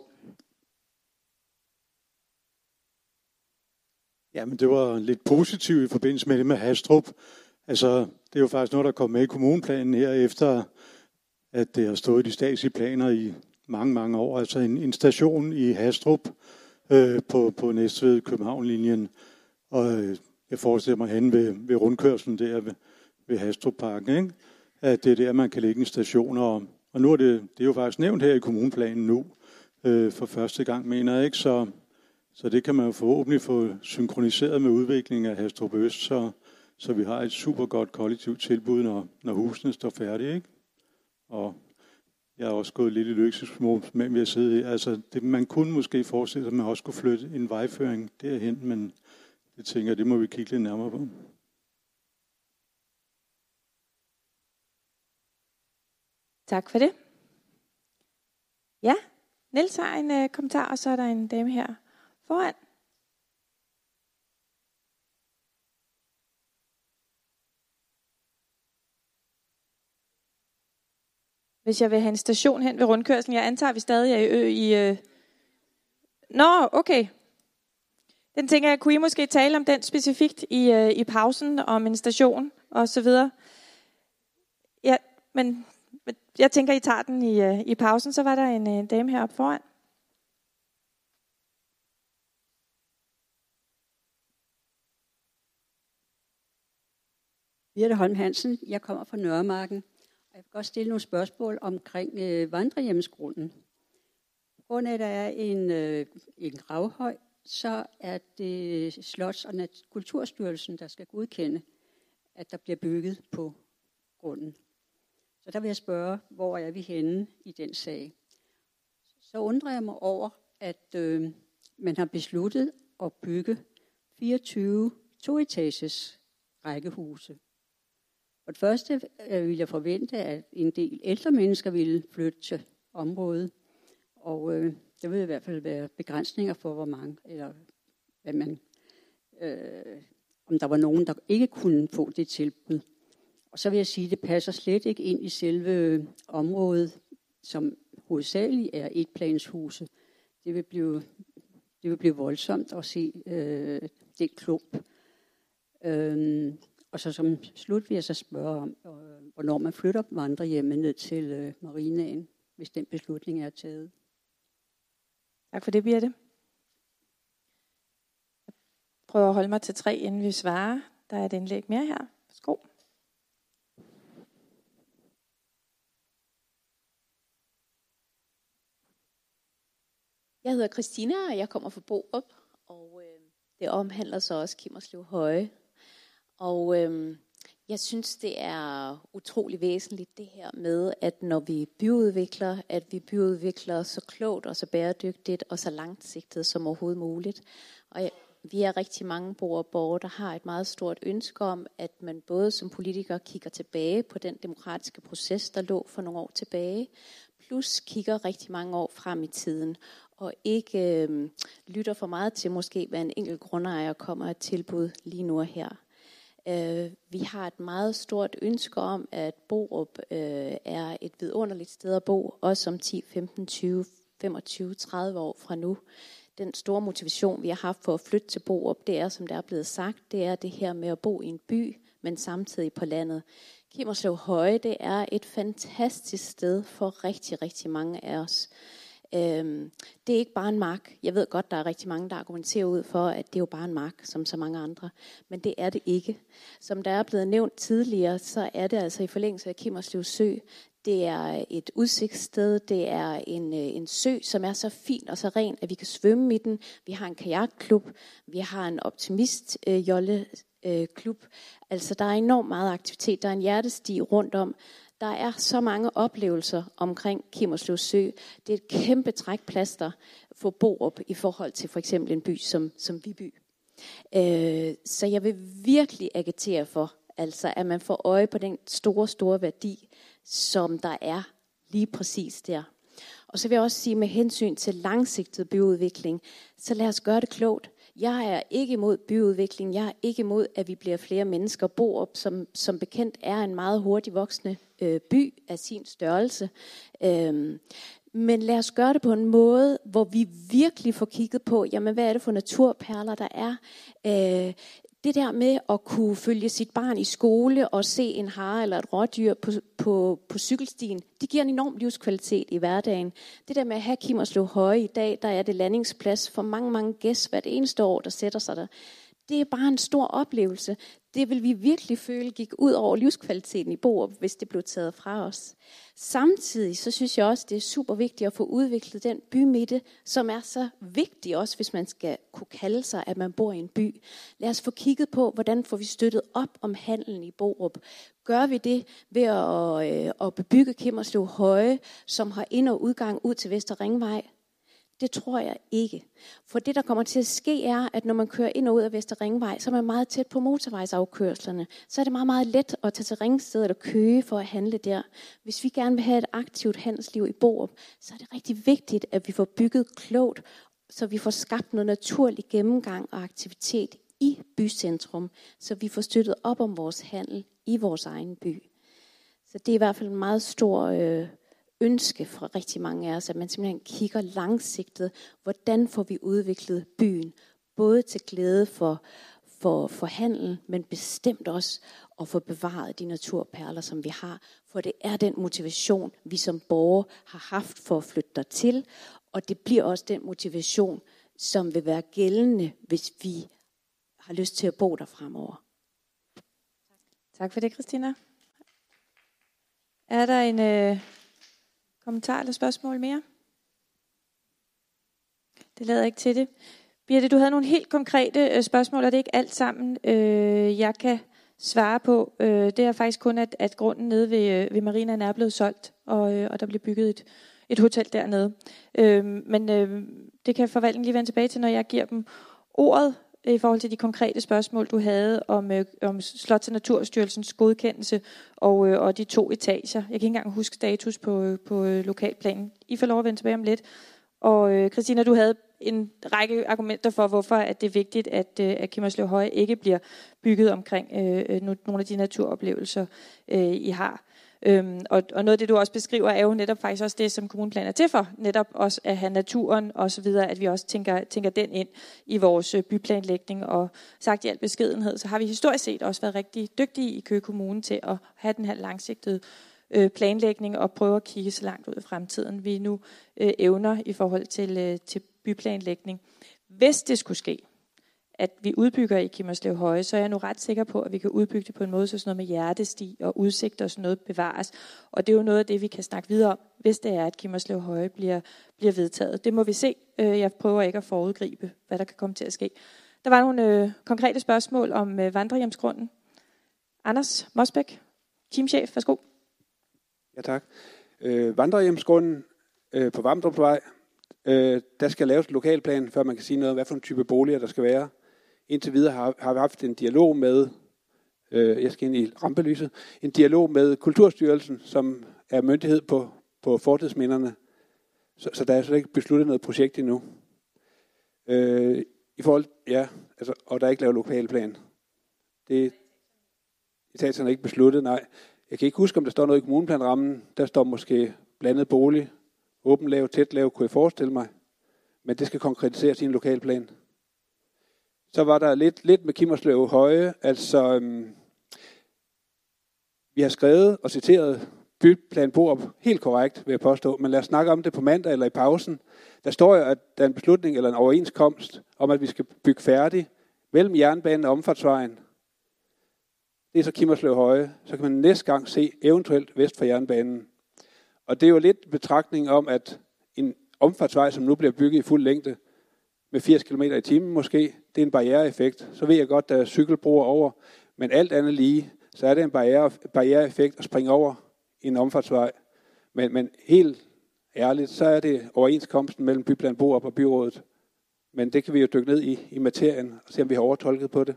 Jamen, det var lidt positivt i forbindelse med det med Hastrup. Altså, det er jo faktisk noget, der kom med i kommuneplanen her, efter at det har stået i de statslige planer i mange, mange år. Altså en, en station i Hastrup øh, på, på Næstved København-linjen. og øh, jeg forestiller mig hen ved, ved rundkørslen der ved, ved Hastrup Parken, ikke? At det er der, man kan lægge en station. Og, og nu er det, det er jo faktisk nævnt her i kommuneplanen nu, øh, for første gang, mener jeg, ikke? Så, så det kan man jo forhåbentlig få synkroniseret med udviklingen af Hastrup Øst, så, så vi har et super godt kollektivt tilbud, når, når husene står færdige, ikke? Og jeg har også gået lidt i lykkesmål, men vi har siddet altså det, man kunne måske forestille sig, at man også kunne flytte en vejføring derhen, men det tænker jeg, det må vi kigge lidt nærmere på. Tak for det. Ja, Niels har en øh, kommentar, og så er der en dame her foran. Hvis jeg vil have en station hen ved rundkørslen, jeg antager, at vi stadig er i ø i... Øh... Nå, okay. Den tænker jeg, kunne I måske tale om den specifikt i, øh, i pausen, om en station og så videre? Ja, men jeg tænker, I tager den i, øh, i pausen. Så var der en øh, dame heroppe foran. Birte Holm Hansen, jeg kommer fra Nørremarken. Jeg vil godt stille nogle spørgsmål omkring øh, vandrehjemmesgrunden. På grund af, at der er en, øh, en gravhøj, så er det Slots- og Kulturstyrelsen, der skal godkende, at der bliver bygget på grunden. Så der vil jeg spørge, hvor er vi henne i den sag? Så undrer jeg mig over, at øh, man har besluttet at bygge fireogtyve toetages rækkehuse. For det første øh, vil jeg forvente, at en del ældre mennesker ville flytte til området, og øh, der vil i hvert fald være begrænsninger for, hvor mange, eller hvad man, øh, om der var nogen, der ikke kunne få det tilbud. Og så vil jeg sige, at det passer slet ikke ind i selve området, som hovedsageligt er etplanshuse. Det vil blive, det vil blive voldsomt at se øh, den klump. Øh, og så som slut vil jeg så spørge om, øh, hvornår man flytter vandrehjemmet ned til øh, marinaen, hvis den beslutning er taget. Tak for det, Birte. Jeg prøver at holde mig til tre, inden vi svarer. Der er et indlæg mere her. Værsgo. Jeg hedder Christina, og jeg kommer fra Borup, og øh, det omhandler så også Kimmerslev Høje. Og øh, jeg synes, det er utrolig væsentligt det her med, at når vi byudvikler, at vi byudvikler så klogt og så bæredygtigt og så langsigtet som overhovedet muligt. Og jeg, vi er rigtig mange borgere, der har et meget stort ønske om, at man både som politiker kigger tilbage på den demokratiske proces, der lå for nogle år tilbage, plus kigger rigtig mange år frem i tiden, og ikke øh, lytter for meget til måske, hvad en enkelt grundejer kommer et tilbud lige nu og her. Øh, vi har et meget stort ønske om, at Borup øh, er et vidunderligt sted at bo, også om ti, femten, tyve, femogtyve, tredive år fra nu. Den store motivation, vi har haft for at flytte til Borup, det er, som der er blevet sagt, det er det her med at bo i en by, men samtidig på landet. Kimmerslev Høje, det er et fantastisk sted for rigtig, rigtig mange af os. Øhm, det er ikke bare en mark. Jeg ved godt, der er rigtig mange, der argumenterer ud for, at det er jo bare en mark, som så mange andre. Men det er det ikke. Som der er blevet nævnt tidligere, så er det altså i forlængelse af Kimmerslev Sø. Det er et udsigtssted, det er en, en sø, som er så fin og så ren, at vi kan svømme i den. Vi har en kajakklub, vi har en optimist-jolle øh, klub. Altså der er enormt meget aktivitet, der er en hjertesti rundt om. Der er så mange oplevelser omkring Kimmerslev Sø. Det er et kæmpe trækplaster for Borup i forhold til for eksempel en by som, som Viby. Øh, så jeg vil virkelig agitere for, altså, at man får øje på den store, store værdi, som der er lige præcis der. Og så vil jeg også sige med hensyn til langsigtet byudvikling, så lad os gøre det klogt. Jeg er ikke imod byudvikling. Jeg er ikke imod, at vi bliver flere mennesker. Borup, som, som bekendt, er en meget hurtigt voksende øh, by af sin størrelse. Øhm, men lad os gøre det på en måde, hvor vi virkelig får kigget på, jamen, hvad er det for naturperler, der er. Øh, det der med at kunne følge sit barn i skole og se en hare eller et rådyr på, på, på cykelstien, det giver en enorm livskvalitet i hverdagen. Det der med at have Kimmerslev Høje i dag, der er det landingsplads for mange, mange gæster hvert eneste år, der sætter sig der. det er bare en stor oplevelse. Det vil vi virkelig føle gik ud over livskvaliteten i Borup, hvis det blev taget fra os. Samtidig så synes jeg også, det er super vigtigt at få udviklet den bymidte, som er så vigtig også, hvis man skal kunne kalde sig, at man bor i en by. Lad os få kigget på, hvordan får vi støttet op om handelen i Borup. Gør vi det ved at, øh, at bebygge Kimmerslev Høje, som har ind- og udgang ud til Vester Ringvej? Det tror jeg ikke. For det, der kommer til at ske, er, at når man kører ind og ud af Vester Ringvej, så er man meget tæt på motorvejsafkørslerne. Så er det meget, meget let at tage til Ringsted eller Køge for at handle der. Hvis vi gerne vil have et aktivt handelsliv i Borup, så er det rigtig vigtigt, at vi får bygget klogt, så vi får skabt noget naturlig gennemgang og aktivitet i bycentrum, så vi får støttet op om vores handel i vores egen by. Så det er i hvert fald en meget stor øh, ønske fra rigtig mange af os, at man simpelthen kigger langsigtet, hvordan får vi udviklet byen, både til glæde for, for, for handel, men bestemt også at få bevaret de naturperler, som vi har. For det er den motivation, vi som borgere har haft for at flytte dertil, og det bliver også den motivation, som vil være gældende, hvis vi har lyst til at bo der fremover. Tak for det, Christina. Er der en øh, kommentar eller spørgsmål mere? Det lader ikke til det. Birte, du havde nogle helt konkrete øh, spørgsmål, og det er ikke alt sammen, øh, jeg kan svare på. Øh, det er faktisk kun, at, at grunden nede ved, øh, ved Marinaen er blevet solgt, og, øh, og der bliver bygget et, et hotel dernede. Øh, men øh, det kan forvaltningen lige vende tilbage til, når jeg giver dem ordet, i forhold til de konkrete spørgsmål, du havde om, øh, om Slots- og Naturstyrelsens godkendelse og, øh, og de to etager. Jeg kan ikke engang huske status på, på øh, lokalplanen. I får lov at vende tilbage om lidt. Og øh, Christina, du havde en række argumenter for, hvorfor at det er vigtigt, at, øh, at Kimmerslev Høje ikke bliver bygget omkring øh, nogle af de naturoplevelser, øh, I har. Øhm, og, og noget af det, du også beskriver, er jo netop faktisk også det, som kommuneplanen er til for. Netop også at have naturen og så videre, at vi også tænker, tænker den ind i vores byplanlægning. Og sagt i al beskedenhed, så har vi historisk set også været rigtig dygtige i Køge Kommune til at have den her langsigtede øh, planlægning og prøve at kigge så langt ud i fremtiden, vi nu øh, evner i forhold til, øh, til byplanlægning. Hvis det skulle ske, at vi udbygger i Kimmerslev Høje, så er jeg nu ret sikker på, at vi kan udbygge det på en måde, så sådan noget med hjertesti og udsigt og sådan noget bevares. Og det er jo noget af det, vi kan snakke videre om, hvis det er, at Kimmerslev Høje bliver, bliver vedtaget. Det må vi se. Jeg prøver ikke at foregribe, hvad der kan komme til at ske. Der var nogle øh, konkrete spørgsmål om øh, vandrehjemsgrunden. Anders Mosbæk, teamchef, værsgo. Ja, tak. Øh, vandrehjemsgrunden øh, på Vamdrupvej, øh, der skal laves en lokalplan, før man kan sige noget om, hvad for en type boliger der skal være. Indtil videre har, har vi haft en dialog med, øh, jeg skal ind i rampelyset, en dialog med Kulturstyrelsen, som er myndighed på, på fortidsminderne. Så, så der er slet ikke besluttet noget projekt endnu. Øh, I forhold, ja, altså, og der er ikke lavet lokalplan. Det etagerne er ikke besluttet, nej. Jeg kan ikke huske, om der står noget i kommuneplanrammen. Der står måske blandet bolig, åben lav, tæt lav, kunne jeg forestille mig. Men det skal konkretiseres i en lokalplan. Så var der lidt, lidt med Kimmerslev Høje. Altså, øhm, vi har skrevet og citeret byplan Borup helt korrekt, vil jeg påstå. Men lad os snakke om det på mandag eller i pausen. Der står jo, at der er en beslutning eller en overenskomst om, at vi skal bygge færdig mellem jernbanen og omfartsvejen. Det er så Kimmerslev Høje. Så kan man næste gang se eventuelt vest for jernbanen. Og det er jo lidt betragtning om, at en omfartsvej, som nu bliver bygget i fuld længde, med firs kilometer i timen måske, det er en barriereeffekt. Så ved jeg godt, der er cykelbroer over, men alt andet lige, så er det en barriere, barriereeffekt at springe over i en omfartsvej. Men, men helt ærligt, så er det overenskomsten mellem Byplan Borup og byrådet. Men det kan vi jo dykke ned i, i materien og se, om vi har overtolket på det.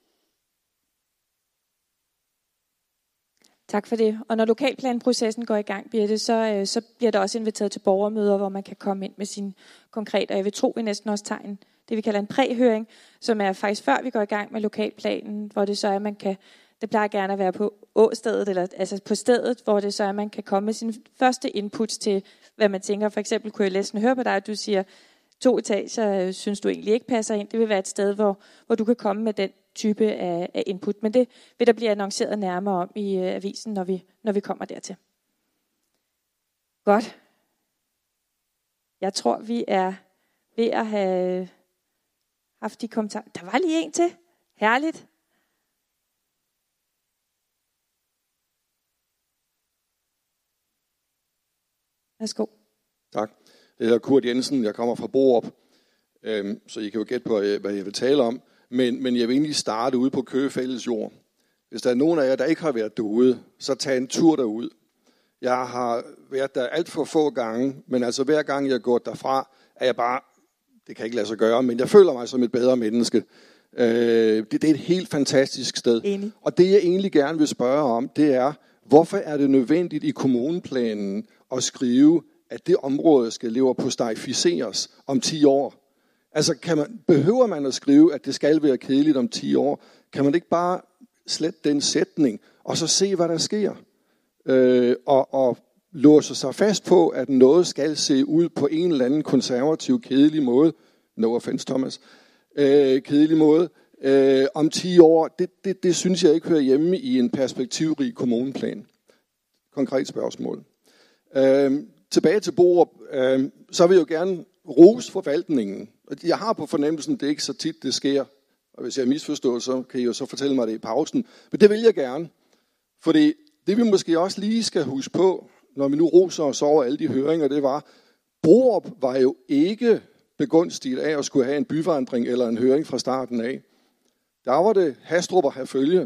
Tak for det. Og når lokalplanprocessen går i gang, Birte, så, så bliver der også inviteret til borgermøder, hvor man kan komme ind med sine konkrete, og jeg vil tro, vi næsten også tager en, det, vi kalder en præhøring, som er faktisk før vi går i gang med lokalplanen, hvor det så er, man kan, det plejer gerne at være på åstedet, eller altså på stedet, hvor det så er, at man kan komme med sine første inputs til, hvad man tænker. For eksempel kunne jeg næsten høre på dig, at du siger, to etager synes du egentlig ikke passer ind. Det vil være et sted, hvor, hvor du kan komme med den type af, af input. Men det vil der blive annonceret nærmere om i uh, avisen, når vi, når vi kommer dertil. Godt. Jeg tror, vi er ved at have haft de kommentarer. Der var lige en til. Herligt. Værsgo. Tak. Jeg hedder Kurt Jensen, jeg kommer fra Borup, øhm, så I kan jo gætte på, hvad jeg vil tale om. Men, men jeg vil egentlig starte ude på Køge Fælles Jord. Hvis der er nogen af jer, der ikke har været derude, så tag en tur derud. Jeg har været der alt for få gange, men altså hver gang jeg går derfra, er jeg bare, det kan ikke lade sig gøre, men jeg føler mig som et bedre menneske. Øh, det, det er et helt fantastisk sted. Enig. Og det jeg egentlig gerne vil spørge om, det er, hvorfor er det nødvendigt i kommuneplanen at skrive, at det område skal leverpostejficeres om ti år? Altså, kan man, behøver man at skrive, at det skal være kedeligt om ti år? Kan man ikke bare slette den sætning, og så se, hvad der sker? Øh, og, og låse sig fast på, at noget skal se ud på en eller anden konservativ, kedelig måde. No offense, Thomas. Øh, kedelig måde. Øh, om ti år, det, det, det synes jeg ikke hører hjemme i en perspektivrig kommuneplan. Konkret spørgsmål. Øh, tilbage til Borup, øh, så vil jeg jo gerne rose forvaltningen. Jeg har på fornemmelsen, det er ikke så tit, det sker. Og hvis jeg misforstår, så kan I jo så fortælle mig det i pausen. Men det vil jeg gerne. Fordi det vi måske også lige skal huske på, når vi nu roser os over alle de høringer, det var, Borup var jo ikke begunstiget af at skulle have en byvandring eller en høring fra starten af. Der var det Hastrup og Herfølge.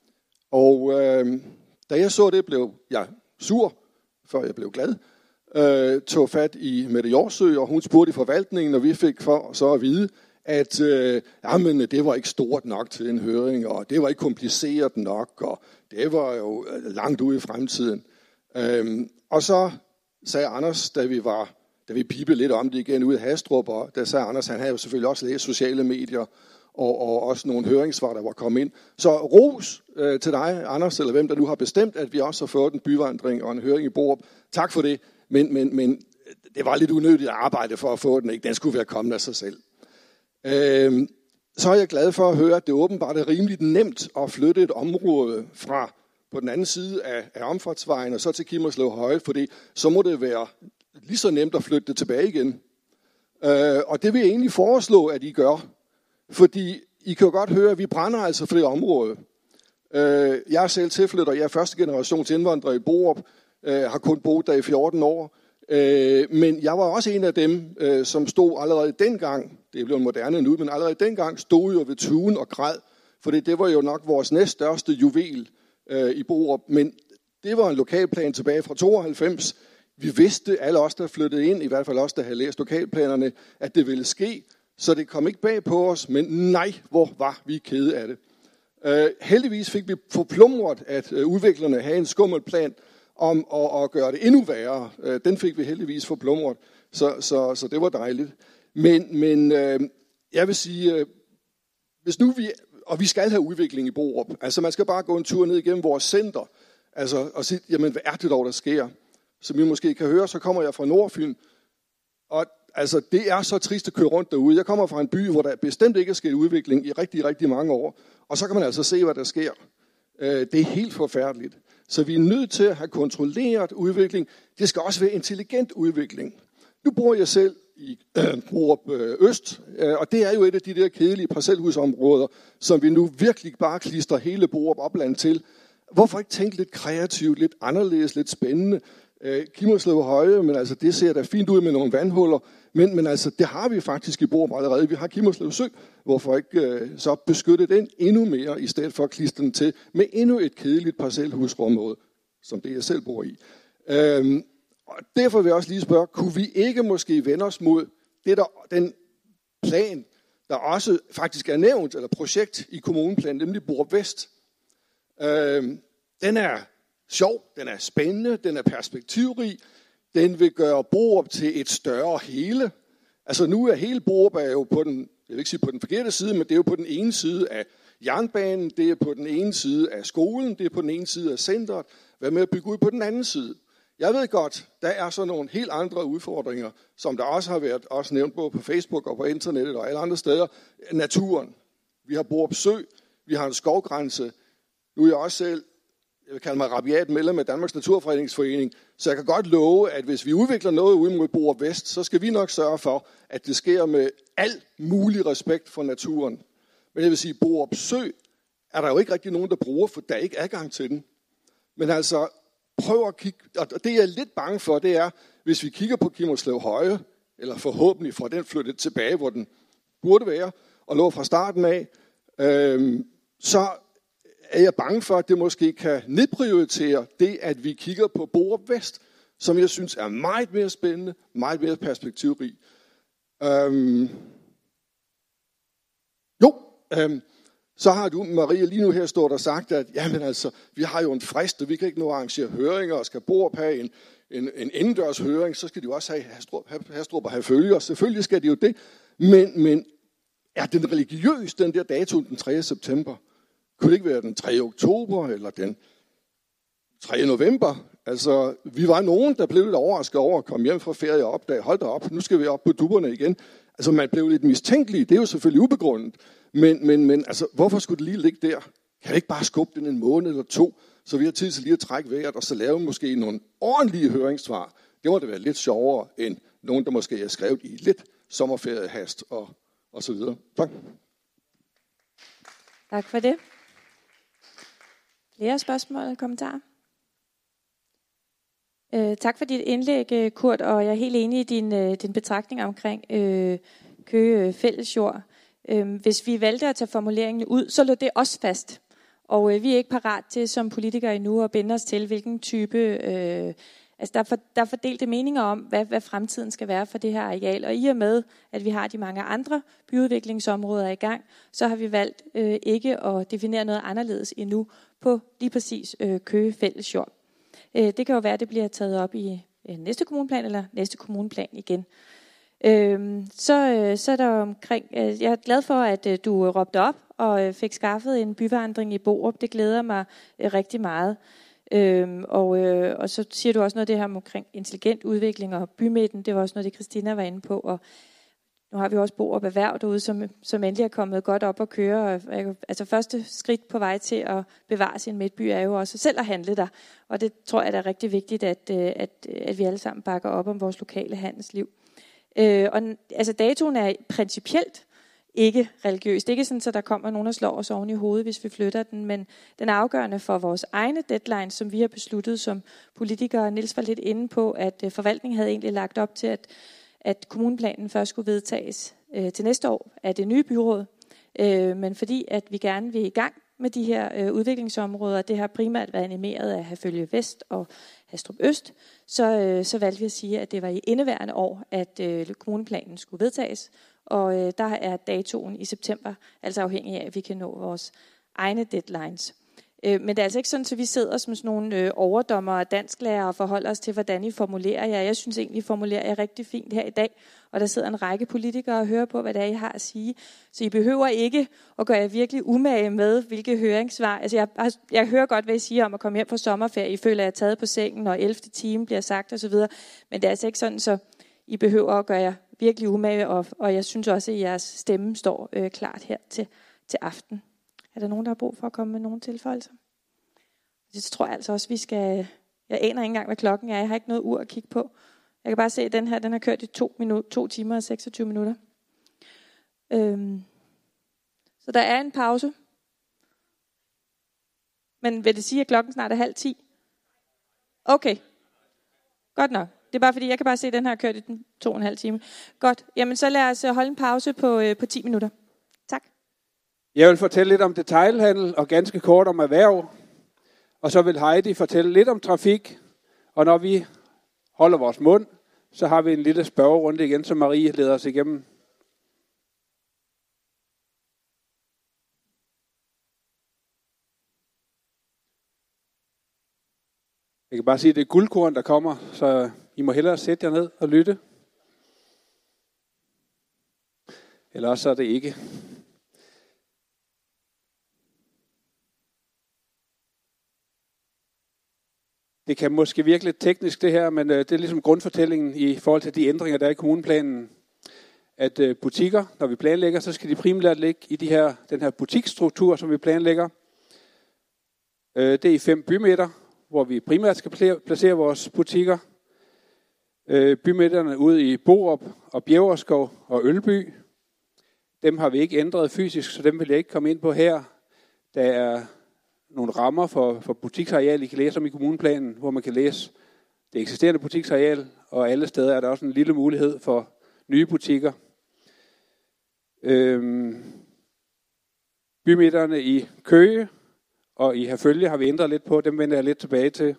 Og øh, da jeg så det, blev jeg sur, før jeg blev glad. Øh, tog fat i Mette Jorsø, og hun spurgte i forvaltningen, og vi fik for så at vide, at øh, jamen, det var ikke stort nok til en høring, og det var ikke kompliceret nok, og det var jo langt ude i fremtiden. Øhm, og så sagde Anders, da vi var, da vi pipede lidt om det igen ude i Hastrup, og der sagde Anders, han havde jo selvfølgelig også læst sociale medier, og, og også nogle høringssvar, der var kommet ind. Så ros øh, til dig, Anders, eller hvem der nu har bestemt, at vi også har fået en byvandring og en høring i Borup. Tak for det, men, men, men det var lidt unødigt arbejde for at få den, ikke? Den skulle være kommet af sig selv. Øhm, så er jeg glad for at høre, at det åbenbart er rimeligt nemt at flytte et område fra på den anden side af, af omfartsvejen og så til Kimmerslev Høje, fordi så må det være lige så nemt at flytte det tilbage igen. Øh, og det vil jeg egentlig foreslå, at I gør, fordi I kan jo godt høre, at vi brænder altså for det område. Øh, jeg er selv tilflytter, jeg er første generations indvandrer i Borup, øh, har kun boet der i fjorten år, øh, men jeg var også en af dem, øh, som stod allerede dengang, det er blevet moderne nu, men allerede dengang stod jo ved tuen og græd, fordi det var jo nok vores næststørste juvel øh, i Borup, men det var en lokalplan tilbage fra tooghalvfems. Vi vidste, alle os, der flyttede ind, i hvert fald os, der havde læst lokalplanerne, at det ville ske, så det kom ikke bag på os, men nej, hvor var vi kede af det. Uh, heldigvis fik vi forplumret, at uh, udviklerne havde en skummelplan om at, at gøre det endnu værre. Uh, den fik vi heldigvis forplumret, så, så, så det var dejligt. Men, men uh, jeg vil sige, uh, hvis nu vi, og vi skal have udvikling i Borup, altså man skal bare gå en tur ned igennem vores center, altså og sige, jamen hvad er det dog, der sker? Som I måske kan høre, så kommer jeg fra Nordfyn, og altså, det er så trist at køre rundt derude. Jeg kommer fra en by, hvor der bestemt ikke er sket udvikling i rigtig, rigtig mange år. Og så kan man altså se, hvad der sker. Det er helt forfærdeligt. Så vi er nødt til at have kontrolleret udvikling. Det skal også være intelligent udvikling. Nu bor jeg selv i øh, Borup Øst, øh, og det er jo et af de der kedelige parcelhusområder, som vi nu virkelig bare klister hele Borup Opland til. Hvorfor ikke tænke lidt kreativt, lidt anderledes, lidt spændende? Øh, Kimmerslev Høje, men altså det ser da fint ud med nogle vandhuller, men, men altså det har vi faktisk i Borup allerede. Vi har Kimmerslev Sø, hvorfor ikke øh, så beskytte den endnu mere, i stedet for at klistre den til med endnu et kedeligt parcelhusområde, som det jeg selv bor i. Øhm, og derfor vil jeg også lige spørge, kunne vi ikke måske vende os mod det der, den plan, der også faktisk er nævnt, eller projekt i kommuneplanen, nemlig Borup Vest. Øhm, den er sjov, den er spændende, den er perspektivrig, den vil gøre Borup til et større hele. Altså nu er hele Borup er jo på den, jeg vil ikke sige på den forkerte side, men det er jo på den ene side af jernbanen, det er på den ene side af skolen, det er på den ene side af centret. Hvad med at bygge ud på den anden side? Jeg ved godt, der er så nogle helt andre udfordringer, som der også har været også nævnt både på Facebook og på internettet og alle andre steder. Naturen. Vi har Borup Sø, vi har en skovgrænse. Nu er jeg også selv, jeg vil kalde mig rabiat medlem af Danmarks Naturfredningsforening, så jeg kan godt love, at hvis vi udvikler noget ude mod Borup Vest, så skal vi nok sørge for, at det sker med al mulig respekt for naturen. Men jeg vil sige, Borup Sø er der jo ikke rigtig nogen, der bruger, for der er ikke adgang til den. Men altså, prøv at kigge, og det jeg er lidt bange for, det er, hvis vi kigger på Kimmerslev Høje, eller forhåbentlig får den flyttet tilbage, hvor den burde være, og lå fra starten af, øh, så er jeg bange for, at det måske kan nedprioritere det, at vi kigger på Borup Vest, som jeg synes er meget mere spændende, meget mere perspektivrig. Øh, jo, øh, så har du, Maria, lige nu her står der sagt, at jamen altså, vi har jo en frist, og vi kan ikke nå at arrangere høringer, og skal Borup have en, en, en indendørs høring, så skal de jo også have Hastrup, Hastrup og have følger. Selvfølgelig skal de jo det, men, men er den religiøs, den der dato den tredje september? Kunne det ikke være den tredje oktober, eller den tredje november? Altså, vi var nogen, der blev lidt overrasket over at komme hjem fra ferie og opdage, hold da op, nu skal vi op på dupperne igen. Altså, man blev lidt mistænkelig, det er jo selvfølgelig ubegrundet. Men, men, men altså, hvorfor skulle det lige ligge der? Kan det ikke bare skubbe den en måned eller to, så vi har tid til lige at trække vejret, og så lave måske nogle ordentlige høringssvar? Det må da være lidt sjovere, end nogen, der måske er skrevet i lidt sommerferiehast og, og så videre. Tak. Tak for det. Flere spørgsmål eller kommentarer? Øh, tak for dit indlæg, Kurt, og jeg er helt enig i din, øh, din betragtning omkring øh, Køge Fællesjord. Øh, hvis vi valgte at tage formuleringen ud, så lå det også fast. Og øh, vi er ikke parat til som politikere endnu at binde os til, hvilken type... Øh, altså der er, for, der er fordelte meninger om, hvad, hvad fremtiden skal være for det her areal. Og i og med, at vi har de mange andre byudviklingsområder i gang, så har vi valgt øh, ikke at definere noget anderledes endnu på lige præcis øh, Køge Fællesjord. Øh, det kan jo være, at det bliver taget op i øh, næste kommuneplan eller næste kommuneplan igen. Øh, så, øh, så er der omkring... Øh, jeg er glad for, at øh, du råbte op og øh, fik skaffet en byvandring i Borup. Det glæder mig øh, rigtig meget. Øhm, og, øh, og så siger du også noget af det her omkring intelligent udvikling og bymidten. Det var også noget, det Christina var inde på. Og nu har vi også Borup Erhverv derude, som, som endelig er kommet godt op at køre. Og, altså første skridt på vej til at bevare sin midtby er jo også selv at handle der. Og det tror jeg, det er rigtig vigtigt, at, at, at vi alle sammen bakker op om vores lokale handelsliv. Øh, og altså datoen er principielt ikke religiøst. Det er ikke sådan, at der kommer nogen, der slår os oven i hovedet, hvis vi flytter den, men den er afgørende for vores egne deadlines, som vi har besluttet som politikere. Niels var lidt inde på, at forvaltningen havde egentlig lagt op til, at, at kommuneplanen først skulle vedtages øh, til næste år af det nye byråd. Øh, men fordi at vi gerne vil i gang med de her øh, udviklingsområder, det har primært været animeret af Herfølge Vest og Hastrup Øst, så, øh, så valgte vi at sige, at det var i indeværende år, at øh, kommuneplanen skulle vedtages. Og øh, der er datoen i september, altså afhængig af, at vi kan nå vores egne deadlines. Øh, men det er altså ikke sådan, at vi sidder som sådan nogle øh, overdommer og dansklærer og forholder os til, hvordan I formulerer jer. Jeg synes egentlig, I formulerer jer rigtig fint her i dag. Og der sidder en række politikere og hører på, hvad det er, I har at sige. Så I behøver ikke at gøre jer virkelig umage med, hvilke høringssvar. Altså jeg, jeg hører godt, hvad I siger om at komme hjem fra sommerferie. I føler, at jeg er taget på sengen, og ellevte time bliver sagt osv. Men det er altså ikke sådan, så I behøver at gøre jer virkelig umage, og, og jeg synes også, at jeres stemme står øh, klart her til, til aften. Er der nogen, der har brug for at komme med nogle tilføjelser? Det tror jeg altså også, vi skal... Jeg aner ikke engang, hvad klokken er. Jeg har ikke noget ur at kigge på. Jeg kan bare se, at den her den har kørt i to, minut, to timer og seksogtyve minutter. Øhm. Så der er en pause. Men vil det sige, at klokken snart er halv ti? Okay. Godt nok. Det er bare fordi, jeg kan bare se, at den her har kørt i den to og en halv time. Godt. Jamen, så lad os holde en pause på, øh, på ti minutter. Tak. Jeg vil fortælle lidt om detailhandel og ganske kort om erhverv. Og så vil Heidi fortælle lidt om trafik. Og når vi holder vores mund, så har vi en lille spørgerunde igen, som Marie leder os igennem. Jeg kan bare sige, at det er guldkorn, der kommer, så I må hellere sætte jer ned og lytte. Eller også så er det ikke. Det kan måske virke lidt teknisk det her, men det er ligesom grundfortællingen i forhold til de ændringer, der er i kommuneplanen. At butikker, når vi planlægger, så skal de primært ligge i de her, den her butiksstruktur, som vi planlægger. Det er i fem bymidter, hvor vi primært skal placere vores butikker. Bymidterne ude i Borup og Bjæverskov og Ølby. Dem har vi ikke ændret fysisk, så dem vil jeg ikke komme ind på her. Der er nogle rammer for, for butiksareal, I kan læse om i kommuneplanen, hvor man kan læse det eksisterende butiksareal, og alle steder er der også en lille mulighed for nye butikker. Øhm, bymidterne i Køge og i Herfølge har vi ændret lidt på, dem vender jeg lidt tilbage til.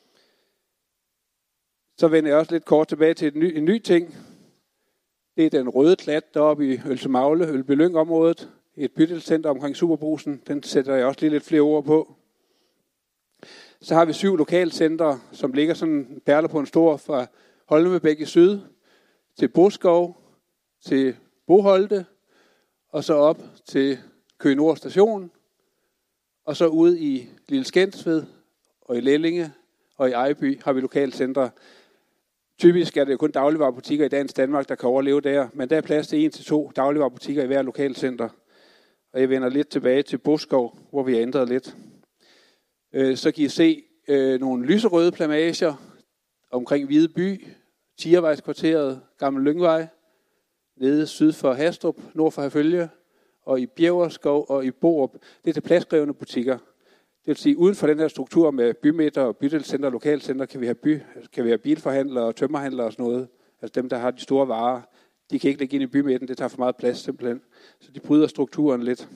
Så vender jeg også lidt kort tilbage til en ny, en ny ting. Det er den røde klat deroppe i Ølsemagle, Ølby-Lyng-området. Et bydelscenter omkring Superbrusen. Den sætter jeg også lige lidt flere ord på. Så har vi syv lokalcentre, som ligger sådan perler på en stor fra Holmebæk i syd til Boskov, til Boholte, og så op til Køge Nord Station, og så ude i Lille Skensved og i Lellinge og i Ejby har vi lokalcentre. Typisk er det jo kun dagligvarebutikker i dagens Danmark, der kan overleve der, men der er plads til en til to dagligvarebutikker i hver lokalcenter. Og jeg vender lidt tilbage til Boskov, hvor vi har ændret lidt. Så kan I se nogle lyserøde plamager omkring Hvide By, Tiervejskvarteret, Gammel Lyngvej, nede syd for Hastrup, nord for Herfølge, og i Bjæverskov og i Borup. Det er til pladskrevne butikker. Det vil sige, uden for den her struktur med bymidter og bydelscenter og lokalcenter, kan vi have, by, kan vi have bilforhandlere og tømmerhandlere og sådan noget. Altså dem, der har de store varer, de kan ikke ligge ind i bymidten, det tager for meget plads simpelthen. Så de bryder strukturen lidt.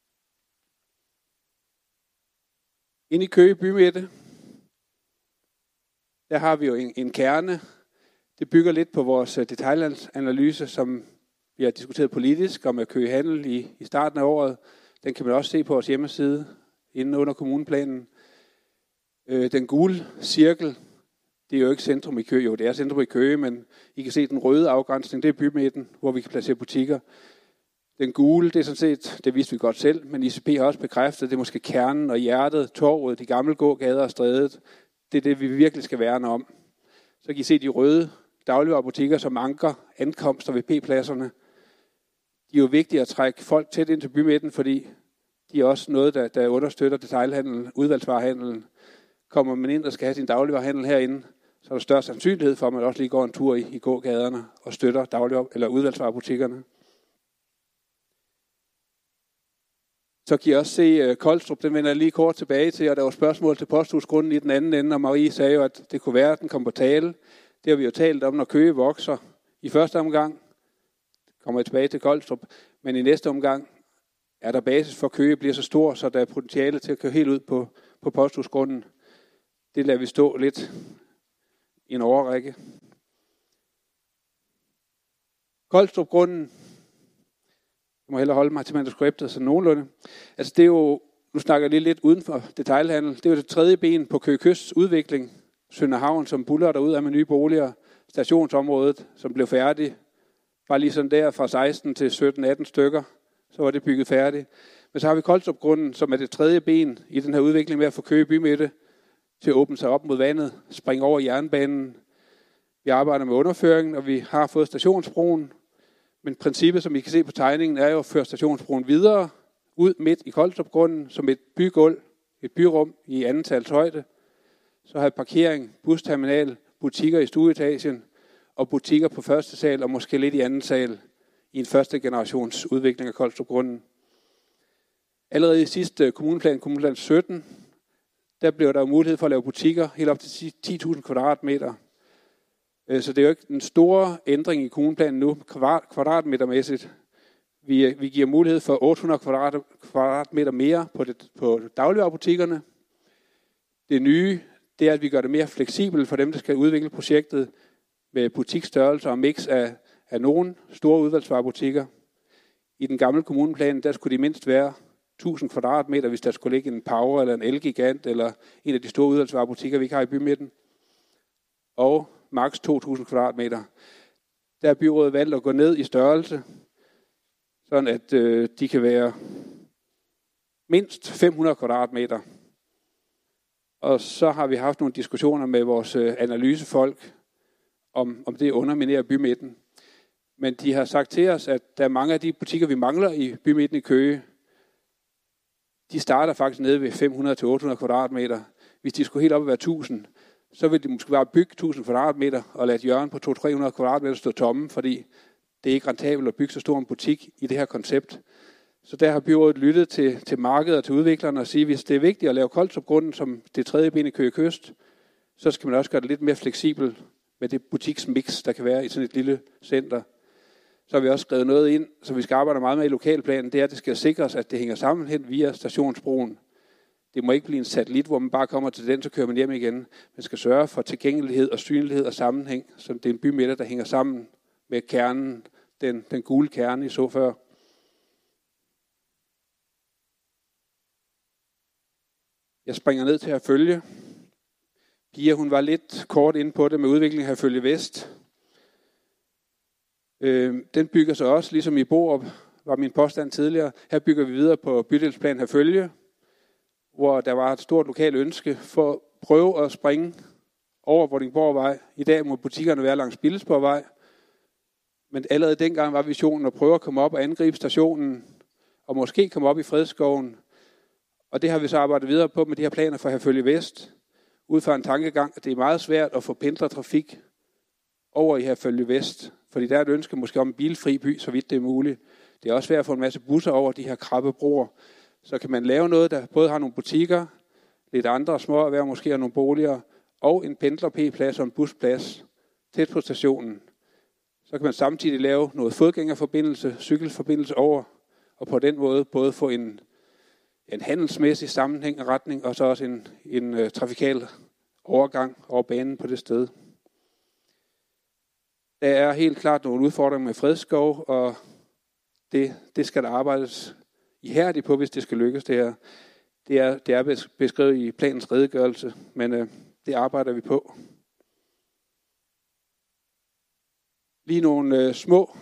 Inde i Køge bymidte, der har vi jo en, en kerne. Det bygger lidt på vores detaljanalyse, som vi har diskuteret politisk om at Køge Handel i, i starten af året. Den kan man også se på vores hjemmeside, inden under kommuneplanen. Øh, den gule cirkel, det er jo ikke centrum i Køge, jo det er centrum i Køge, men I kan se den røde afgrænsning, det er bymidten, hvor vi kan placere butikker. Den gule, det er sådan set, det vidste vi godt selv, men I C P har også bekræftet, det er måske kernen og hjertet, torvet, de gamle gågader og strædet. Det er det, vi virkelig skal værne om. Så kan I se de røde dagligvarebutikker, som anker ankomster ved P-pladserne. De er jo vigtige at trække folk tæt ind til bymidten, fordi de er også noget, der, der understøtter detailhandlen, udvalgsvarehandlen. Kommer man ind og skal have sin dagligvarehandel herinde, så er der større sandsynlighed for, at man også lige går en tur i, i gågaderne og støtter dagligvarer eller udvalgsvarebutikkerne. Så kan I også se uh, Koldstrup, den vender jeg lige kort tilbage til, og der var spørgsmål til posthusgrunden i den anden ende, og Marie sagde jo, at det kunne være, at den kom på tale. Det har vi jo talt om, når Køge vokser. I første omgang kommer jeg tilbage til Koldstrup, men i næste omgang er der basis for, at Køge bliver så stor, så der er potentiale til at køre helt ud på, på posthusgrunden. Det lader vi stå lidt i en overrække. Koldstrup-grunden, jeg må hellere holde mig til manuskriptet så nogenlunde. Altså det er jo, nu snakker jeg lige lidt uden for detailhandel, det er jo det tredje ben på Køge Kysts udvikling. Sønderhavn, som buller derud af med nye boliger. Stationsområdet, som blev færdig. Bare lige sådan der fra seksten til sytten atten stykker, så var det bygget færdigt. Men så har vi Koldstrup-grunden, som er det tredje ben i den her udvikling med at få Køge bymidte til at åbne sig op mod vandet, springe over jernbanen. Vi arbejder med underføringen, og vi har fået stationsbroen. Men princippet, som I kan se på tegningen, er jo at føre stationsbroen videre ud midt i Koldstrup-grunden som et bygulv, et byrum i anden tals højde. Så har vi parkering, busterminal, butikker i stueetagen og butikker på første sal og måske lidt i anden sal i en første generations udvikling af Koldstrup-grunden. Allerede i sidste kommuneplan, kommuneplan sytten, der blev der mulighed for at lave butikker helt op til ti tusind kvadratmeter. Så det er jo ikke en stor ændring i kommuneplanen nu, kvadratmetermæssigt. Vi, vi giver mulighed for otte hundrede kvadratmeter mere på, det, på dagligvarebutikkerne. Det nye, det er, at vi gør det mere fleksibelt for dem, der skal udvikle projektet med butiksstørrelse og mix af, af nogle store udvalgsvarebutikker. I den gamle kommuneplan, der skulle de mindst være tusind kvadratmeter, hvis der skulle ligge en Power eller en Elgigant eller en af de store udvalgsvarebutikker, vi ikke har i bymidten. Og maks to tusind kvadratmeter. Der er byrådet valgt at gå ned i størrelse, sådan at øh, de kan være mindst fem hundrede kvadratmeter. Og så har vi haft nogle diskussioner med vores øh, analysefolk, om, om det underminerer bymidten. Men de har sagt til os, at der er mange af de butikker, vi mangler i bymidten i Køge, de starter faktisk nede ved fem hundrede til otte hundrede kvadratmeter. Hvis de skulle helt op at være tusind, så vil de måske bare bygge tusind kvadratmeter og lade et hjørne på to til tre hundrede kvadratmeter stå tomme, fordi det er ikke rentabelt at bygge så stor en butik i det her koncept. Så der har byrådet lyttet til, til markedet og til udviklerne og sige, hvis det er vigtigt at lave Kolstrupgrunden som det tredje ben i Køge Kyst, så skal man også gøre det lidt mere fleksibelt med det butiksmix, der kan være i sådan et lille center. Så har vi også skrevet noget ind, som vi skal arbejde meget med i lokalplanen, det er, at det skal sikres, at det hænger sammen hen via stationsbroen. Det må ikke blive en satellit, hvor man bare kommer til den, så kører man hjem igen. Man skal sørge for tilgængelighed og synlighed og sammenhæng, så det er en bymidte, der hænger sammen med kernen, den, den gule kerne i så før. Jeg springer ned til at følge. Pia, hun var lidt kort inde på det med udviklingen af Følge Vest. Øh, den bygger sig også, ligesom i Borup, var min påstand tidligere. Her bygger vi videre på bydelsplan Herfølge, hvor der var et stort lokalt ønske for at prøve at springe over Vordingborgvej. I dag må butikkerne være langs Billesborgvej. Men allerede dengang var visionen at prøve at komme op og angribe stationen, og måske komme op i Fredskoven. Og det har vi så arbejdet videre på med de her planer for Herfølge Vest, ud fra en tankegang, at det er meget svært at få pendlertrafik over i Herfølge Vest, fordi der er et ønske måske om en bilfri by, så vidt det er muligt. Det er også svært at få en masse busser over de her krabbebroer. Så kan man lave noget, der både har nogle butikker, lidt andre små erhverv, måske og nogle boliger, og en pendler-p-plads og en busplads tæt på stationen. Så kan man samtidig lave noget fodgængerforbindelse, cykelforbindelse over, og på den måde både få en, en handelsmæssig sammenhæng og retning, og så også en, en uh, trafikal overgang over banen på det sted. Der er helt klart nogle udfordringer med Fredskov, og det, det skal der arbejdes ihærdigt på, hvis det skal lykkes. Det er, det er, det er beskrevet i planens redegørelse, men uh, det arbejder vi på. Lige nogle øh, små,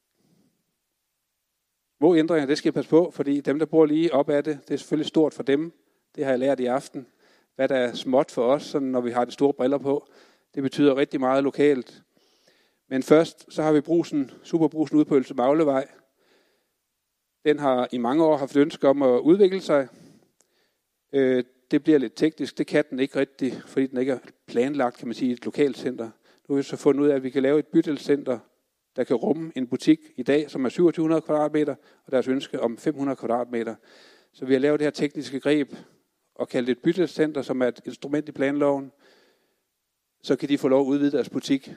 små ændringer, det skal jeg passe på, fordi dem, der bor lige op ad det, det er selvfølgelig stort for dem. Det har jeg lært i aften. Hvad der er småt for os, sådan når vi har de store briller på, det betyder rigtig meget lokalt. Men først, så har vi brusen, superbrusen ude på Ølse Maglevej. Den har i mange år haft ønske om at udvikle sig. Øh, det bliver lidt teknisk, det kan den ikke rigtigt, fordi den ikke er planlagt, kan man sige, i et lokalt center. Nu har vi så fundet ud af, at vi kan lave et bydelscenter, der kan rumme en butik i dag, som er syvogtyve hundrede kvadratmeter, og deres ønske om fem hundrede kvadratmeter. Så vi har lavet det her tekniske greb og kaldt det et bydelscenter, som er et instrument i planloven. Så kan de få lov at udvide deres butik.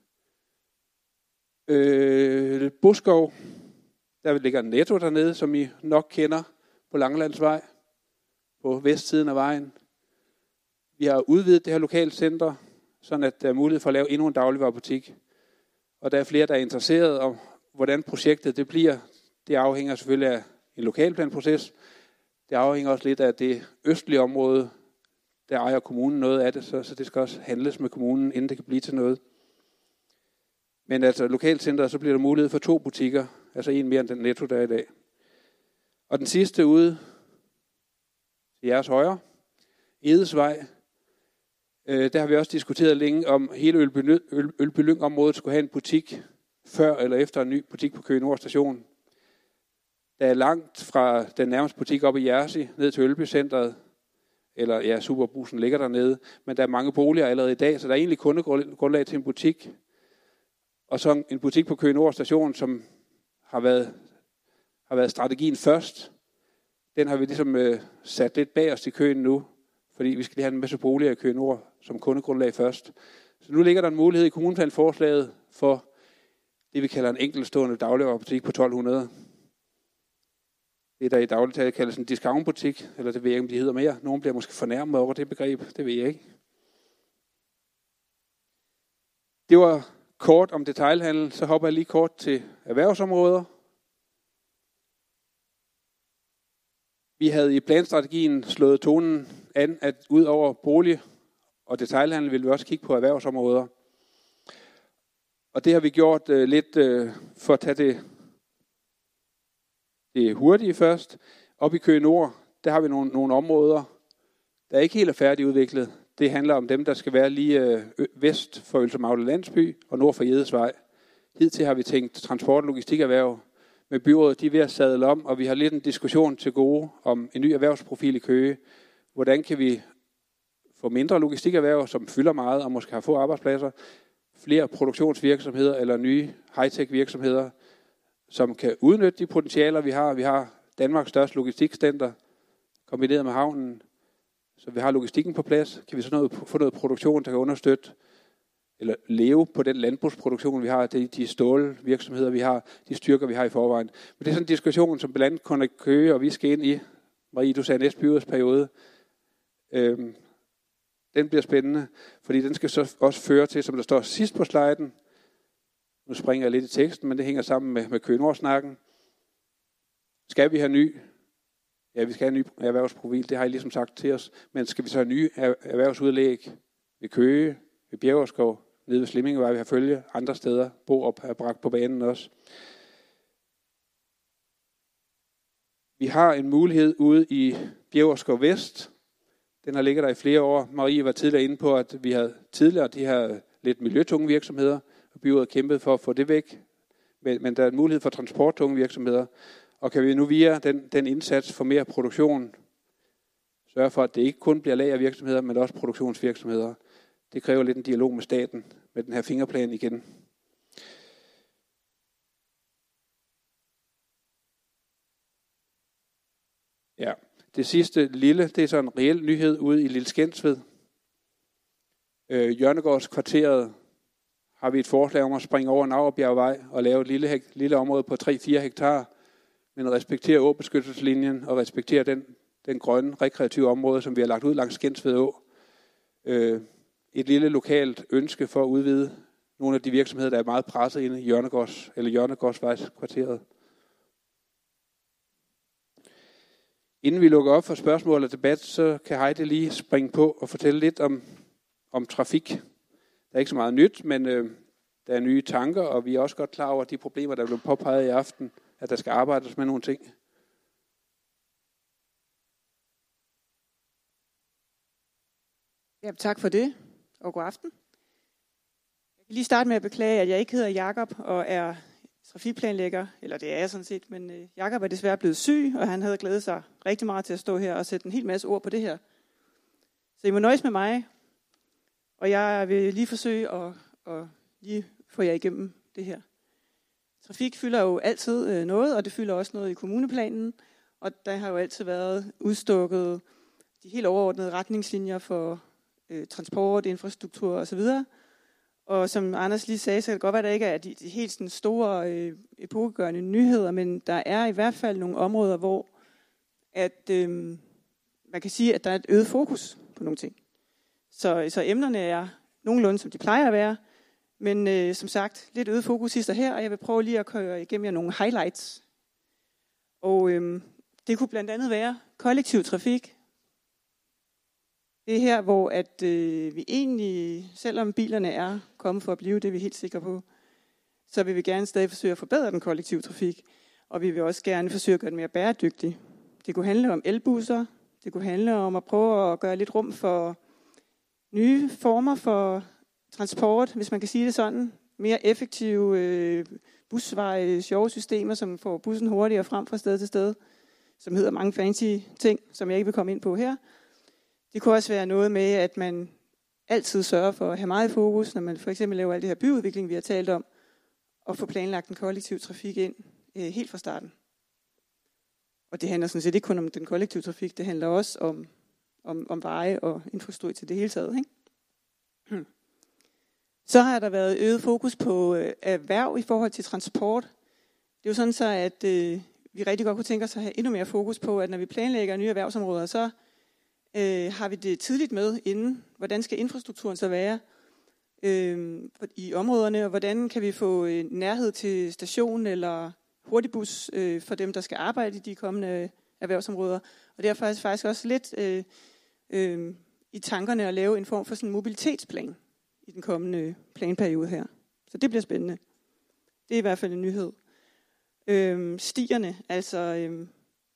Øh, Boskov, der ligger en Netto dernede, som I nok kender på Langelandsvej, på vestsiden af vejen. Vi har udvidet det her lokale center, sådan at der er mulighed for at lave endnu en dagligvarebutik. Og der er flere, der er interesseret om, hvordan projektet det bliver. Det afhænger selvfølgelig af en lokalplanproces. Det afhænger også lidt af det østlige område. Der ejer kommunen noget af det, så, så det skal også handles med kommunen, inden det kan blive til noget. Men altså lokalcenteret, så bliver der mulighed for to butikker. Altså en mere end den Netto, der er i dag. Og den sidste ude til jeres højre, Edesvej. Øh, der har vi også diskuteret længe, om hele Ølby-Lyng-området skulle have en butik før eller efter en ny butik på Køge Nord Station. Der er langt fra den nærmeste butik op i Jersey, ned til Ølby-centret, eller ja, Superbrusen ligger dernede, men der er mange boliger allerede i dag, så der er egentlig kundegrundlag til en butik. Og så en butik på Køge Nord Station, som har været, har været strategien først. Den har vi ligesom øh, sat lidt bag os i køen nu, fordi vi skal lige have en masse boliger i Køge Nord som kundegrundlag først. Så nu ligger der en mulighed i kommuneplanforslaget for det, vi kalder en enkeltstående dagligvarebutik på tolv hundrede. Det, der i dagligtale kaldes en discountbutik, eller det ved jeg ikke, om de hedder mere. Nogen bliver måske fornærmet over det begreb, det ved jeg ikke. Det var kort om detailhandel, så hopper jeg lige kort til erhvervsområder. Vi havde i planstrategien slået tonen an, at ud over bolig og detailhandel ville vi også kigge på erhvervsområder. Og det har vi gjort uh, lidt uh, for at tage det, det hurtige først. Op i Køge Nord, der har vi nogle, nogle områder, der ikke helt er færdigudviklet. Det handler om dem, der skal være lige uh, vest for Ølse Magle Landsby og nord for Jedesvej. Hidtil har vi tænkt transport- og logistikerhverv. Med byrådet, de er ved at sadle om, og vi har lidt en diskussion til gode om en ny erhvervsprofil i Køge. Hvordan kan vi få mindre logistikerhverv, som fylder meget og måske har få arbejdspladser, flere produktionsvirksomheder eller nye high-tech virksomheder, som kan udnytte de potentialer, vi har. Vi har Danmarks største logistikcenter, kombineret med havnen, så vi har logistikken på plads. Kan vi så noget, få noget produktion, der kan understøtte eller leve på den landbrugsproduktion, vi har, de, de stålvirksomheder, vi har, de styrker, vi har i forvejen. Men det er sådan en diskussion, som blandt andet kunne Køge, og vi skal ind i. Marie, du sagde næste byrådsperiode. Øhm, den bliver spændende, fordi den skal så også føre til, som der står sidst på sliden, nu springer jeg lidt i teksten, men det hænger sammen med, med Køge Nord-snakken. Skal vi have ny? Ja, vi skal have en ny erhvervsprofil, det har I ligesom sagt til os. Men skal vi så have nye erhvervsudlæg ved Køge, ved Bjergskov, nede ved Slimmingevej, vi har følge andre steder, Borup er bragt på banen også. Vi har en mulighed ude i Bjergskov Vest. Den har ligget der i flere år. Marie var tidligere inde på, at vi havde tidligere de her lidt miljøtunge virksomheder, og byrådet kæmpet for at få det væk. Men, men der er en mulighed for transporttunge virksomheder. Og kan vi nu via den, den indsats for mere produktion sørge for, at det ikke kun bliver lagervirksomheder, men også produktionsvirksomheder. Det kræver lidt en dialog med staten, med den her fingerplan igen. Ja, det sidste lille, det er så en reel nyhed ude i Lille Skensved. Øh, Hjørnegårdskvarteret har vi et forslag om at springe over Navrebjergvej og lave et lille, lille område på tre til fire hektar, men respektere åbeskyttelseslinjen og respektere den, den grønne, rekreative område, som vi har lagt ud langs Skensved Å. Øh, et lille lokalt ønske for at udvide nogle af de virksomheder, der er meget presset inde i Hjørnegårds, eller Hjørnegårdsvejskvarteret. Inden vi lukker op for spørgsmål og debat, så kan Heidi lige springe på og fortælle lidt om, om trafik. Der er ikke så meget nyt, men øh, der er nye tanker, og vi er også godt klar over de problemer, der er blevet påpeget i aften, at der skal arbejdes med nogle ting. Ja, tak for det, og god aften. Jeg kan lige starte med at beklage, at jeg ikke hedder Jakob og er trafikplanlægger, eller det er jeg sådan set, men øh, Jakob er desværre blevet syg, og han havde glædet sig rigtig meget til at stå her og sætte en hel masse ord på det her. Så I må nøjes med mig, og jeg vil lige forsøge at, at lige få jer igennem det her. Trafik fylder jo altid øh, noget, og det fylder også noget i kommuneplanen, og der har jo altid været udstukket de helt overordnede retningslinjer for øh, transport, infrastruktur osv., og som Anders lige sagde, så kan det godt være, at der ikke er de, de helt sådan store øh, epokegørende nyheder, men der er i hvert fald nogle områder, hvor at, øh, man kan sige, at der er et øget fokus på nogle ting. Så, så emnerne er nogenlunde, som de plejer at være, men øh, som sagt, lidt øget fokus sidst her, og jeg vil prøve lige at køre igennem jer nogle highlights. Og øh, det kunne blandt andet være kollektiv trafik. Det er her, hvor at, øh, vi egentlig, selvom bilerne er kommet for at blive, det er vi helt sikre på, så vil vi gerne stadig forsøge at forbedre den kollektive trafik, og vi vil også gerne forsøge at gøre den mere bæredygtig. Det kunne handle om elbusser, det kunne handle om at prøve at gøre lidt rum for nye former for transport, hvis man kan sige det sådan. Mere effektive øh, busveje, sjove systemer, som får bussen hurtigere frem fra sted til sted, som hedder mange fancy ting, som jeg ikke vil komme ind på her. Det kunne også være noget med, at man altid sørger for at have meget fokus, når man for eksempel laver alt det her byudvikling, vi har talt om, og få planlagt den kollektive trafik ind øh, helt fra starten. Og det handler sådan set ikke kun om den kollektive trafik, det handler også om, om, om veje og infrastruktur til det hele taget. Ikke? Så har der været øget fokus på øh, erhverv i forhold til transport. Det er jo sådan så, at øh, vi rigtig godt kunne tænke os at have endnu mere fokus på, at når vi planlægger nye erhvervsområder, så øh, har vi det tidligt med inden. Hvordan skal infrastrukturen så være øh, i områderne, og hvordan kan vi få øh, nærhed til station eller hurtigbus øh, for dem, der skal arbejde i de kommende erhvervsområder. Og det er faktisk, faktisk også lidt øh, øh, i tankerne at lave en form for sådan en mobilitetsplan i den kommende planperiode her. Så det bliver spændende. Det er i hvert fald en nyhed. Øh, stierne, altså øh,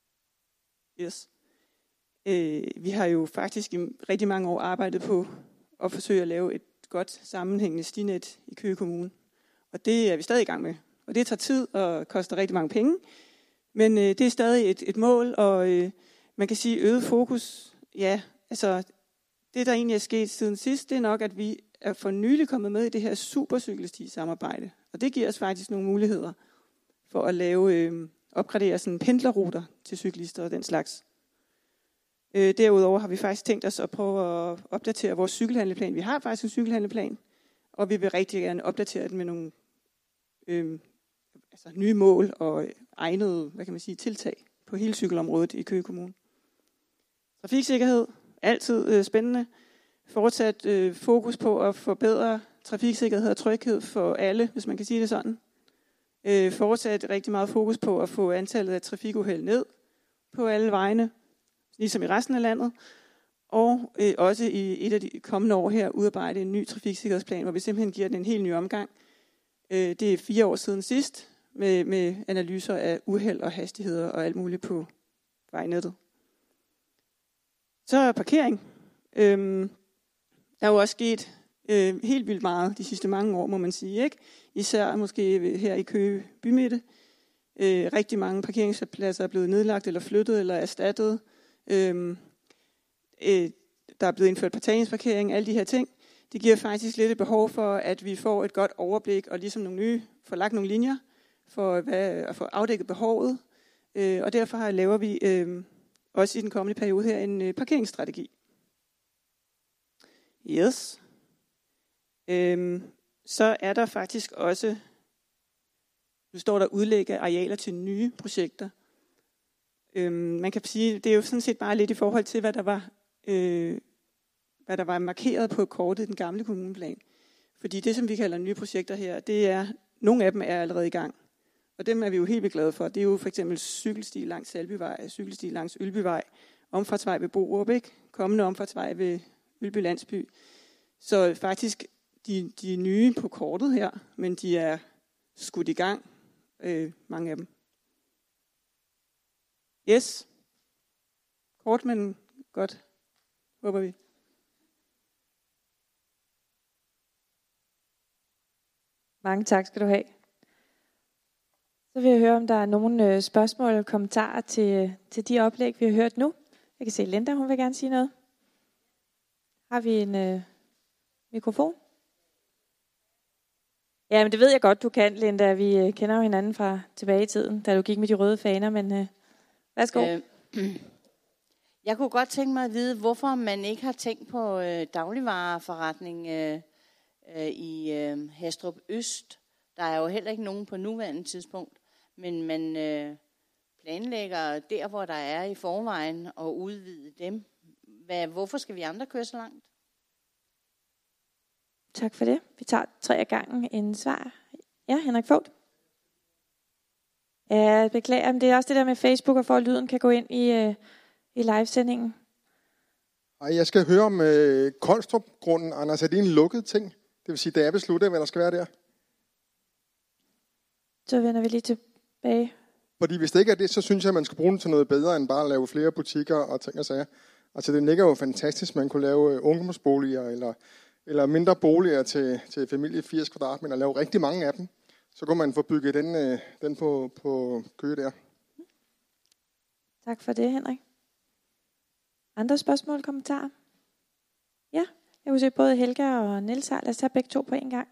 yes. Øh, vi har jo faktisk i rigtig mange år arbejdet på at forsøge at lave et godt sammenhængende stinet i Køge Kommune. Og det er vi stadig i gang med. Og det tager tid og koster rigtig mange penge. Men øh, det er stadig et, et mål, og øh, man kan sige øget fokus. Ja, altså det der egentlig er sket siden sidst, det er nok, at vi er for nylig kommet med i det her supercykelsti-samarbejde. Og det giver os faktisk nogle muligheder for at lave, øh, opgradere sådan pendlerruter til cyklister og den slags. Øh, derudover har vi faktisk tænkt os at prøve at opdatere vores cykelhandleplan. Vi har faktisk en cykelhandleplan, og vi vil rigtig gerne opdatere den med nogle øh, altså nye mål og egnede, hvad kan man sige, tiltag på hele cykelområdet i Køge Kommune. Trafiksikkerhed, altid øh, spændende. Fortsat øh, fokus på at forbedre trafiksikkerhed og tryghed for alle, hvis man kan sige det sådan. Øh, fortsat rigtig meget fokus på at få antallet af trafikuheld ned på alle vejene, ligesom i resten af landet. Og øh, også i et af de kommende år her udarbejde en ny trafiksikkerhedsplan, hvor vi simpelthen giver den en helt ny omgang. Øh, det er fire år siden sidst, med, med analyser af uheld og hastigheder og alt muligt på vejnettet. Så er parkering. Øhm, der er jo også sket øh, helt vildt meget de sidste mange år, må man sige, ikke? Især måske her i Køge Bymidte. Øh, rigtig mange parkeringspladser er blevet nedlagt eller flyttet eller erstattet. Øhm, øh, der er blevet indført parkeringsparkering, alle de her ting. Det giver faktisk lidt et behov for, at vi får et godt overblik og ligesom nogle nye, får lagt nogle linjer for hvad, at få afdækket behovet. Øh, og derfor laver vi øh, også i den kommende periode her en øh, parkeringsstrategi. Yes. Øhm, så er der faktisk også, nu står der udlæg af arealer til nye projekter. Øhm, man kan sige, det er jo sådan set bare lidt i forhold til, hvad der var, øh, hvad der var markeret på kortet i den gamle kommuneplan. Fordi det, som vi kalder nye projekter her, det er, nogle af dem er allerede i gang. Og dem er vi jo helt vildt glade for. Det er jo for eksempel cykelsti langs Salbyvej, cykelsti langs Ølbyvej, omfartsvej ved Borup, ikke? Kommende omfartsvej ved Ølby Landsby. Så faktisk de, de er nye på kortet her, men de er skudt i gang, øh, mange af dem. Yes. Kort, men godt, håber vi. Mange tak skal du have. Så vil jeg høre, om der er nogle øh, spørgsmål eller kommentarer til, til de oplæg, vi har hørt nu. Jeg kan se Linda, hun vil gerne sige noget. Har vi en øh, mikrofon? Ja, men det ved jeg godt, du kan, Linda. Vi øh, kender jo hinanden fra tilbage i tiden, da du gik med de røde faner, men øh, værsgo. Øh, jeg kunne godt tænke mig at vide, hvorfor man ikke har tænkt på øh, dagligvareforretning øh, øh, i øh, Hastrup Øst. Der er jo heller ikke nogen på nuværende tidspunkt, men man øh, planlægger der, hvor der er i forvejen, og udvide dem. Hvad, hvorfor skal vi andre køre så langt? Tak for det. Vi tager tre af gangen en svar. Ja, Henrik Fogt. Ja, beklager, men det er også det der med Facebook, og for at lyden kan gå ind i, øh, i livesendingen. Ej, jeg skal høre om øh, Kolstrup-grunden, Anders. Er det en lukket ting? Det vil sige, da jeg beslutter, hvad der skal være der? Så vender vi lige tilbage. Fordi hvis det ikke er det, så synes jeg, at man skal bruge den til noget bedre, end bare at lave flere butikker og ting og sager. Altså det ligger jo fantastisk, man kunne lave ungdomsboliger eller, eller mindre boliger til, til familie firs kvadratmeter, og lave rigtig mange af dem. Så kunne man få bygget den, den på, på Køge der. Tak for det, Henrik. Andre spørgsmål, kommentarer? Ja, jeg kunne se både Helga og Niels her. Lad os tage begge to på en gang.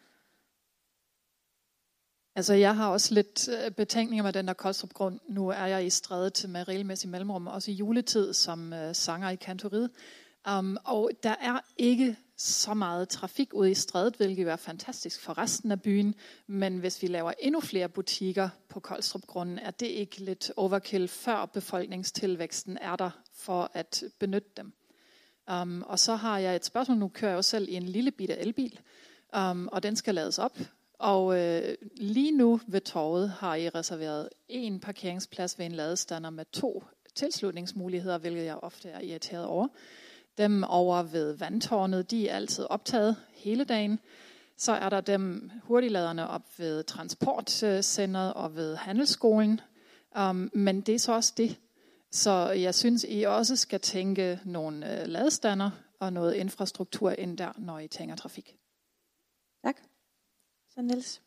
Altså, jeg har også lidt betænkninger med den der Kolstrup-grund. Nu er jeg i Stræde til med regelmæssig mellemrum, også i juletid som uh, sanger i kantoriet. Um, og der er ikke så meget trafik ude i Strædet, hvilket er fantastisk for resten af byen. Men hvis vi laver endnu flere butikker på Kolstrup-grunden, er det ikke lidt overkill, før befolkningstilvæksten er der for at benytte dem. Um, og så har jeg et spørgsmål. Nu kører jeg jo selv i en lille bitte elbil, um, og den skal lades op. Og øh, lige nu ved torvet har I reserveret en parkeringsplads ved en ladestander med to tilslutningsmuligheder, hvilket jeg ofte er irriteret over. Dem over ved vandtårnet, de er altid optaget hele dagen. Så er der dem hurtigladerne op ved transportcentret og ved handelsskolen. Um, men det er så også det. Så jeg synes, I også skal tænke nogle øh, ladestander og noget infrastruktur ind der, når I tænker trafik. Tak. Så Niels.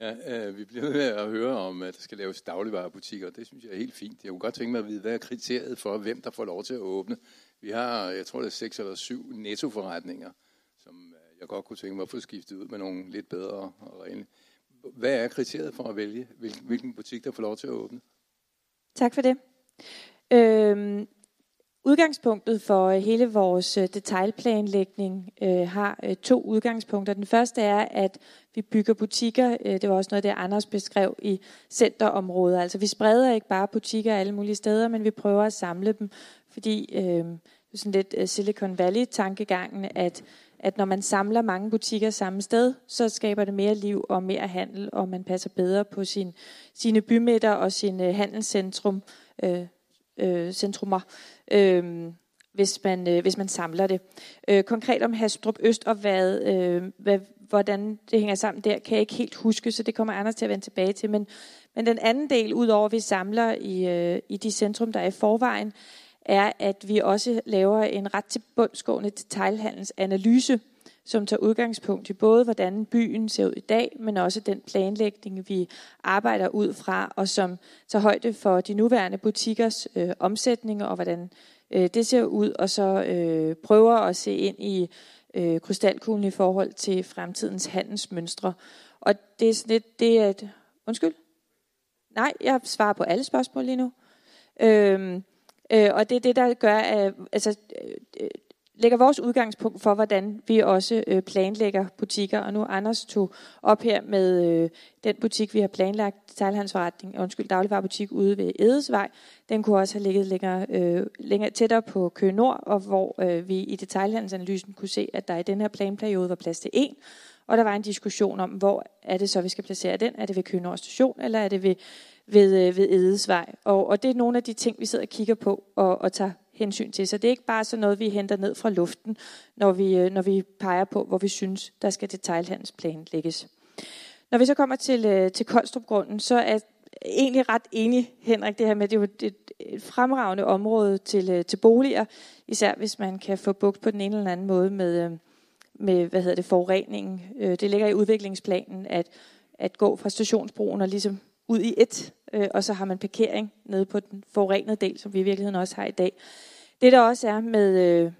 Ja, øh, vi bliver ved at høre om, at der skal laves dagligvarebutikker, og det synes jeg er helt fint. Jeg kunne godt tænke mig at vide, hvad er kriteriet for, hvem der får lov til at åbne. Vi har, jeg tror det er seks eller syv nettoforretninger, som jeg godt kunne tænke mig at få skiftet ud med nogle lidt bedre og rene. Hvad er kriteriet for at vælge, hvilken butik der får lov til at åbne? Tak for det. Øhm, udgangspunktet for hele vores detailplanlægning øh, har øh, to udgangspunkter. Den første er, at vi bygger butikker. Øh, det var også noget, det Anders beskrev i centerområder. Altså vi spreder ikke bare butikker alle mulige steder, men vi prøver at samle dem, fordi øh, det er sådan lidt uh, Silicon Valley-tankegangen, at at når man samler mange butikker samme sted, så skaber det mere liv og mere handel, og man passer bedre på sin, sine bymidter og sine handelscentrum, øh, øh, centrumer, øh, hvis, man, øh, hvis man samler det. Øh, konkret om Hastrup Øst og hvad, øh, hvad, hvordan det hænger sammen der, kan jeg ikke helt huske, så det kommer Anders til at vende tilbage til. Men, men den anden del, udover at vi samler i, øh, i de centrum, der er i forvejen, er, at vi også laver en ret til bundsgående detailhandelsanalyse, som tager udgangspunkt i både, hvordan byen ser ud i dag, men også den planlægning, vi arbejder ud fra, og som tager højde for de nuværende butikkers øh, omsætninger, og hvordan øh, det ser ud, og så øh, prøver at se ind i øh, krystalkuglen i forhold til fremtidens handelsmønstre. Og det er sådan lidt, det er et... Undskyld? Nej, jeg svarer på alle spørgsmål lige nu. Øhm, Øh, og det er det, der gør, at, altså, øh, lægger vores udgangspunkt for, hvordan vi også øh, planlægger butikker. Og nu Anders tog op her med øh, den butik, vi har planlagt, detailhandelsforretning, undskyld, dagligvarebutik ude ved Edesvej. Den kunne også have ligget længere, øh, længere tættere på Køge Nord, og hvor øh, vi i detailhandelsanalysen kunne se, at der i den her planperiode var plads til en. Og der var en diskussion om, hvor er det så, vi skal placere den? Er det ved Køge Nord station, eller er det ved ved, ved Edesvej. Og, og det er nogle af de ting, vi sidder og kigger på og, og tager hensyn til. Så det er ikke bare sådan noget, vi henter ned fra luften, når vi, når vi peger på, hvor vi synes, der skal detailhandelsplan lægges. Når vi så kommer til, til Kolstrupgrunden, så er jeg egentlig ret enig, Henrik, det her med, det er jo et, et fremragende område til, til boliger, især hvis man kan få bugt på den ene eller anden måde med, med hvad hedder det, forureningen. Det ligger i udviklingsplanen, at, at gå fra stationsbroen og ligesom ud i et, øh, og så har man parkering nede på den forurenede del, som vi i virkeligheden også har i dag. Det der også er med, øh,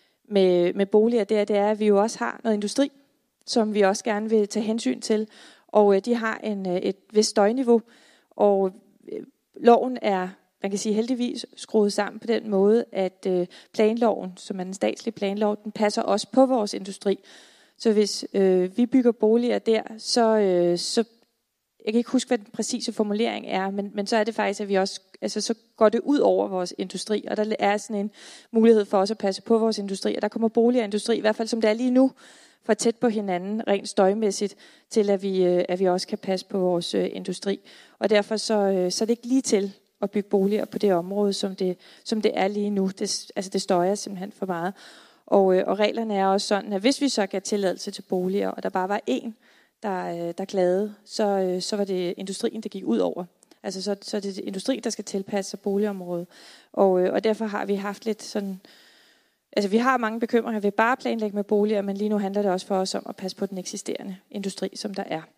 med, med boliger, det er, det er, at vi jo også har noget industri, som vi også gerne vil tage hensyn til, og øh, de har en, øh, et vist støjniveau, og øh, loven er, man kan sige heldigvis, skruet sammen på den måde, at øh, planloven, som er den statslige planlov, den passer også på vores industri. Så hvis øh, vi bygger boliger der, så, øh, så jeg kan ikke huske, hvad den præcise formulering er, men, men så er det faktisk, at vi også, altså så går det ud over vores industri, og der er sådan en mulighed for os at passe på vores industri, og der kommer bolig og industri, i hvert fald som det er lige nu, for tæt på hinanden, rent støjmæssigt, til at vi, at vi også kan passe på vores industri. Og derfor så, så er det ikke lige til at bygge boliger på det område, som det, som det er lige nu. Det, altså det støjer simpelthen for meget. Og, og reglerne er også sådan, at hvis vi så gav tilladelse til boliger, og der bare var én, der, der klagede, så, så var det industrien, der gik ud over. Altså så, så er det industri, der skal tilpasse sig boligområdet. Og, og derfor har vi haft lidt sådan... Altså vi har mange bekymringer ved bare planlægge med boliger, men lige nu handler det også for os om at passe på den eksisterende industri, som der er.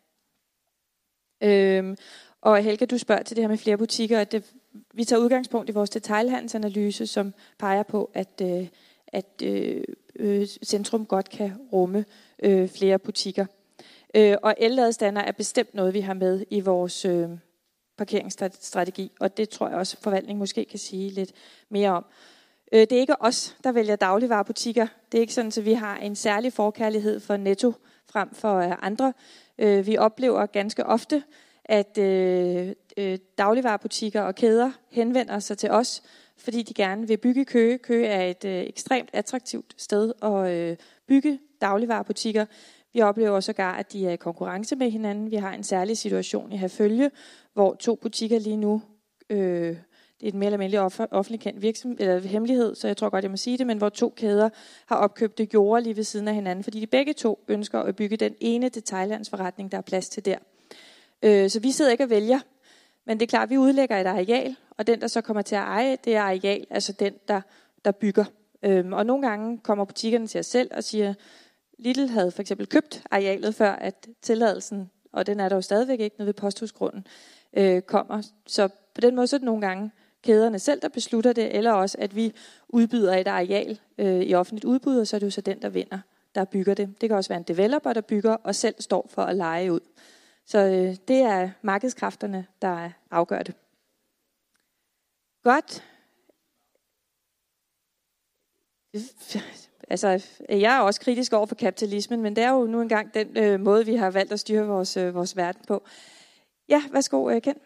Øhm, og Helge, du spørger til det her med flere butikker, at det, vi tager udgangspunkt i vores detailhandelsanalyse, som peger på, at, øh, at øh, øh, centrum godt kan rumme øh, flere butikker. Øh, og elladestander er bestemt noget, vi har med i vores øh, parkeringsstrategi, og det tror jeg også, forvaltningen måske kan sige lidt mere om. Øh, det er ikke os, der vælger dagligvarebutikker. Det er ikke sådan, at vi har en særlig forkærlighed for Netto frem for øh, andre. Øh, vi oplever ganske ofte, at øh, øh, dagligvarebutikker og kæder henvender sig til os, fordi de gerne vil bygge Køge. Køge er et øh, ekstremt attraktivt sted at øh, bygge dagligvarebutikker. Vi oplever sågar, at de er i konkurrence med hinanden. Vi har en særlig situation i Herfølge, hvor to butikker lige nu, øh, det er et mere eller mindre off- offentlig kendt virksomhed, eller hemmelighed, så jeg tror godt, jeg må sige det, men hvor to kæder har opkøbt det jord lige ved siden af hinanden, fordi de begge to ønsker at bygge den ene detailhandelsforretning, der er plads til der. Øh, så vi sidder ikke og vælger, men det er klart, at vi udlægger et areal, og den, der så kommer til at eje det areal, altså den, der, der bygger. Øh, og nogle gange kommer butikkerne til os selv og siger, Lidl havde for eksempel købt arealet, før at tilladelsen og den er der jo stadigvæk ikke nede ved Posthusgrunden, øh, kommer. Så på den måde så er det nogle gange kæderne selv, der beslutter det, eller også at vi udbyder et areal øh, i offentligt udbud, og så er det jo så den, der vinder, der bygger det. Det kan også være en developer, der bygger og selv står for at leje ud. Så øh, det er markedskræfterne, der afgør det. Godt. Altså, jeg er også kritisk over for kapitalismen, men det er jo nu engang den øh, måde, vi har valgt at styre vores, øh, vores verden på. Ja, værsgo, øh, Ken.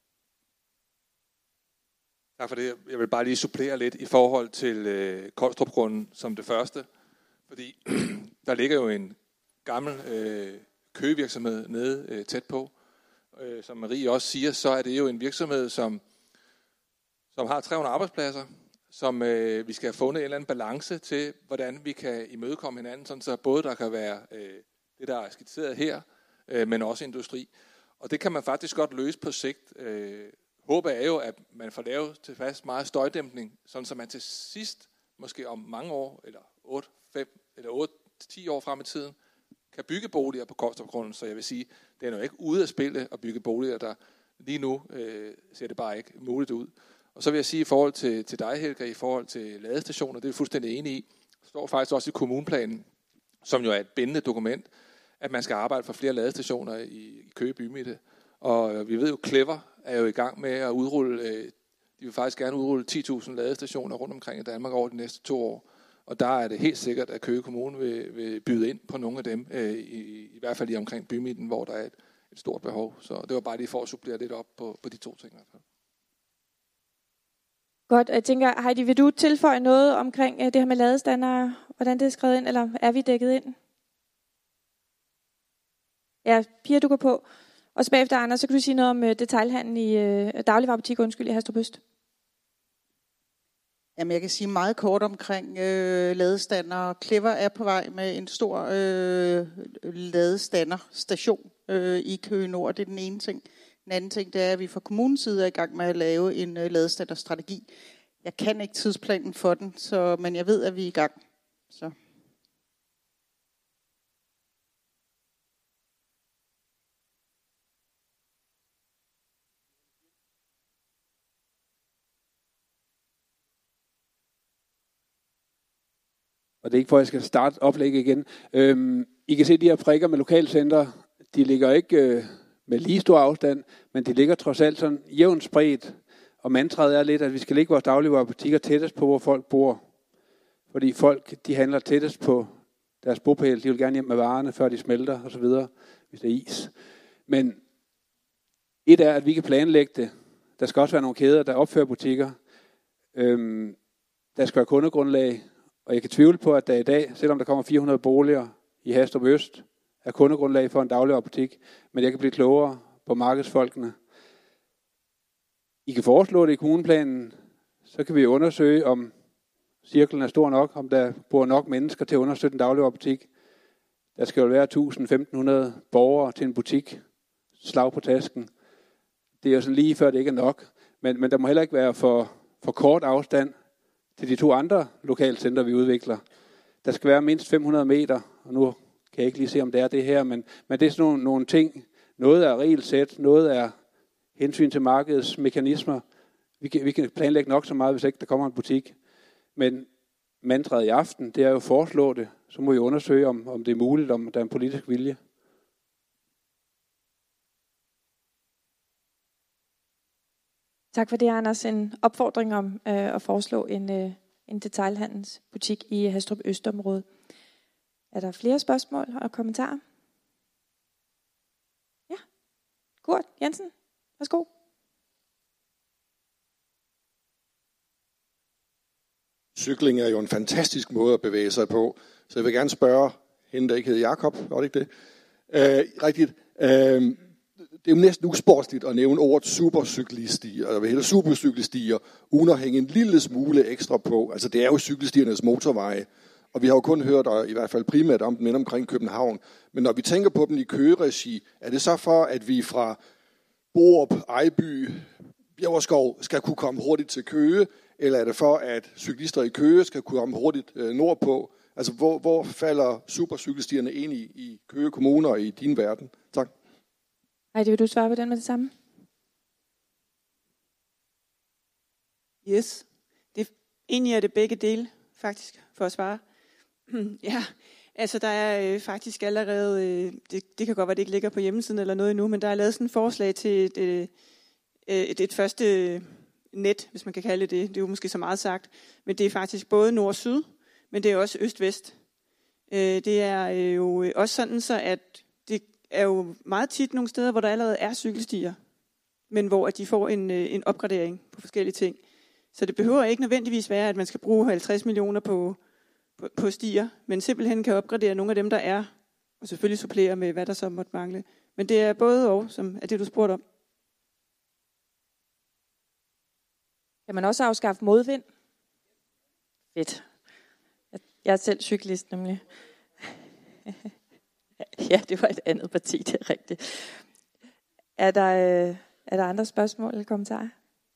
Tak for det. Jeg vil bare lige supplere lidt i forhold til øh, Kolstrupgrunden som det første. Fordi der ligger jo en gammel øh, køgevirksomhed nede øh, tæt på. Øh, som Marie også siger, så er det jo en virksomhed, som, som har tre hundrede arbejdspladser, som øh, vi skal have fundet en eller anden balance til, hvordan vi kan imødekomme hinanden, sådan så både der kan være øh, det, der er skitseret her, øh, men også industri. Og det kan man faktisk godt løse på sigt. Øh, håbet er jo, at man får lavet til fast meget støjdæmpning, sådan så man til sidst, måske om mange år, eller otte, fem eller otte til ti år frem i tiden, kan bygge boliger på Kolstrupgrunden. Så jeg vil sige, det er jo ikke ude af spillet at bygge boliger, der lige nu øh, ser det bare ikke muligt ud. Og så vil jeg sige i forhold til, til dig, Helga, i forhold til ladestationer, det er jeg fuldstændig enig i. Det står faktisk også i kommuneplanen, som jo er et bindende dokument, at man skal arbejde for flere ladestationer i, i Køge Bymidte. Og vi ved jo, Clever er jo i gang med at udrulle, øh, de vil faktisk gerne udrulle ti tusind ladestationer rundt omkring i Danmark over de næste to år. Og der er det helt sikkert, at Køge Kommune vil, vil byde ind på nogle af dem, øh, i, i hvert fald i omkring bymidten, hvor der er et, et stort behov. Så det var bare lige for at supplere lidt op på, på de to ting i hvert fald. Godt, jeg tænker, Heidi, vil du tilføje noget omkring det her med ladestandere, hvordan det er skrevet ind, eller er vi dækket ind? Ja, Pia, du går på. Og så bagefter, Anders, så kan du sige noget om uh, detailhandlen i uh, dagligvarebutik, undskyld, i Hastrup Øst. Jamen, jeg kan sige meget kort omkring øh, ladestander. Clever er på vej med en stor øh, ladestanderstation øh, i Køge Nord. Det er den ene ting. Den anden ting, det er, at vi fra kommunens side er i gang med at lave en øh, ladestanderstrategi. Jeg kan ikke tidsplanen for den, så, men jeg ved, at vi er i gang. Så. Og det er ikke for, at jeg skal starte oplægget igen. Øhm, I kan se de her prikker med lokalcenter. De ligger ikke øh, med lige stor afstand, men de ligger trods alt sådan jævnt spredt. Og mantraet er lidt, at vi skal lægge vores dagligvarebutikker tættest på, hvor folk bor. Fordi folk, de handler tættest på deres bopæl. De vil gerne hjem med varerne, før de smelter osv., hvis det er is. Men et er, at vi kan planlægge det. Der skal også være nogle kæder, der opfører butikker. Øhm, der skal være kundegrundlag. Og jeg kan tvivle på, at der i dag, selvom der kommer fire hundrede boliger i Hastrup Øst, er kundegrundlag for en dagligvarebutik. Men jeg kan blive klogere på markedsfolkene. I kan foreslå det i kommuneplanen, så kan vi undersøge, om cirklen er stor nok, om der bor nok mennesker til at understøtte en dagligvarebutik. Der skal jo være tusind til femten hundrede borgere til en butik. Slag på tasken. Det er jo sådan lige før, det ikke er nok. Men, men der må heller ikke være for, for kort afstand til de to andre lokalcentre, vi udvikler. Der skal være mindst fem hundrede meter, og nu kan jeg ikke lige se, om det er det her, men, men det er sådan nogle, nogle ting. Noget er regelsæt, noget er hensyn til markedets mekanismer. Vi kan, vi kan planlægge nok så meget, hvis ikke der kommer en butik. Men mantraet i aften, det er jo at foreslå det. Så må vi undersøge, om, om det er muligt, om der er en politisk vilje. Tak for det, Anders. En opfordring om øh, at foreslå en, øh, en detailhandelsbutik i Hastrup Østområdet. Er der flere spørgsmål og kommentarer? Ja. Kurt Jensen, værsgo. Cykling er jo en fantastisk måde at bevæge sig på, så jeg vil gerne spørge hende, der ikke hedder Jakob, var det ikke det? Øh, rigtigt. Øh, det er jo næsten usportsligt at nævne ordet supercyklistier, eller hvad hedder supercyklistier, uden at hænge en lille smule ekstra på. Altså det er jo cykelstiernes motorveje, og vi har jo kun hørt, og i hvert fald primært om dem omkring København. Men når vi tænker på dem i Køge-regi, er det så for, at vi fra Borup, Ejby, Bjæverskov skal kunne komme hurtigt til Køge, eller er det for, at cyklister i Køge skal kunne komme hurtigt øh, nordpå? Altså, hvor, hvor falder supercykelstierne ind i, i Køge Kommune og i din verden? Tak. Heidi, vil du svare på den med det samme? Yes. Det, egentlig er det begge dele, faktisk, for at svare. Ja, altså der er øh, faktisk allerede, øh, det, det kan godt være, det ikke ligger på hjemmesiden eller noget endnu, men der er lavet sådan et forslag til et, øh, et, et første net, hvis man kan kalde det det. Det er jo måske så meget sagt, men det er faktisk både nord og syd, men det er også øst-vest. Øh, det er øh, jo også sådan, så at det er jo meget tit nogle steder, hvor der allerede er cykelstier, men hvor at de får en, øh, en opgradering på forskellige ting. Så det behøver ikke nødvendigvis være, at man skal bruge halvtreds millioner på, på, på stier, men simpelthen kan opgradere nogle af dem, der er, og selvfølgelig supplere med, hvad der så måtte mangle. Men det er både og, som er det, du spurgte om. Kan man også afskaffe modvind? Fedt. Jeg er selv cyklist, nemlig. Ja, det var et andet parti, det er rigtigt. Er der, øh, er der andre spørgsmål eller kommentarer?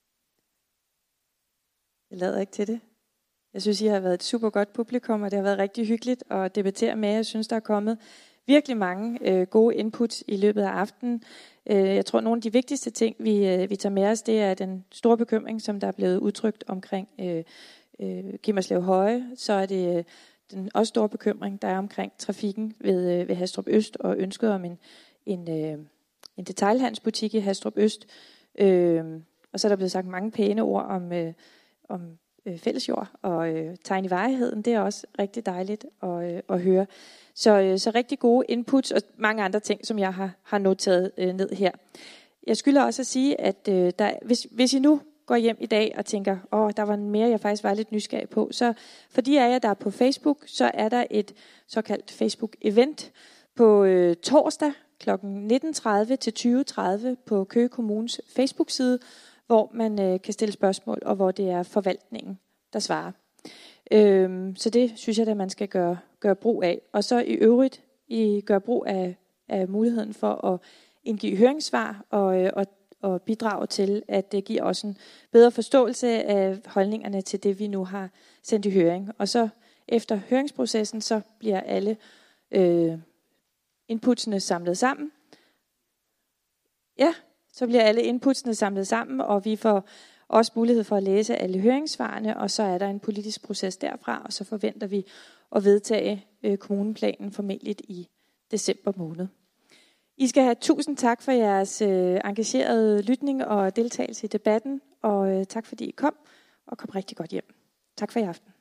Jeg lader ikke til det. Jeg synes, I har været et super godt publikum, og det har været rigtig hyggeligt at debattere med. Jeg synes, der er kommet virkelig mange øh, gode inputs i løbet af aftenen. Øh, jeg tror, nogle af de vigtigste ting, vi, øh, vi tager med os, det er den store bekymring, som der er blevet udtrykt omkring øh, øh, Kimmerslev Høje. Så er det øh, den også store bekymring, der er omkring trafikken ved, øh, ved Hastrup Øst, og ønsket om en, en, øh, en detailhandelsbutik i Hastrup Øst. Øh, og så er der blevet sagt mange pæne ord om, øh, om øh, fællesjord og øh, tegn i varigheden. Det er også rigtig dejligt at, øh, at høre. Så, øh, så rigtig gode inputs og mange andre ting, som jeg har, har noteret øh, ned her. Jeg skylder også at sige, at øh, der, hvis, hvis I nu går hjem i dag og tænker, åh, der var mere, jeg faktisk var lidt nysgerrig på, så for de af jer, der er på Facebook, så er der et såkaldt Facebook-event på øh, torsdag kl. nitten tredive til tyve tredive på Køge Kommunes Facebook-side, hvor man øh, kan stille spørgsmål, og hvor det er forvaltningen, der svarer. Øhm, så det synes jeg, at man skal gøre, gøre brug af. Og så i øvrigt, I gør brug af, af muligheden for at indgive høringssvar og, og, og bidrage til, at det giver os en bedre forståelse af holdningerne til det, vi nu har sendt i høring. Og så efter høringsprocessen, så bliver alle øh, inputsene samlet sammen. Ja, så bliver alle inputsene samlet sammen, og vi får også mulighed for at læse alle høringssvarene, og så er der en politisk proces derfra, og så forventer vi at vedtage øh, kommuneplanen formentlig i december måned. I skal have tusind tak for jeres øh, engagerede lytning og deltagelse i debatten, og øh, tak fordi I kom, og kom rigtig godt hjem. Tak for i aften.